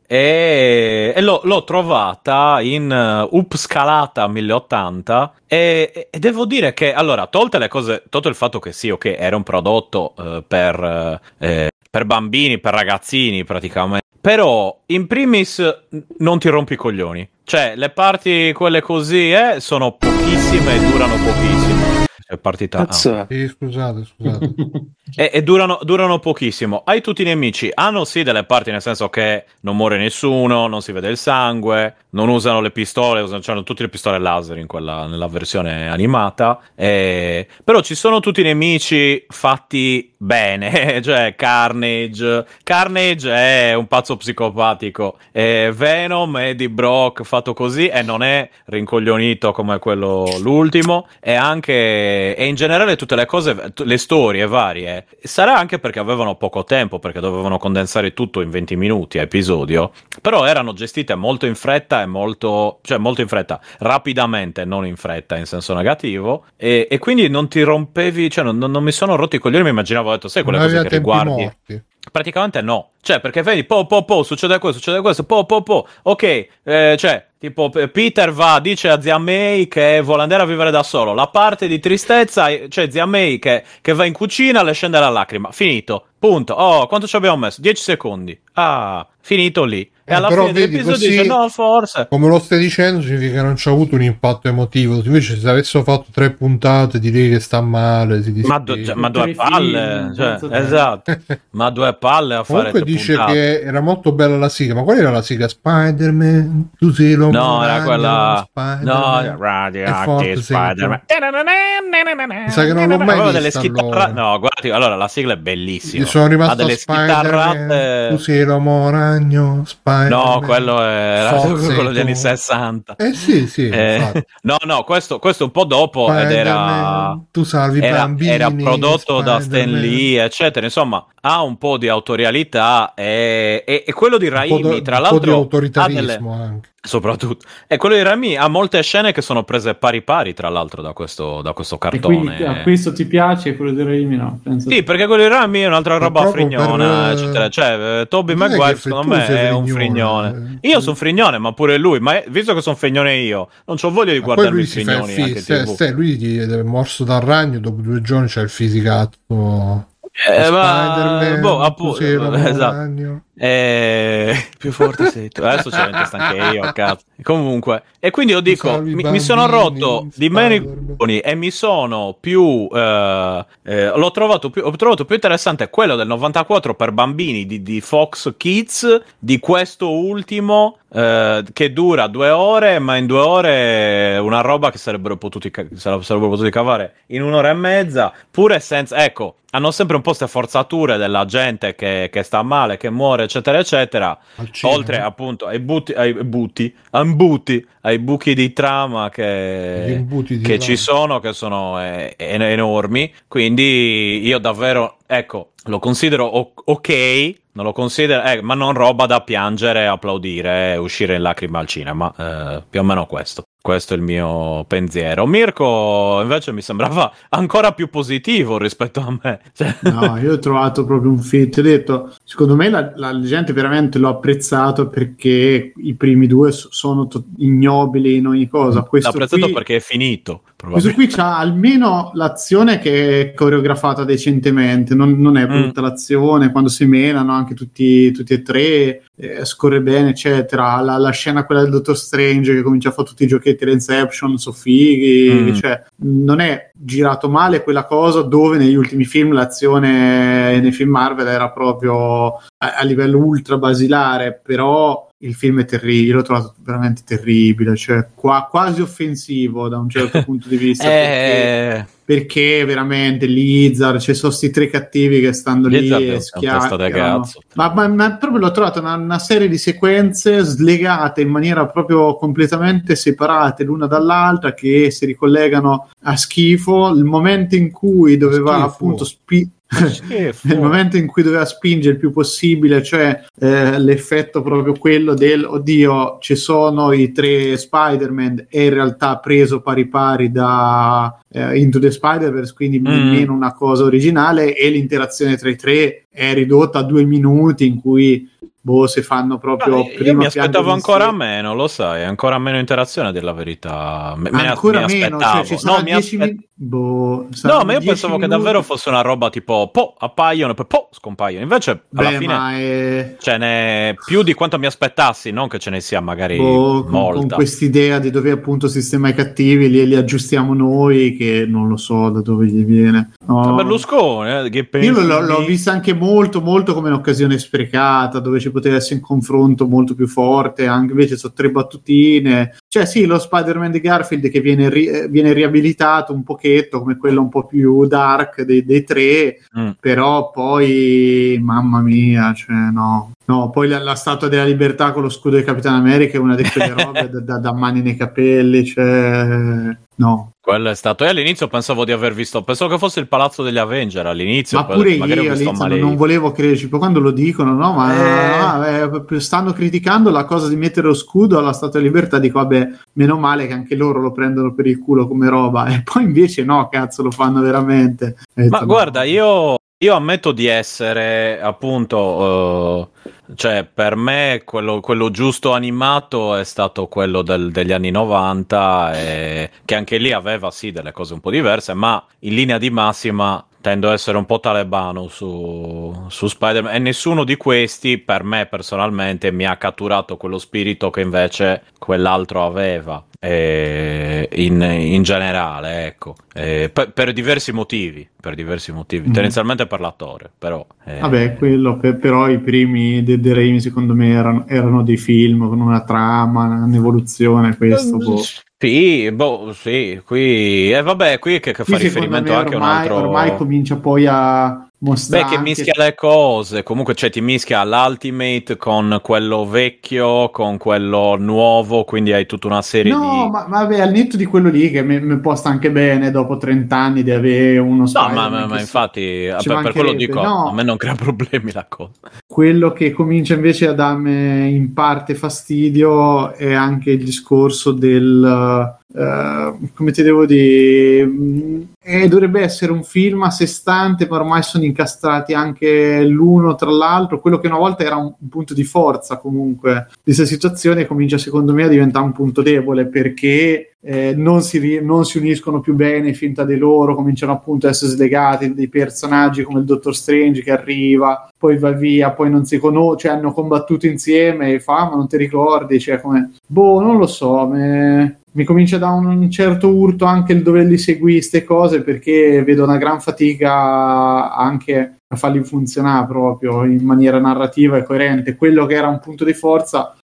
e, e l'ho, l'ho trovata in uh, upscalata mille ottanta e, e devo dire che, allora, tolte le cose, tolto il fatto che sì, ok, era un prodotto uh, per, uh, eh, per bambini, per ragazzini praticamente, però in primis non ti rompi i coglioni, cioè le parti quelle così eh, sono pochissime e durano pochissimo. È partita. Ah. Sì, scusate, scusate. e e durano, durano pochissimo. Hai tutti i nemici. Hanno sì delle parti, nel senso che non muore nessuno, non si vede il sangue, non usano le pistole, usano, cioè, tutte le pistole laser in quella, nella versione animata. E... però ci sono tutti i nemici fatti bene, cioè Carnage. Carnage è un pazzo psicopatico. E Venom è di Brock fatto così e non è rincoglionito come quello l'ultimo. E anche e in generale tutte le cose, le storie varie, sarà anche perché avevano poco tempo, perché dovevano condensare tutto in venti minuti a episodio, però erano gestite molto in fretta e molto, cioè molto in fretta, rapidamente, non in fretta in senso negativo, e, e quindi non ti rompevi, cioè non, non mi sono rotti i coglioni, mi immaginavo, ho detto, sai quelle cose che riguardi? Morti. Praticamente no, cioè perché vedi, po po po, succede questo, succede questo, po po po, ok, eh, cioè tipo Peter va, dice a zia May che vuole andare a vivere da solo, la parte di tristezza, cioè zia May che, che va in cucina, le scende la lacrima, finito, punto. Oh, quanto ci abbiamo messo? dieci secondi, ah, finito lì. E eh, alla fine dell'episodio così, dice no, forse. Come lo stai dicendo, significa che non c'ha avuto un impatto emotivo. Invece, se avessero fatto tre puntate, direi che sta male. Si ma, do, cioè, ma due palle, cioè, esatto. Ma due palle a fare. Comunque dice puntate. Che era molto bella la sigla. Ma qual era la sigla? Spider-Man, tu sei l'uomo. No, era quella. Spider-Man. No, Radioactive Spider-Man. Mi sa che non l'ho mai delle vista. Allora. No, guardi, allora la sigla è bellissima. Io sono rimasto ha delle Spider-Man, tu sei l'uomo ragno, Spider-Man. No, quello era quello degli anni sessanta. Eh sì, sì. Eh, no, no, questo, questo un po' dopo Spider-Man, ed era tu salvi era, bambini, era prodotto Spider-Man. da Stan Lee, eccetera. Insomma, ha un po' di autorialità e, e, e quello di Raimi, do, tra l'altro, un po' di autoritarismo delle... anche. Soprattutto. E quello di Raimi ha molte scene che sono prese pari pari, tra l'altro, da questo, da questo cartone. E quindi a questo ti piace e quello di Raimi no? Penso sì, perché quello di Raimi è un'altra roba frignona, per... eccetera. Cioè, eh, Tobey Maguire, secondo me, è un frignone. Io sono frignone, ma pure lui. Ma visto che sono frignone io, non c'ho voglia di ma guardarmi i frignoni. Fi- anche se, se lui gli è morso dal ragno, dopo due giorni c'è il fisicato. Eh, ma boh, appunto, esatto. Eh, più forte sei tu. Adesso ce l'ho in testa anche io, cazzo. Comunque, e quindi io dico, mi, mi sono rotto di meno e mi sono più, eh, eh, l'ho trovato più, ho trovato più interessante quello del novantaquattro per bambini di, di Fox Kids di questo ultimo. Uh, che dura due ore, ma in due ore una roba che sarebbero potuti, ca- sarebbero potuti cavare in un'ora e mezza, pure senza, ecco, hanno sempre un po' dopo ste forzature della gente che, che sta male, che muore, eccetera, eccetera, oltre appunto ai butti, ai butti, ambuti, ai buchi di trama che, di che trama. ci sono, che sono eh, enormi, quindi io davvero, ecco, lo considero o- ok, non lo considero, eh, ma non roba da piangere, applaudire, uscire in lacrime al cinema, eh, più o meno questo. Questo è il mio pensiero. Mirko invece mi sembrava ancora più positivo rispetto a me. Cioè... No, io ho trovato proprio un film. Ti ho detto, secondo me la, la gente veramente l'ho apprezzato perché i primi due sono to- ignobili in ogni cosa. Questo L'ho apprezzato qui, perché è finito. questo qui c'ha almeno l'azione che è coreografata decentemente, non, non è brutta mm. l'azione, quando si menano anche tutti, tutti e tre, eh, scorre bene, eccetera. La, la scena quella del Dottor Strange che comincia a fare tutti i giochetti Inception, so fighi, mm. cioè non è girato male quella cosa, dove negli ultimi film l'azione nei film Marvel era proprio a, a livello ultra basilare, però il film è terribile, l'ho trovato veramente terribile, cioè qua, quasi offensivo da un certo punto di vista, eh... perché, perché veramente Lizard, ci sono sti tre cattivi che stanno Lizard lì e schiacciano, ma, ma, ma proprio l'ho trovato una, una serie di sequenze slegate in maniera proprio completamente separate l'una dall'altra, che si ricollegano a schifo. Il momento in cui doveva schifo. appunto spi- nel momento in cui doveva spingere il più possibile, cioè eh, l'effetto proprio quello del oddio ci sono i tre Spider-Man, è in realtà preso pari pari da eh, Into the Spider-Verse, quindi mm. nemmeno una cosa originale, e l'interazione tra i tre è ridotta a due minuti in cui boh, si fanno proprio io, io mi aspettavo ancora meno, lo sai, ancora meno interazione della verità. Me, ancora me meno, cioè ci sono no, dieci aspe... min- boh, no, ma io pensavo minuti. Che davvero fosse una roba tipo po' appaiono e poi po' scompaiono. Invece alla Beh, fine è... ce n'è più di quanto mi aspettassi, non che ce ne sia magari boh, molta. Con, con quest'idea di dove appunto sistema i cattivi, li, li aggiustiamo noi, che non lo so da dove gli viene. No. Berlusconi, eh, che io l'ho, l'ho vista anche molto molto come un'occasione sprecata, dove ci poteva essere un confronto molto più forte, anche invece sono tre battutine, cioè sì, lo Spider-Man di Garfield che viene, ri- viene riabilitato un pochetto come quello un po' più dark dei, dei tre, mm. però poi mamma mia, cioè no no, poi la, la Statua della Libertà con lo scudo di Capitano America è una di quelle robe da, da, da mani nei capelli, cioè no. Quello è stato. E all'inizio pensavo di aver visto, pensavo che fosse il palazzo degli Avenger all'inizio. Ma pure io all'inizio non, non volevo crederci, poi quando lo dicono, no, ma eh. no, eh, stanno criticando la cosa di mettere lo scudo alla Statua della Libertà, dico vabbè, meno male che anche loro lo prendono per il culo come roba, e poi invece no, cazzo, lo fanno veramente. Detto, ma no. Guarda, io Io ammetto di essere appunto, uh, cioè per me quello, quello giusto animato è stato quello del, degli anni novanta, e, che anche lì aveva sì delle cose un po' diverse, ma in linea di massima tendo a essere un po' talebano su, su Spider-Man, e nessuno di questi per me personalmente mi ha catturato quello spirito che invece quell'altro aveva. Eh, in, in generale, ecco, eh, per, per diversi motivi, per diversi motivi, mm. tendenzialmente per l'attore, però. Eh... Vabbè, quello, per, però i primi dei De Raimi secondo me erano, erano dei film con una trama, un'evoluzione, questo. Mm. Boh. Sì, boh, sì, qui, e eh, vabbè, qui che, che fa riferimento anche a un altro. Ormai comincia poi a mostrare. Beh, che mischia le cose, comunque, cioè ti mischia l'Ultimate con quello vecchio, con quello nuovo, quindi hai tutta una serie no, di. No, ma vabbè, al netto di quello lì che mi, mi posta anche bene dopo trenta anni di avere uno Spider-Man. No, ma, ma, ma infatti, per, per quello dico, no, a me non crea problemi la cosa. Quello che comincia invece a darmi in parte fastidio è anche il discorso del. Uh, come ti devo dire, eh, dovrebbe essere un film a sé stante, ma ormai sono incastrati anche l'uno tra l'altro. Quello che una volta era un, un punto di forza comunque di questa situazione comincia secondo me a diventare un punto debole, perché eh, non, si, non si uniscono più bene, finta di loro, cominciano appunto a essere slegati dei personaggi come il Dottor Strange che arriva, poi va via, poi non si conosce, cioè hanno combattuto insieme e fa, ma non ti ricordi, cioè come, boh, non lo so, me... mi comincia da un, un certo urto anche il doverli seguire queste cose, perché vedo una gran fatica anche a farli funzionare proprio in maniera narrativa e coerente. Quello che era un punto di forza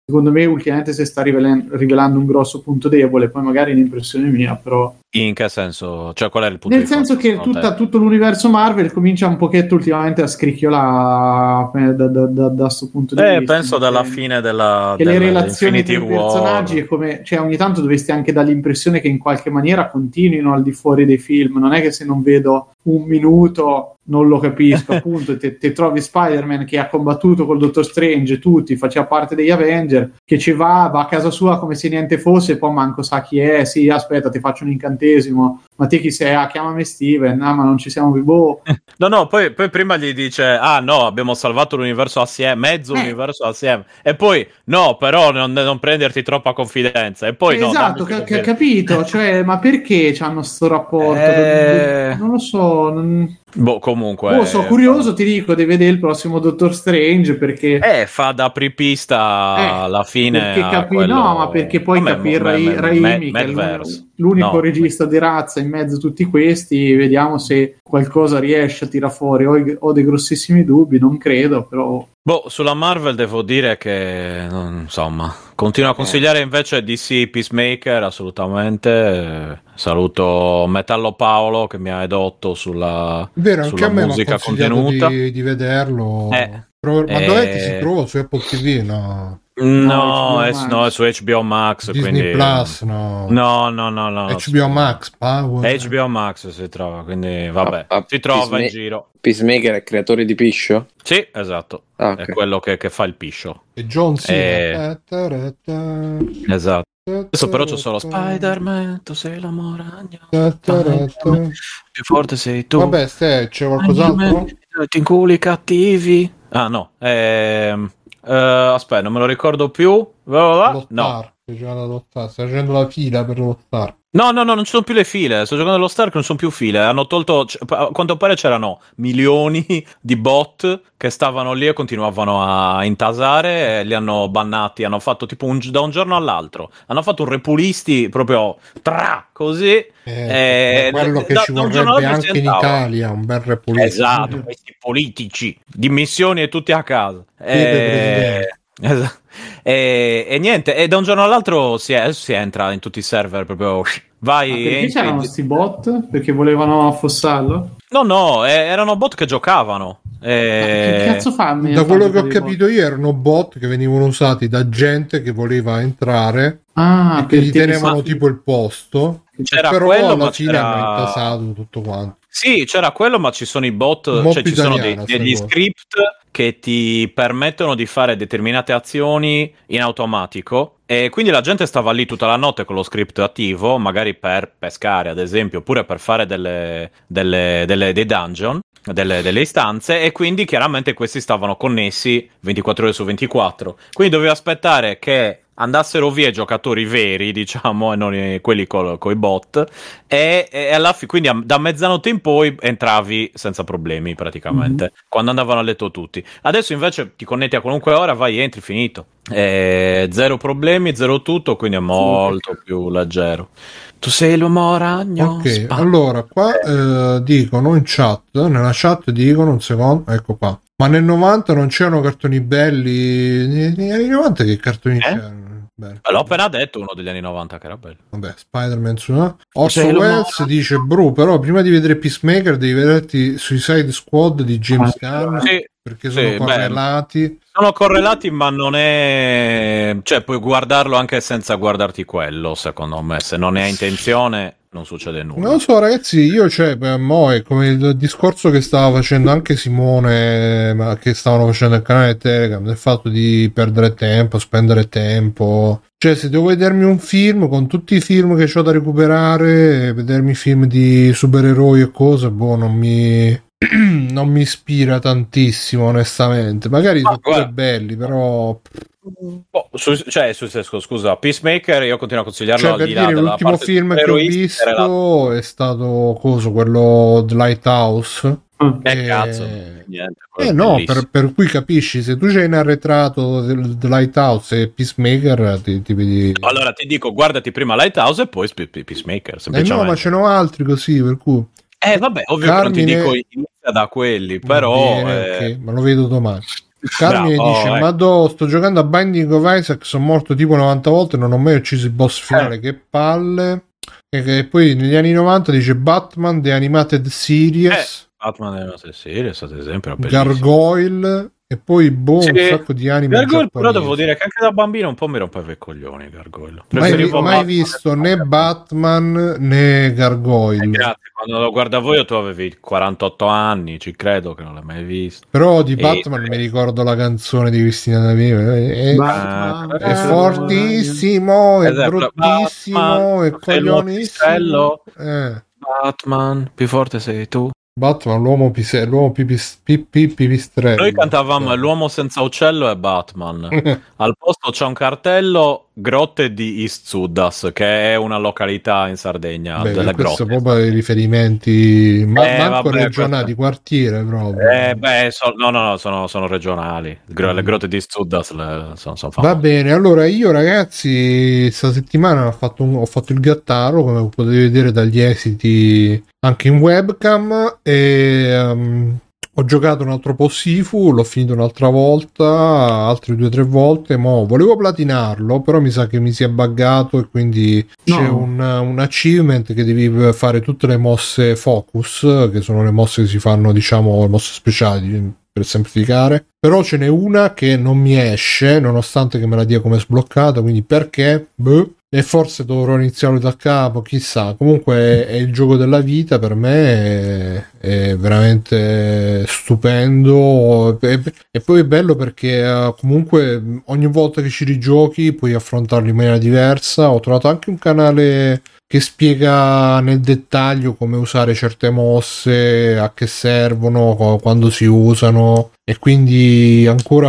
secondo me ultimamente si sta rivelando, rivelando un grosso punto debole, poi magari è un'impressione mia, però... In che senso? Cioè qual è il punto Nel di senso che tutta, tutto l'universo Marvel comincia un pochetto ultimamente a scricchiolare da, da, da, da sto punto di eh, vista. penso dalla che, fine della che della, le relazioni Infinity dei personaggi è come, cioè ogni tanto dovresti anche dare l'impressione che in qualche maniera continuino al di fuori dei film, non è che se non vedo un minuto non lo capisco, appunto te, te trovi Spider-Man che ha combattuto col Dottor Strange, tutti, faceva parte degli Avenger, che ci va, va a casa sua come se niente fosse e poi manco sa chi è, sì aspetta ti faccio un incantesimo, ma te chi sei? Ah chiamami Steven, ah ma non ci siamo boh. No no, poi, poi prima gli dice ah no abbiamo salvato l'universo assieme, mezzo eh. universo assieme, e poi no però non, non prenderti troppa confidenza, e poi eh, no, esatto, ca- ca- capito, cioè ma perché c'hanno sto rapporto? Eh... non lo so, non... Boh, comunque. Oh, sono curioso, ti dico, di vedere il prossimo Doctor Strange perché. Eh, fa da apripista eh, alla fine. Perché capi... quello... No, ma perché poi capire Ra- Raimi, che è l'unico no. regista di razza in mezzo a tutti questi, vediamo se qualcosa riesce a tirare fuori. Ho, ho dei grossissimi dubbi, non credo, però. Boh, sulla Marvel devo dire che, insomma, continuo a consigliare invece D C Peacemaker, assolutamente. Saluto Metallo Paolo che mi ha edotto sulla, Vero, sulla anche a me musica contenuta. Di, di vederlo. Eh, Pro... Ma eh... dov'è che si trova? Su Apple T V? No. No, è, no, è su H B O Max. Disney quindi... Plus, no. No, no, no, no. H B O Max, Power. H B O Max si trova, quindi vabbè, ah, ah, si trova Peacema- in giro. Peacemaker è creatore di Piscio? Sì, esatto. Ah, okay. È quello che, che fa il piscio. E John Cena. E... Esatto. Adesso però c'ho solo Spider-Man, tu sei l'amore ragno. Più forte sei tu. Vabbè, se c'è qualcos'altro? Ti inculi cattivi. Ah no, ehm... Uh, aspetta, non me lo ricordo più. No. Stai giocando stai facendo la fila per lo Star. No, no, no, non ci sono più le file. Sto giocando allo Star che non sono più file. Hanno tolto. A quanto pare c'erano milioni di bot che stavano lì e continuavano a intasare. E li hanno bannati. Hanno fatto tipo un, da un giorno all'altro. Hanno fatto un repulisti proprio tra così. Eh, eh, quello che da, ci da vorrebbe anche in Italia, un bel repulisti. Esatto, questi politici, dimissioni e tutti a casa. Eh, esatto. E, e niente, e da un giorno all'altro si, è, si entra in tutti i server proprio. Vai. Ma perché entri, c'erano questi bot? Perché volevano affossarlo? No, no, eh, erano bot che giocavano. Eh... Che cazzo fanno? Da quello che ho capito io erano bot che venivano usati da gente che voleva entrare ah, e che gli tenevano ma... tipo il posto. C'era però quello, alla ma fine c'era... hanno intasato tutto quanto. Sì, c'era quello, ma ci sono i bot, Molto cioè ci sono dei, degli cosa. script che ti permettono di fare determinate azioni in automatico, e quindi la gente stava lì tutta la notte con lo script attivo, magari per pescare ad esempio, oppure per fare delle, delle, delle, dei dungeon, delle, delle istanze, e quindi chiaramente questi stavano connessi ventiquattro ore su ventiquattro, quindi dovevi aspettare che andassero via i giocatori veri, diciamo, e non i, quelli con i bot, e, e alla fine, quindi a, da mezzanotte in poi entravi senza problemi praticamente, mm-hmm. quando andavano a letto tutti. Adesso invece ti connetti a qualunque ora, vai, entri, finito. E zero problemi, zero tutto, quindi è molto sì. più leggero. Tu sei l'uomo ragno. Ok, Sp- allora qua eh, dicono in chat, nella chat dicono un secondo, ecco qua. Ma nel novanta non c'erano cartoni belli? Negli anni novanta che cartoni eh? c'erano? Bene. L'ho appena detto uno degli anni novanta che era bello. Vabbè, Spider-Man su no? Orson Welles dice Bru, però prima di vedere Peacemaker devi vederti Suicide Squad di James Gunn, sì, perché sono sì, correlati. Beh, sono correlati, ma non è, cioè puoi guardarlo anche senza guardarti quello, secondo me, se non ne hai intenzione non succede nulla. Non lo so, ragazzi, io cioè, per mo' è come il discorso che stava facendo anche Simone, ma che stavano facendo il canale Telegram, del fatto di perdere tempo, spendere tempo. Cioè, se devo vedermi un film con tutti i film che ho da recuperare, vedermi film di supereroi e cose, boh, non mi non mi ispira tantissimo, onestamente. Magari ah, sono pure belli, però Oh, su, cioè, su, scusa, Peacemaker io continuo a consigliarlo, cioè, al per di dire, là della l'ultimo parte film che ho visto è stato coso, quello The Lighthouse. Eh, e... cazzo, niente, eh no, per, per cui capisci, se tu c'hai in arretrato The Lighthouse e Peacemaker ti, ti vedi... Allora ti dico, guardati prima Lighthouse e poi Peacemaker, semplicemente. Eh no, ma ce n'ho altri così, per cui... Eh vabbè, ovvio Carmine... che non ti dico inizia da quelli, però... Bene, eh... okay, ma lo vedo domani. Carmine Bravo, dice: oh, ma do, sto giocando a Binding of Isaac, sono morto tipo novanta volte, non ho mai ucciso il boss finale, Eh. che palle. E che poi negli anni novanta dice Batman The Animated Series, Batman è una serie, ad esempio, era bellissimo. Gargoyle, e poi boh, Sì. un sacco di anime Gargoyle, però giapponesi. devo dire che anche da bambino un po' mi rompeva i coglioni Gargoyle. mai, Preferivo mai Batman visto e- né Batman né Eh, Gargoyle. grazie, quando lo guardavo io tu avevi quarantotto anni, ci credo che non l'hai mai visto. Però di E- Batman mi ricordo la canzone di Cristina D'Avena. È, Batman, Eh, è fortissimo, è Esatto, bruttissimo, Batman, è sei l'uomo coglionissimo. pisello. Eh. Batman, più forte sei tu. Batman, l'uomo, pise- l'uomo pipis- pi- pi- pipistrello. Noi cantavamo Eh. L'uomo senza uccello e Batman. Al posto c'è un cartello Grotte di Istsudas, che è una località in Sardegna. Beh, delle questo grotte. proprio i riferimenti ma- Eh, manco vabbè, regionali, di questo- quartiere proprio. Eh, beh, so- no, no, no, sono, sono regionali. Gro- Le grotte di Istsudas le- sono, sono Va famose. bene, allora io ragazzi sta settimana ho fatto, un- ho fatto il gattaro, come potete vedere dagli esiti anche in webcam, e ehm, ho giocato un altro po' Sifu, l'ho finito un'altra volta, altre due o tre volte, mo volevo platinarlo, però mi sa che mi si è buggato e quindi No. c'è un, un achievement che devi fare tutte le mosse focus, che sono le mosse che si fanno, diciamo, le mosse speciali, per semplificare, però ce n'è una che non mi esce nonostante che me la dia come sbloccata, quindi perché? Boh. E forse dovrò iniziarlo da capo, chissà. Comunque è, è il gioco della vita per me, è, è veramente stupendo, e, e poi è bello perché uh, comunque ogni volta che ci rigiochi puoi affrontarlo in maniera diversa. Ho trovato anche un canale che spiega nel dettaglio come usare certe mosse, a che servono, quando si usano, e quindi ancora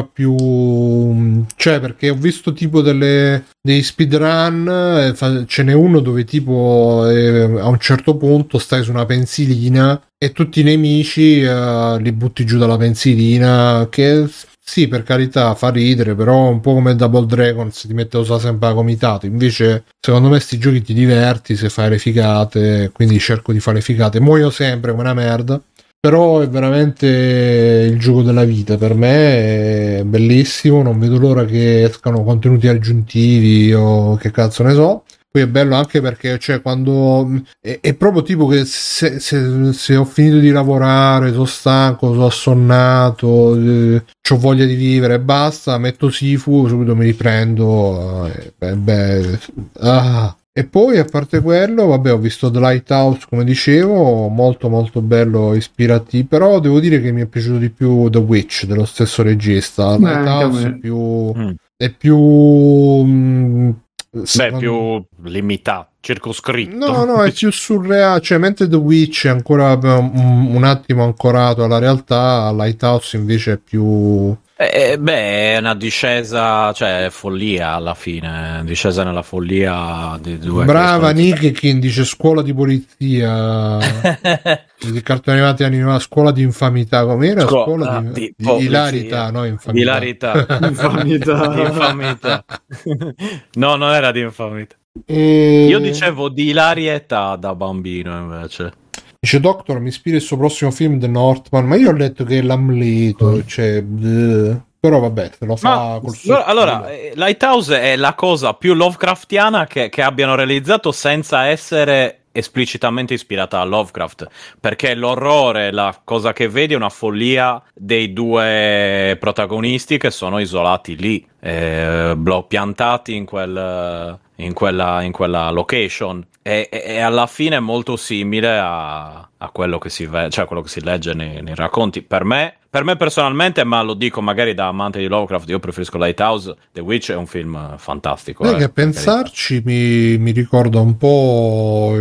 più, cioè, perché ho visto tipo delle dei speedrun, eh, fa- ce n'è uno dove tipo eh, a un certo punto stai su una pensilina e tutti i nemici eh, li butti giù dalla pensilina, che sì, per carità fa ridere, però un po' come Double Dragon, se ti mette a usare sempre la comitato. Invece secondo me sti giochi ti diverti se fai le figate, quindi cerco di fare le figate. Muoio sempre come una merda, però è veramente il gioco della vita per me, è bellissimo, non vedo l'ora che escano contenuti aggiuntivi o che cazzo ne so. Poi è bello anche perché, cioè, quando è, è proprio tipo che se, se, se ho finito di lavorare, sono stanco, sono assonnato, eh, ho voglia di vivere e basta, metto Sifu, subito mi riprendo, eh, beh, beh, ah. E poi a parte quello, vabbè, ho visto The Lighthouse, come dicevo, molto molto bello, ispirativo, però devo dire che mi è piaciuto di più The Witch dello stesso regista. Eh, Lighthouse anche a è me. più Mm. è più mh, Beh, secondo- più limitato, circoscritto. No, no, è più surreale, cioè mentre The Witch è ancora un, un attimo ancorato alla realtà, Lighthouse invece è più... Eh, beh, è una discesa, cioè follia alla fine, discesa nella follia di due. Brava che Nikikin, dice scuola di polizia, di cartoni animati anni novanta, scuola di infamità, com'era? Scuola Scuola di, di di polizia. ilarità, no, Di infamità. ilarità. Infamità. Di infamità. No, non era di infamità. E... Io dicevo di ilarietà da bambino invece. Dice Doctor, mi ispira il suo prossimo film The Northman, ma io ho letto che è l'Amleto, cioè... bleh. Però vabbè, se lo fa Ma col suo allora, stile. eh, Lighthouse è la cosa più Lovecraftiana che, che abbiano realizzato senza essere esplicitamente ispirata a Lovecraft, perché l'orrore, la cosa che vedi è una follia dei due protagonisti che sono isolati lì, eh, blo- piantati in quel in quella, in quella location, e, e, e alla fine è molto simile a, a quello che si ve- cioè quello che si legge nei, nei racconti. Per me, per me personalmente, ma lo dico magari da amante di Lovecraft, io preferisco Lighthouse. The Witch è un film fantastico. Sai eh, che a per pensarci mi, mi ricorda un po'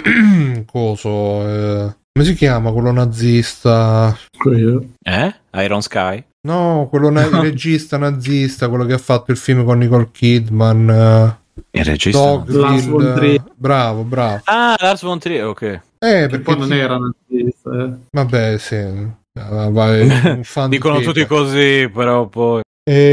coso, eh, come si chiama quello nazista? carità. Eh? Iron Sky? No, quello na- il regista nazista, quello che ha fatto il film con Nicole Kidman, eh, Il regista? Lars von Dogville, Trier. bravo, bravo. Ah, Lars von Trier, ok. Eh, Che perché poi non ti- era nazista. Eh. Vabbè, sì. Ah, vai, un fan di Dicono Peter. tutti così, però poi...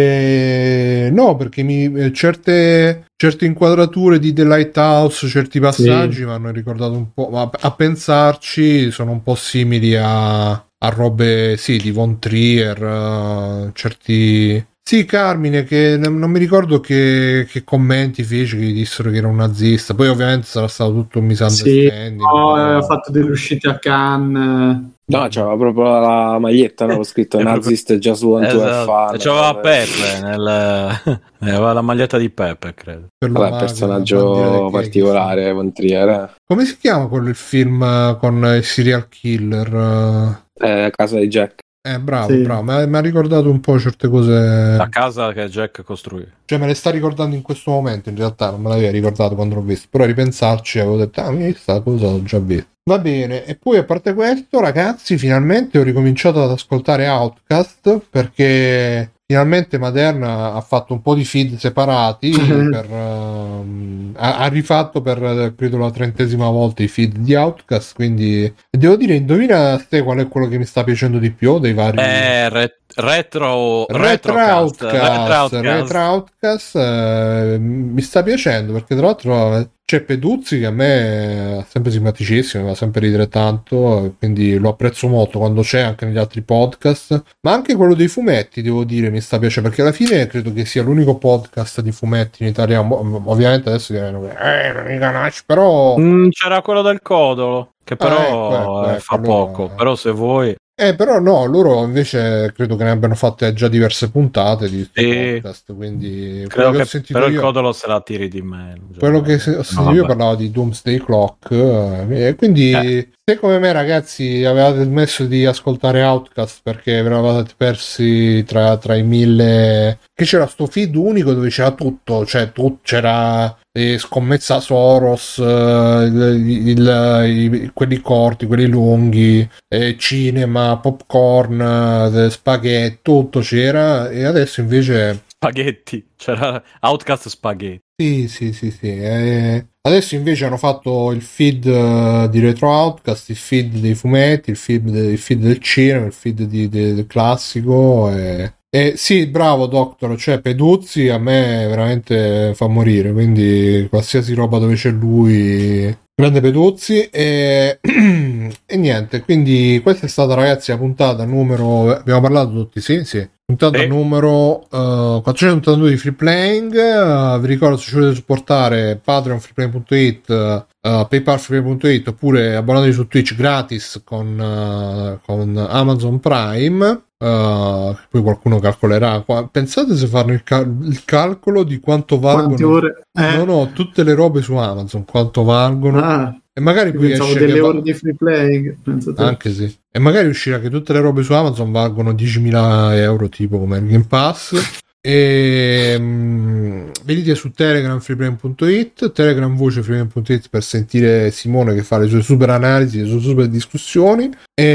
Eh, no, perché mi, eh, certe, certe inquadrature di The Lighthouse, certi passaggi Sì. mi hanno ricordato un po', ma a pensarci sono un po' simili a, a robe sì di Von Trier, uh, certi sì Carmine che n- non mi ricordo che, che commenti fece, che gli dissero che era un nazista, poi ovviamente sarà stato tutto un misunderstanding. Sì, no, ha fatto delle uscite a Cannes. No, c'aveva proprio la maglietta, no? Ho scritto Nazist just want to have Esatto. fun. C'aveva Pepe nel... aveva la maglietta di Pepe, credo. Per la Vabbè, maga, personaggio particolare, Von Trier. Eh. Come si chiama quello il film con il serial killer? Eh, Casa di Jack. Eh, bravo, Sì. bravo, mi ha ricordato un po' certe cose. La casa che Jack costruì. Cioè, me le sta ricordando in questo momento. In realtà, non me l'aveva ricordato quando l'ho visto. Però a ripensarci avevo detto, ah, questa cosa l'ho già vista. Va bene. E poi, a parte questo, ragazzi, finalmente ho ricominciato ad ascoltare Outcast perché finalmente Maderna ha fatto un po' di feed separati. per, um, ha, ha rifatto per credo la trentesima volta i feed di Outcast. Quindi devo dire, indovina te qual è quello che mi sta piacendo di più dei vari. Eh, re- retro Retro Retrocast, Outcast, Retrocast. Retro Outcast, eh, mi sta piacendo perché tra l'altro eh, c'è Peduzzi che a me è sempre simpaticissimo, mi fa sempre ridere tanto, quindi lo apprezzo molto quando c'è anche negli altri podcast, ma anche quello dei fumetti devo dire mi sta piacendo perché alla fine credo che sia l'unico podcast di fumetti in Italia, ovviamente adesso diranno che eh, non mi conosci, però Mm, c'era quello del Codolo che però Ah, ecco, ecco, eh, ecco, fa allora- poco, però se vuoi Eh, però no, loro invece credo che ne abbiano fatte già diverse puntate di questo Sì. podcast, quindi credo quello che che ho sentito però il io, Codolo se la tiri di meno. Cioè, quello che se- ho sentito no, io vabbè. parlava di Doomsday Clock, eh, e quindi Eh. se come me ragazzi avevate smesso di ascoltare Outcast perché ve l'avete persi tra, tra i mille, che c'era sto feed unico dove c'era tutto, cioè tu, c'era eh, Scommessa Soros, eh, il- il- i- quelli corti, quelli lunghi, eh, cinema, popcorn, eh, spaghetti, tutto c'era, e adesso invece Spaghetti, c'era Outcast Spaghetti. sì, sì, sì, sì. eh, adesso invece hanno fatto il feed eh, di Retro Outcast, il feed dei fumetti, il feed, de- il feed del cinema, il feed di- de- del classico. E, e sì, bravo Doctor, cioè Peduzzi a me veramente fa morire, quindi qualsiasi roba dove c'è lui, grande Peduzzi. E, e niente, quindi questa è stata ragazzi la puntata numero, abbiamo parlato tutti, sì, sì. Puntata Sì. numero uh, quattrocentottantadue di Free Playing. Uh, vi ricordo, se ci volete supportare, patreon freeplaying punto it, uh, paypal freeplaying punto it, oppure abbonatevi su Twitch gratis con, uh, con Amazon Prime. Uh, poi qualcuno calcolerà. Qua- pensate se fanno il, cal- il calcolo di quanto Quante valgono. ore? Eh. No, no, tutte le robe su Amazon, quanto valgono. Ah, E magari io poi pensavo esce delle che va- ore di free playing. Penso te. anche sì. E magari uscirà che tutte le robe su Amazon valgono diecimila euro, tipo come il Game Pass. E mm, venite su Telegram freeplaying punto it, Telegram voce freeplaying punto it per sentire Simone che fa le sue super analisi, le sue super discussioni.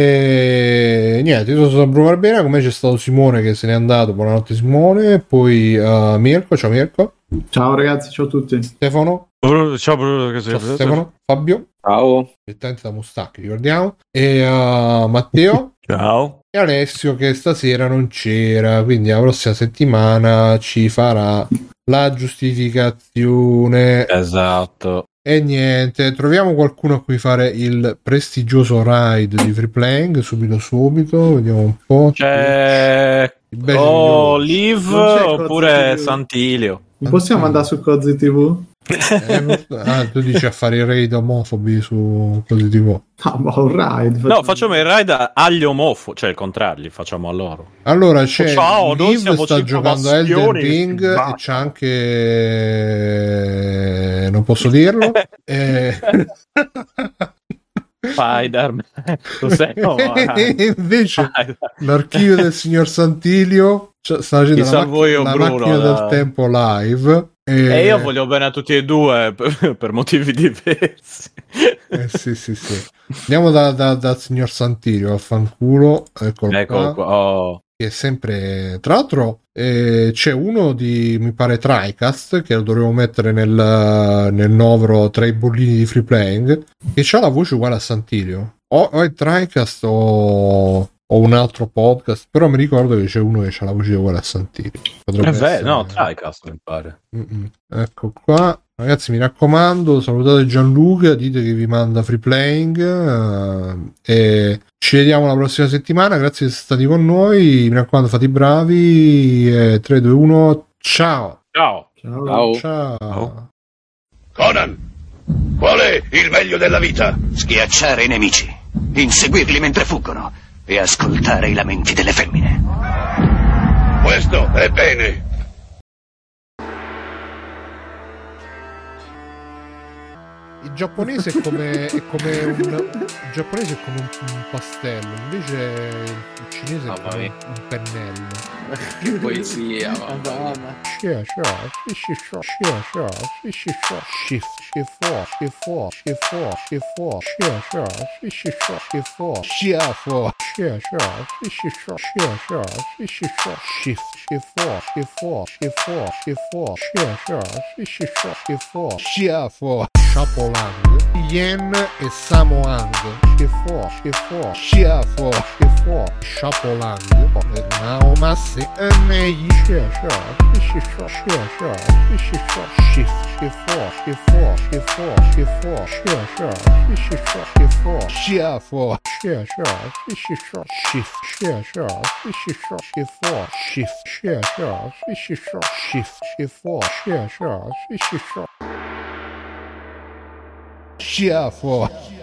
E niente, io sono stato Bruno Barbera, con me c'è stato Simone che se n'è andato, buonanotte Simone, poi uh, Mirko, ciao Mirko, Ciao ragazzi, ciao a tutti. Stefano, Ciao Bruno, che sei? ciao Stefano, Fabio, Ciao. direttamente da Mustacchi, ricordiamo, e uh, Matteo Ciao. e Alessio che stasera non c'era, quindi la prossima settimana ci farà la giustificazione. Esatto. E niente, troviamo qualcuno a cui fare il prestigioso ride di Free Playing subito subito, vediamo un po'. C'è Il bel o signor. Liv Non c'è oppure Cozzi Santilio. Non possiamo andare su Cozzi tivù? Eh, non- ah, tu dici a fare i raid omofobi su così tipo. Ah, ma un ride. No, facciamo il raid agli omofobi, cioè il contrario, li facciamo a loro. Allora c'è Ciao, noi Liv siamo sta cinque giocando a Elden bastioni, Ring e basta. c'è anche non posso dirlo. eh... Spider-Man, lo sai, no, ma- e invece Spider- l'archivio del signor Santilio cioè, sta facendo Ti la, salvo macch- io, la Bruno, macchina da- del tempo live e, E io voglio bene a tutti e due per, per motivi diversi. eh, sì sì sì andiamo da, da, dal signor Santilio, affanculo, eccolo Eccolo qua, qua. Oh. che è sempre, tra l'altro eh, c'è uno di, mi pare, TriCast, che lo dovevo mettere nel, nel novero tra i bollini di Free Playing, che ha la voce uguale a Santilio, o, o è TriCast o, o un altro podcast, però mi ricordo che c'è uno che c'ha la voce uguale a Santini. Potrebbe È vero, essere... no, Tricast mi pare. Mm-mm. Ecco qua, ragazzi, mi raccomando, salutate Gianluca, dite che vi manda Free Playing uh, e ci vediamo la prossima settimana. Grazie di essere stati con noi, mi raccomando, fate i bravi e tre, due, uno, ciao. Ciao. Ciao. Ciao. Ciao. Conan, qual è il meglio della vita? Schiacciare i nemici, inseguirli mentre fuggono e ascoltare i lamenti delle femmine. Questo è bene. Il giapponese è come, è come un il giapponese è come un, un pastello, invece il cinese è come un, un pennello. Che poesia, Madonna. Shia, shia, shishi, shia, shia, shia, shishi, shia, shif, shifo, shifo, shifo, shifo, shia, shia, shishi, shia, shifo, shiafo, shia, shia, shishi, shia, shia, shia, shishi, shia, shif, shifo, shifo, shifo, shifo, shia, shia, shishi, shia, shifo, shiafo, Shapolang, Yen e Samoang, Shifo, Shifo, Shiafo, Shifo, Shapolang, Naomase, Nei, Shia, Shia, Shishi, Shia, Shia, Shishi, Shia, Shif, Shifo, Shifo, Shifo, Shifo, Shia, Shia, Shishi, Shia, Shifo, Shiafo, Shia, Shia, Shishi, Shia, Shif, Shia, Shia, Shishi, Shia, Shifo, Shif, Shia, Shia, Shishi, Shia, Shif, Shifo, Shia, Shia, Shishi, Shia, Shiafo.